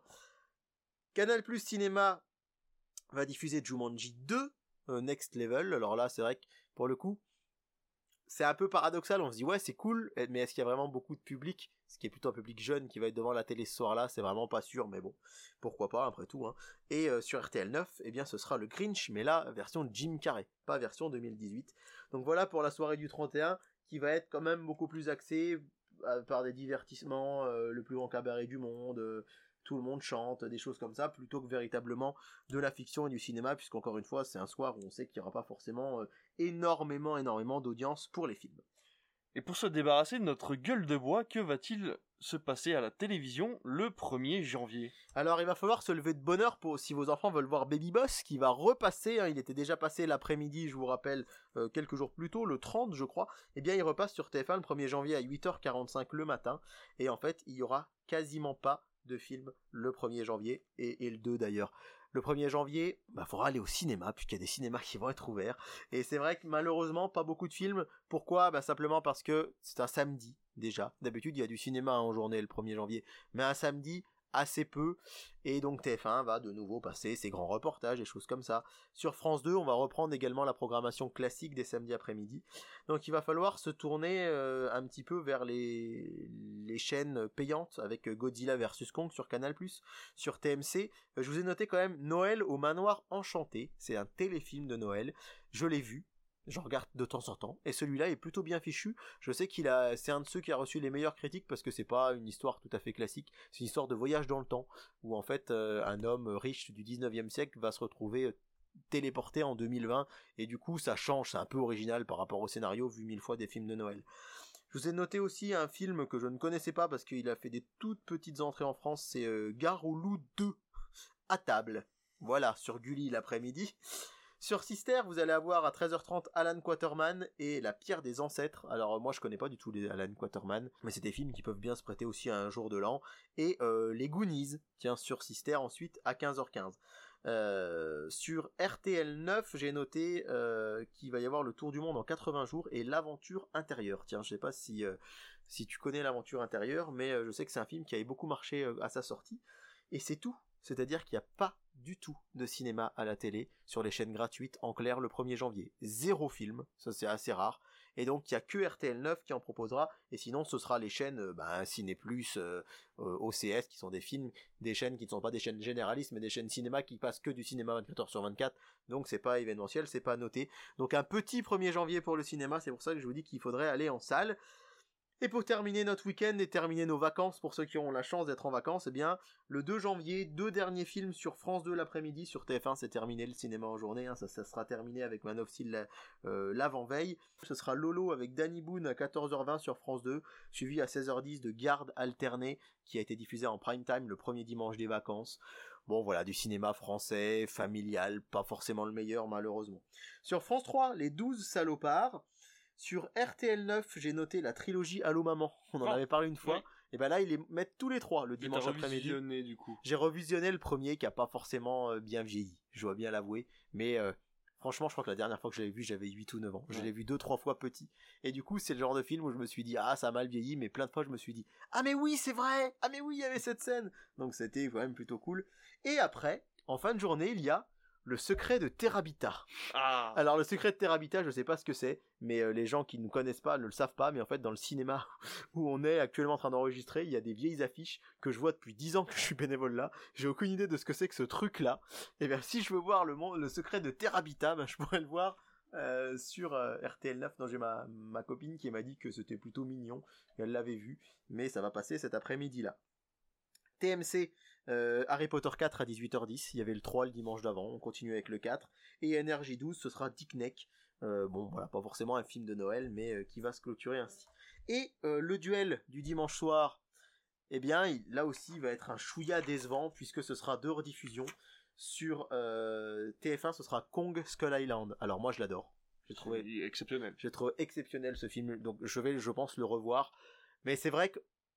[SPEAKER 2] Canal Plus Cinéma va diffuser Jumanji 2, Next Level. Alors là, c'est vrai que pour le coup, c'est un peu paradoxal, on se dit ouais c'est cool, mais est-ce qu'il y a vraiment beaucoup de public, ce qui est plutôt un public jeune qui va être devant la télé ce soir-là, c'est vraiment pas sûr, mais bon, pourquoi pas après tout, hein. Et sur RTL 9, eh bien ce sera le Grinch, mais là, version Jim Carrey, pas version 2018. Donc voilà pour la soirée du 31, qui va être quand même beaucoup plus axée par des divertissements, le plus grand cabaret du monde, tout le monde chante, des choses comme ça, plutôt que véritablement de la fiction et du cinéma, puisqu'encore une fois, c'est un soir où on sait qu'il n'y aura pas forcément énormément d'audience pour les films.
[SPEAKER 1] Et pour se débarrasser de notre gueule de bois, que va-t-il se passer à la télévision le 1er janvier?
[SPEAKER 2] Alors il va falloir se lever de bonne heure pour si vos enfants veulent voir Baby Boss, qui va repasser, il était déjà passé l'après-midi, je vous rappelle, quelques jours plus tôt, le 30 je crois, et bien il repasse sur TF1 le 1er janvier à 8h45 le matin, et en fait il y aura quasiment pas de film le 1er janvier, et le 2 d'ailleurs. Le 1er janvier, faudra aller au cinéma, puisqu'il y a des cinémas qui vont être ouverts. Et c'est vrai que malheureusement, pas beaucoup de films. Pourquoi ? Simplement parce que c'est un samedi, déjà. D'habitude, il y a du cinéma en journée le 1er janvier. Mais un samedi, assez peu. Et donc TF1 va de nouveau passer ses grands reportages et choses comme ça. Sur France 2, on va reprendre également la programmation classique des samedis après-midi. Donc il va falloir se tourner un petit peu vers les chaînes payantes avec Godzilla vs Kong sur Canal+, sur TMC. Je vous ai noté quand même Noël au manoir enchanté. C'est un téléfilm de Noël. Je l'ai vu. J'en regarde de temps en temps, et celui-là est plutôt bien fichu. Je sais c'est un de ceux qui a reçu les meilleures critiques parce que c'est pas une histoire tout à fait classique, c'est une histoire de voyage dans le temps, où en fait un homme riche du 19e siècle va se retrouver téléporté en 2020, et du coup ça change, c'est un peu original par rapport au scénario vu 1000 fois des films de Noël. Je vous ai noté aussi un film que je ne connaissais pas parce qu'il a fait des toutes petites entrées en France, c'est Gare au loup 2, à table. Voilà, sur Gulli l'après-midi. Sur Sister, vous allez avoir à 13h30 Alan Quaterman et La pierre des ancêtres. Alors moi je connais pas du tout les Alan Quaterman, mais c'est des films qui peuvent bien se prêter aussi à un jour de l'an. Et les Goonies, tiens, sur Sister ensuite à 15h15. Sur RTL 9, j'ai noté qu'il va y avoir Le Tour du monde en 80 jours et L'Aventure intérieure. Tiens, je sais pas si tu connais L'Aventure intérieure, mais je sais que c'est un film qui avait beaucoup marché à sa sortie. Et c'est tout. C'est-à-dire qu'il n'y a pas du tout de cinéma à la télé sur les chaînes gratuites en clair le 1er janvier. 0 film, ça c'est assez rare. Et donc il n'y a que RTL 9 qui en proposera, et sinon ce sera les chaînes Ciné+, OCS, qui sont des chaînes qui ne sont pas des chaînes généralistes, mais des chaînes cinéma qui passent que du cinéma 24h/24, donc c'est pas événementiel, c'est pas noté. Donc un petit 1er janvier pour le cinéma, c'est pour ça que je vous dis qu'il faudrait aller en salle. Et pour terminer notre week-end et terminer nos vacances, pour ceux qui auront la chance d'être en vacances, eh bien, le 2 janvier, 2 derniers films sur France 2 l'après-midi, sur TF1, c'est terminé le cinéma en journée, ça sera terminé avec Man of Steel l'avant-veille. Ce sera Lolo avec Danny Boone à 14h20 sur France 2, suivi à 16h10 de Garde alternée, qui a été diffusé en prime time le premier dimanche des vacances. Bon voilà, du cinéma français, familial, pas forcément le meilleur malheureusement. Sur France 3, les 12 salopards. Sur RTL 9, j'ai noté la trilogie Allô Maman. On en avait parlé une fois. Oui. Et ben là, ils les mettent tous les trois le dimanche après-midi.
[SPEAKER 1] Du coup.
[SPEAKER 2] J'ai revisionné le premier qui a pas forcément bien vieilli, je dois bien l'avouer. Mais franchement, je crois que la dernière fois que je l'avais vu, j'avais 8 ou 9 ans. Ouais. Je l'ai vu 2-3 fois petit. Et du coup, c'est le genre de film où je me suis dit, ah, ça a mal vieilli. Mais plein de fois, je me suis dit, ah mais oui, c'est vrai. Ah mais oui, il y avait cette scène. Donc c'était quand même plutôt cool. Et après, en fin de journée, il y a Le secret de Terabita.
[SPEAKER 1] Ah.
[SPEAKER 2] Alors le secret de Terabita, je sais pas ce que c'est, mais les gens qui ne connaissent pas ne le savent pas, mais en fait dans le cinéma où on est actuellement en train d'enregistrer, il y a des vieilles affiches que je vois depuis 10 ans que je suis bénévole là. J'ai aucune idée de ce que c'est que ce truc là. Et bien si je veux voir le secret de Terabita, je pourrais le voir sur RTL 9. Non, j'ai ma copine qui m'a dit que c'était plutôt mignon, qu'elle l'avait vu, mais ça va passer cet après-midi là. TMC, Harry Potter 4 à 18h10, il y avait le 3 le dimanche d'avant, on continue avec le 4, et NRJ12, ce sera Dick Neck, bon voilà, pas forcément un film de Noël, mais qui va se clôturer ainsi. Et le duel du dimanche soir, eh bien, là aussi, il va être un chouïa décevant, puisque ce sera 2 rediffusions. Sur TF1, ce sera Kong Skull Island. Alors moi, je l'adore. J'ai trouvé
[SPEAKER 1] exceptionnel.
[SPEAKER 2] J'ai trouvé exceptionnel ce film, donc je vais, je pense, le revoir. Mais c'est vrai que,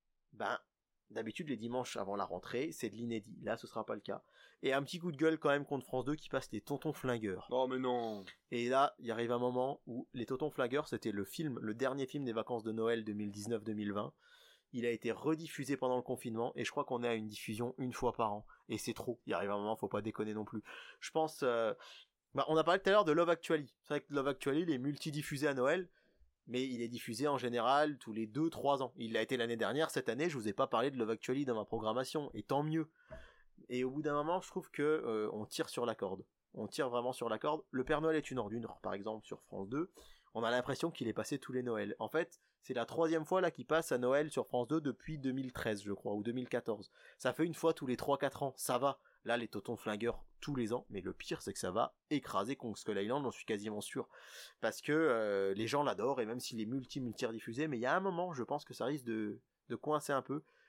[SPEAKER 2] d'habitude, les dimanches avant la rentrée, c'est de l'inédit. Là, ce sera pas le cas. Et un petit coup de gueule quand même contre France 2 qui passe les Tontons Flingueurs.
[SPEAKER 1] Oh mais non.
[SPEAKER 2] Et là, il arrive un moment où les Tontons Flingueurs, c'était le dernier film des vacances de Noël 2019-2020. Il a été rediffusé pendant le confinement et je crois qu'on est à une diffusion une fois par an. Et c'est trop. Il arrive un moment, faut pas déconner non plus. Je pense... on a parlé tout à l'heure de Love Actually. C'est vrai que Love Actually, il est multidiffusé à Noël. Mais il est diffusé en général tous les 2-3 ans. Il l'a été l'année dernière, cette année, je vous ai pas parlé de Love Actually dans ma programmation, et tant mieux. Et au bout d'un moment, je trouve que on tire sur la corde. On tire vraiment sur la corde. Le Père Noël est une ordure, par exemple, sur France 2. On a l'impression qu'il est passé tous les Noëls. En fait, c'est la 3e fois là qu'il passe à Noël sur France 2 depuis 2013, je crois, ou 2014. Ça fait une fois tous les 3-4 ans, ça va. Là, les Tontons Flingueurs tous les ans, mais le pire, c'est que ça va écraser Kong Skull Island, j'en suis quasiment sûr. Parce que les gens l'adorent, et même s'il est multi-rediffusé, mais il y a un moment, je pense que ça risque de coincer un peu.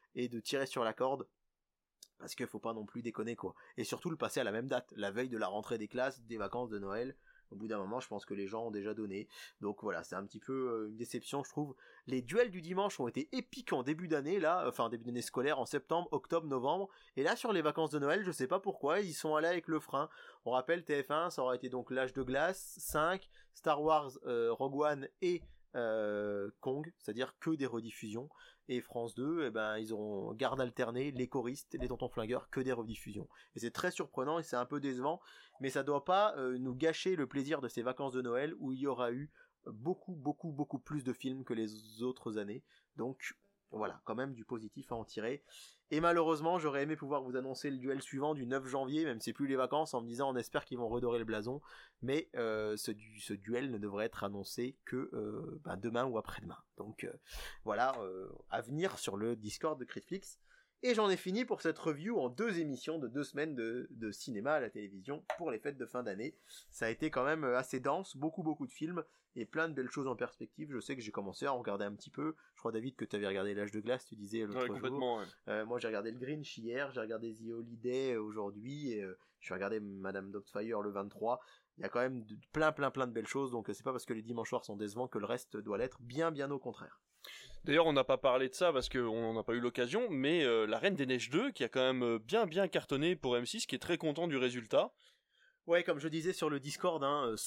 [SPEAKER 2] et de tirer sur la corde. Parce qu'il faut pas non plus déconner quoi. Et surtout le passer à la même date, la veille de la rentrée des classes, des vacances de Noël. Au bout d'un moment, je pense que les gens ont déjà donné. Donc voilà, c'est un petit peu une déception, je trouve. Les duels du dimanche ont été épiques en début d'année, là, enfin début d'année scolaire, en septembre, octobre, novembre. Et là, sur les vacances de Noël, je sais pas pourquoi, ils sont allés avec le frein. On rappelle, TF1, ça aurait été donc L'Âge de Glace, 5, Star Wars, Rogue One et Kong, c'est-à-dire que des rediffusions. Et France 2, eh ben, ils auront garde alternée, les choristes, les tontons flingueurs, que des rediffusions. Et c'est très surprenant et c'est un peu décevant, mais ça doit pas nous gâcher le plaisir de ces vacances de Noël où il y aura eu beaucoup plus de films que les autres années. Donc voilà, quand même du positif à en tirer. Et malheureusement, j'aurais aimé pouvoir vous annoncer le duel suivant du 9 janvier, même si c'est plus les vacances, en me disant on espère qu'ils vont redorer le blason. Mais ce duel ne devrait être annoncé que demain ou après-demain. Donc voilà, à venir sur le Discord de Critflix. Et j'en ai fini pour cette review en 2 émissions de 2 semaines de cinéma à la télévision pour les fêtes de fin d'année. Ça a été quand même assez dense, beaucoup de films et plein de belles choses en perspective. Je sais que j'ai commencé à en regarder un petit peu. Je crois David que tu avais regardé L'Âge de Glace, tu disais l'autre jour. Ouais. Moi j'ai regardé le Grinch hier, j'ai regardé The Holiday aujourd'hui et je vais regarder Madame Doubtfire le 23. Il y a quand même plein de belles choses, donc c'est pas parce que les dimanches soirs sont décevants que le reste doit l'être, bien au contraire.
[SPEAKER 1] D'ailleurs, on n'a pas parlé de ça parce qu'on n'a pas eu l'occasion, mais La Reine des Neiges 2, qui a quand même bien cartonné pour M6, qui est très content du résultat.
[SPEAKER 2] Ouais, comme je disais sur le Discord,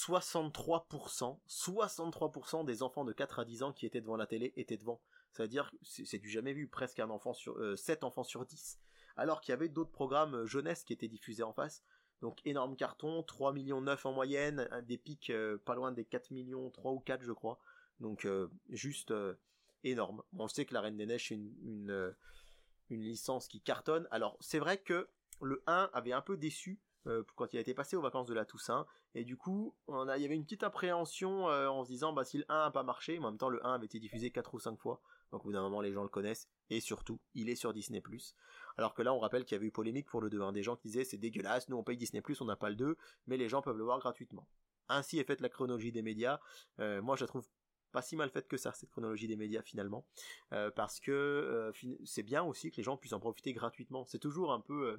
[SPEAKER 2] 63% des enfants de 4 à 10 ans qui étaient devant la télé étaient devant. C'est-à-dire, c'est du jamais vu, presque 7 enfants sur 10. Alors qu'il y avait d'autres programmes jeunesse qui étaient diffusés en face. Donc énorme carton, 3,9 millions en moyenne, des pics pas loin des 4 millions, 3 ou 4 je crois. Donc juste énorme. Bon, on sait que La Reine des Neiges c'est une licence qui cartonne. Alors c'est vrai que le 1 avait un peu déçu quand il a été passé aux vacances de la Toussaint, et du coup il y avait une petite appréhension en se disant si le 1 n'a pas marché, mais en même temps le 1 avait été diffusé 4 ou 5 fois, donc au bout d'un moment les gens le connaissent, et surtout il est sur Disney+. Alors que là on rappelle qu'il y avait eu polémique pour le 2, des gens qui disaient c'est dégueulasse, nous on paye Disney+, on n'a pas le 2, mais les gens peuvent le voir gratuitement. Ainsi est faite la chronologie des médias. Moi je la trouve pas si mal faite que ça, cette chronologie des médias finalement, parce que c'est bien aussi que les gens puissent en profiter gratuitement. C'est toujours un peu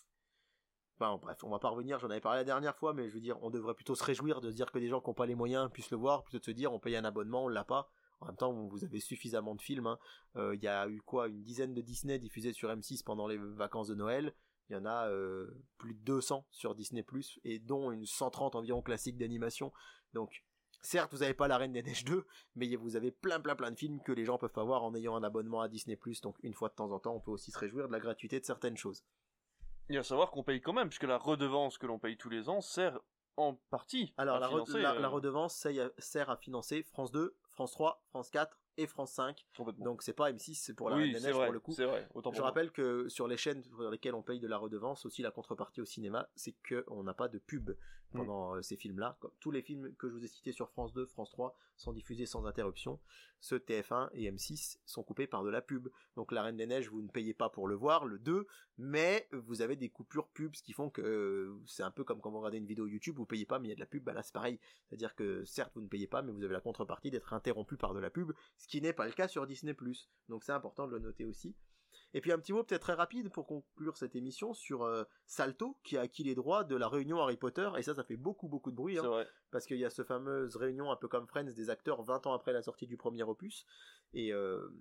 [SPEAKER 2] bref, on va pas revenir, j'en avais parlé la dernière fois, mais je veux dire, on devrait plutôt se réjouir de se dire que des gens qui n'ont pas les moyens puissent le voir, plutôt de se dire on paye un abonnement, on l'a pas. En même temps, vous avez suffisamment de films. Il y a eu une dizaine de Disney diffusés sur M6 pendant les vacances de Noël. Il y en a plus de 200 sur Disney+, et dont une 130 environ classiques d'animation. Donc, certes, vous n'avez pas La Reine des Neiges 2, mais vous avez plein de films que les gens peuvent avoir en ayant un abonnement à Disney+. Donc, une fois de temps en temps, on peut aussi se réjouir de la gratuité de certaines choses.
[SPEAKER 1] Il faut savoir qu'on paye quand même, puisque la redevance que l'on paye tous les ans sert en partie
[SPEAKER 2] à financer... la redevance sert à financer France 2, France 3, France 4 et France 5. Donc c'est pas M6, c'est pour La Reine des Neiges pour le coup.
[SPEAKER 1] C'est vrai.
[SPEAKER 2] Je rappelle que sur les chaînes sur lesquelles on paye de la redevance, aussi la contrepartie au cinéma, c'est qu'on n'a pas de pub pendant ces films-là. Comme tous les films que je vous ai cités sur France 2, France 3 sont diffusés sans interruption. Ceux TF1 et M6 sont coupés par de la pub. Donc La Reine des Neiges, vous ne payez pas pour le voir, le 2, mais vous avez des coupures pubs, ce qui font que c'est un peu comme quand vous regardez une vidéo YouTube, vous payez pas mais il y a de la pub, là c'est pareil. C'est-à-dire que certes vous ne payez pas, mais vous avez la contrepartie d'être interrompu par de la pub, ce qui n'est pas le cas sur Disney+. Donc c'est important de le noter aussi. Et puis un petit mot peut-être très rapide pour conclure cette émission sur Salto, qui a acquis les droits de la réunion Harry Potter, et ça fait beaucoup de bruit,
[SPEAKER 1] c'est vrai.
[SPEAKER 2] Parce qu'il y a cette fameuse réunion un peu comme Friends des acteurs 20 ans après la sortie du premier opus, et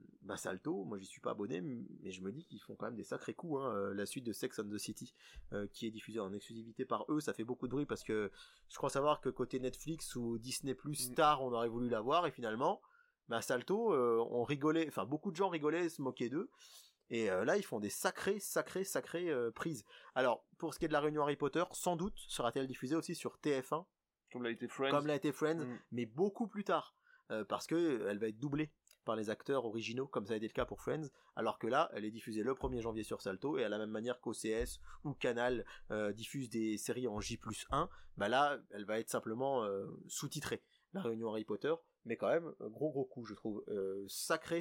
[SPEAKER 2] Salto, moi j'y suis pas abonné, mais je me dis qu'ils font quand même des sacrés coups, la suite de Sex and the City, qui est diffusée en exclusivité par eux, ça fait beaucoup de bruit, parce que je crois savoir que côté Netflix ou Disney+, Star, on aurait voulu l'avoir, et finalement, Salto, on rigolait, enfin beaucoup de gens rigolaient, se moquaient d'eux, et là ils font des sacrées prises. Alors pour ce qui est de la réunion Harry Potter, sans doute sera-t-elle diffusée aussi sur TF1
[SPEAKER 1] comme l'a été Friends,
[SPEAKER 2] mais beaucoup plus tard, parce que elle va être doublée par les acteurs originaux, comme ça a été le cas pour Friends, alors que là elle est diffusée le 1er janvier sur Salto, et à la même manière qu'OCS ou Canal diffuse des séries en J+1, là elle va être simplement sous-titrée, la réunion Harry Potter, mais quand même gros coup je trouve, sacrée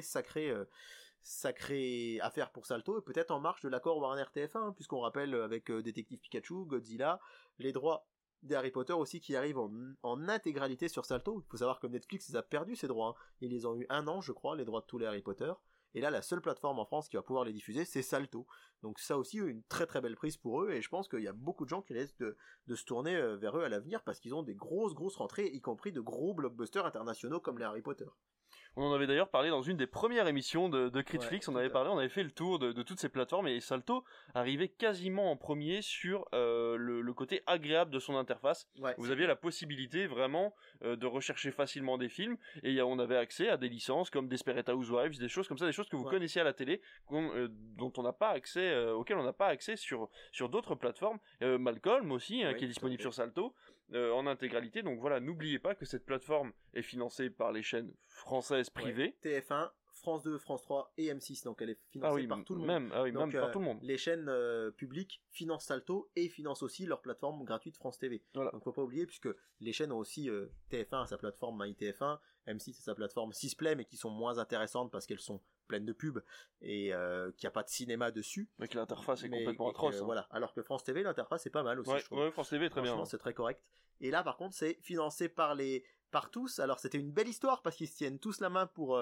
[SPEAKER 2] affaire pour Salto, et peut-être en marche de l'accord Warner TF1, puisqu'on rappelle avec Détective Pikachu, Godzilla, les droits des Harry Potter aussi qui arrivent en intégralité sur Salto. Il faut savoir que Netflix les a perdu ces droits, ils les ont eu 1 an je crois, les droits de tous les Harry Potter, Et là, la seule plateforme en France qui va pouvoir les diffuser, c'est Salto. Donc ça aussi, une très très belle prise pour eux, et je pense qu'il y a beaucoup de gens qui risquent de se tourner vers eux à l'avenir, parce qu'ils ont des grosses rentrées, y compris de gros blockbusters internationaux comme les Harry Potter.
[SPEAKER 1] On en avait d'ailleurs parlé dans une des premières émissions de Critflix, on avait fait le tour de toutes ces plateformes, et Salto arrivait quasiment en premier sur le côté agréable de son interface.
[SPEAKER 2] Ouais,
[SPEAKER 1] vous aviez la possibilité vraiment de rechercher facilement des films, et on avait accès à des licences comme Desperate Housewives, des choses comme ça, des choses que vous connaissiez à la télé, dont on n'a pas accès, auxquelles on n'a pas accès sur d'autres plateformes. Malcolm aussi, qui est disponible sur Salto. En intégralité, donc voilà, n'oubliez pas que cette plateforme est financée par les chaînes françaises privées.
[SPEAKER 2] TF1, France 2, France 3 et M6, donc elle est financée par tout le monde.
[SPEAKER 1] Même par tout le monde.
[SPEAKER 2] Les chaînes publiques financent Salto et financent aussi leur plateforme gratuite France TV.
[SPEAKER 1] Voilà.
[SPEAKER 2] Donc faut pas oublier, puisque les chaînes ont aussi TF1 à sa plateforme MyTF1, M6 à sa plateforme Sisplay, mais qui sont moins intéressantes parce qu'elles sont pleines de pubs et qu'il n'y a pas de cinéma dessus.
[SPEAKER 1] Mais que l'interface est complètement atroce.
[SPEAKER 2] Voilà. Alors que France TV, l'interface est pas mal aussi, je trouve.
[SPEAKER 1] Ouais, France TV est très bien.
[SPEAKER 2] C'est très correct. Et là, par contre, c'est financé par tous. Alors c'était une belle histoire parce qu'ils se tiennent tous la main pour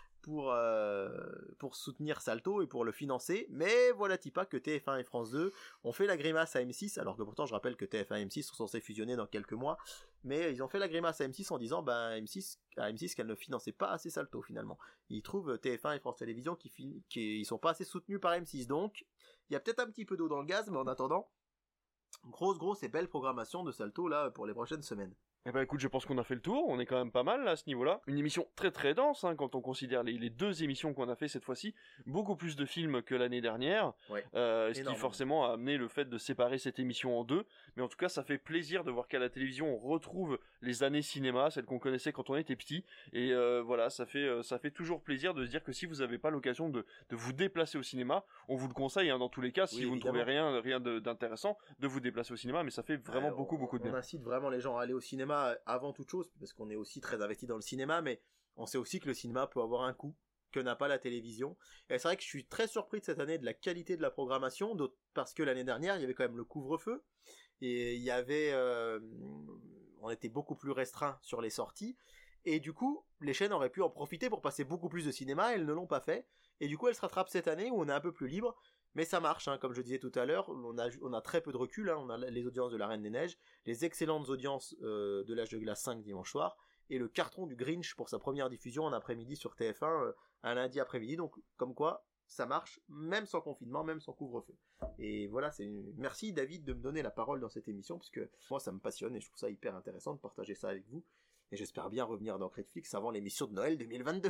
[SPEAKER 2] soutenir Salto et pour le financer, mais voilà-t-il pas que TF1 et France 2 ont fait la grimace à M6, alors que pourtant je rappelle que TF1 et M6 sont censés fusionner dans quelques mois, mais ils ont fait la grimace à M6 en disant à M6 qu'elle ne finançait pas assez Salto finalement. Ils trouvent TF1 et France Télévisions qui sont pas assez soutenus par M6, donc il y a peut-être un petit peu d'eau dans le gaz, mais en attendant, grosse et belle programmation de Salto là pour les prochaines semaines.
[SPEAKER 1] Eh ben écoute, je pense qu'on a fait le tour, on est quand même pas mal là, à ce niveau-là. Une émission très très dense, quand on considère les deux émissions qu'on a fait cette fois-ci, beaucoup plus de films que l'année dernière, ce qui forcément a amené le fait de séparer cette émission en deux, mais en tout cas ça fait plaisir de voir qu'à la télévision on retrouve les années cinéma, celles qu'on connaissait quand on était petit, et voilà, ça fait toujours plaisir de se dire que si vous n'avez pas l'occasion de vous déplacer au cinéma, on vous le conseille dans tous les cas, si vous ne trouvez rien d'intéressant, de vous déplacer au cinéma, mais ça fait vraiment beaucoup de bien.
[SPEAKER 2] On incite vraiment les gens à aller au cinéma avant toute chose, parce qu'on est aussi très investi dans le cinéma, mais on sait aussi que le cinéma peut avoir un coût que n'a pas la télévision. Et c'est vrai que je suis très surpris de cette année de la qualité de la programmation, parce que l'année dernière il y avait quand même le couvre-feu et il y avait on était beaucoup plus restreint sur les sorties, et du coup les chaînes auraient pu en profiter pour passer beaucoup plus de cinéma, elles ne l'ont pas fait, et du coup elles se rattrapent cette année où on est un peu plus libre. Mais ça marche, comme je disais tout à l'heure, on a très peu de recul, on a les audiences de La Reine des Neiges, les excellentes audiences de L'Âge de Glace 5 dimanche soir, et le carton du Grinch pour sa première diffusion en après-midi sur TF1, un lundi après-midi, donc comme quoi ça marche, même sans confinement, même sans couvre-feu. Et voilà, merci David de me donner la parole dans cette émission, parce que moi ça me passionne et je trouve ça hyper intéressant de partager ça avec vous. Et j'espère bien revenir dans Critflix avant l'émission de Noël 2022.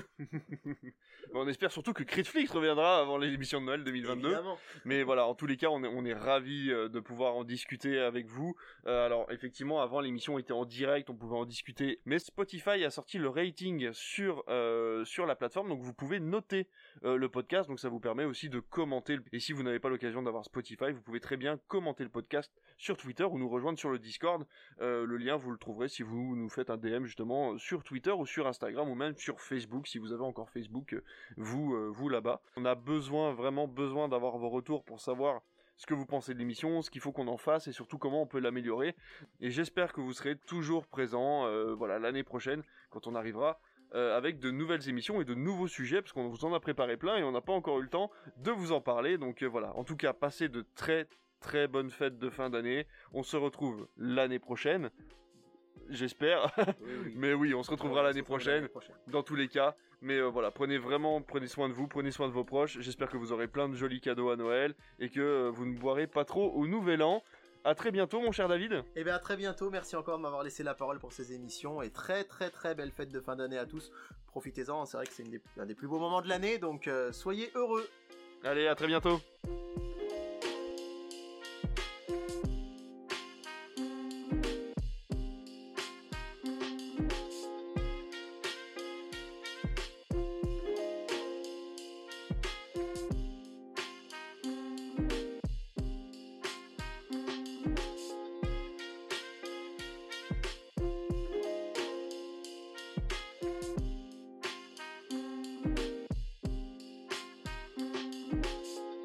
[SPEAKER 1] On espère surtout que Critflix reviendra avant l'émission de Noël 2022.
[SPEAKER 2] Évidemment.
[SPEAKER 1] Mais voilà, en tous les cas, on est ravis de pouvoir en discuter avec vous. Alors effectivement, avant l'émission était en direct, on pouvait en discuter. Mais Spotify a sorti le rating sur la plateforme, donc vous pouvez noter le podcast. Donc ça vous permet aussi de commenter. Et si vous n'avez pas l'occasion d'avoir Spotify, vous pouvez très bien commenter le podcast sur Twitter ou nous rejoindre sur le Discord. Le lien, vous le trouverez si vous nous faites un DM justement sur Twitter ou sur Instagram ou même sur Facebook si vous avez encore Facebook, vous là-bas. On a vraiment besoin d'avoir vos retours pour savoir ce que vous pensez de l'émission, ce qu'il faut qu'on en fasse et surtout comment on peut l'améliorer. Et j'espère que vous serez toujours présents l'année prochaine quand on arrivera avec de nouvelles émissions et de nouveaux sujets, parce qu'on vous en a préparé plein et on n'a pas encore eu le temps de vous en parler. Donc voilà, en tout cas, passez de très très bonnes fêtes de fin d'année. On se retrouve l'année prochaine. J'espère, oui. Mais oui, on se retrouvera l'année prochaine, dans tous les cas. Mais prenez soin de vous, prenez soin de vos proches. J'espère que vous aurez plein de jolis cadeaux à Noël et que vous ne boirez pas trop au Nouvel An. À très bientôt, mon cher David.
[SPEAKER 2] Eh bien, à très bientôt. Merci encore de m'avoir laissé la parole pour ces émissions et très très très belle fête de fin d'année à tous. Profitez-en, c'est vrai que c'est un des plus beaux moments de l'année, donc soyez heureux.
[SPEAKER 1] Allez, à très bientôt.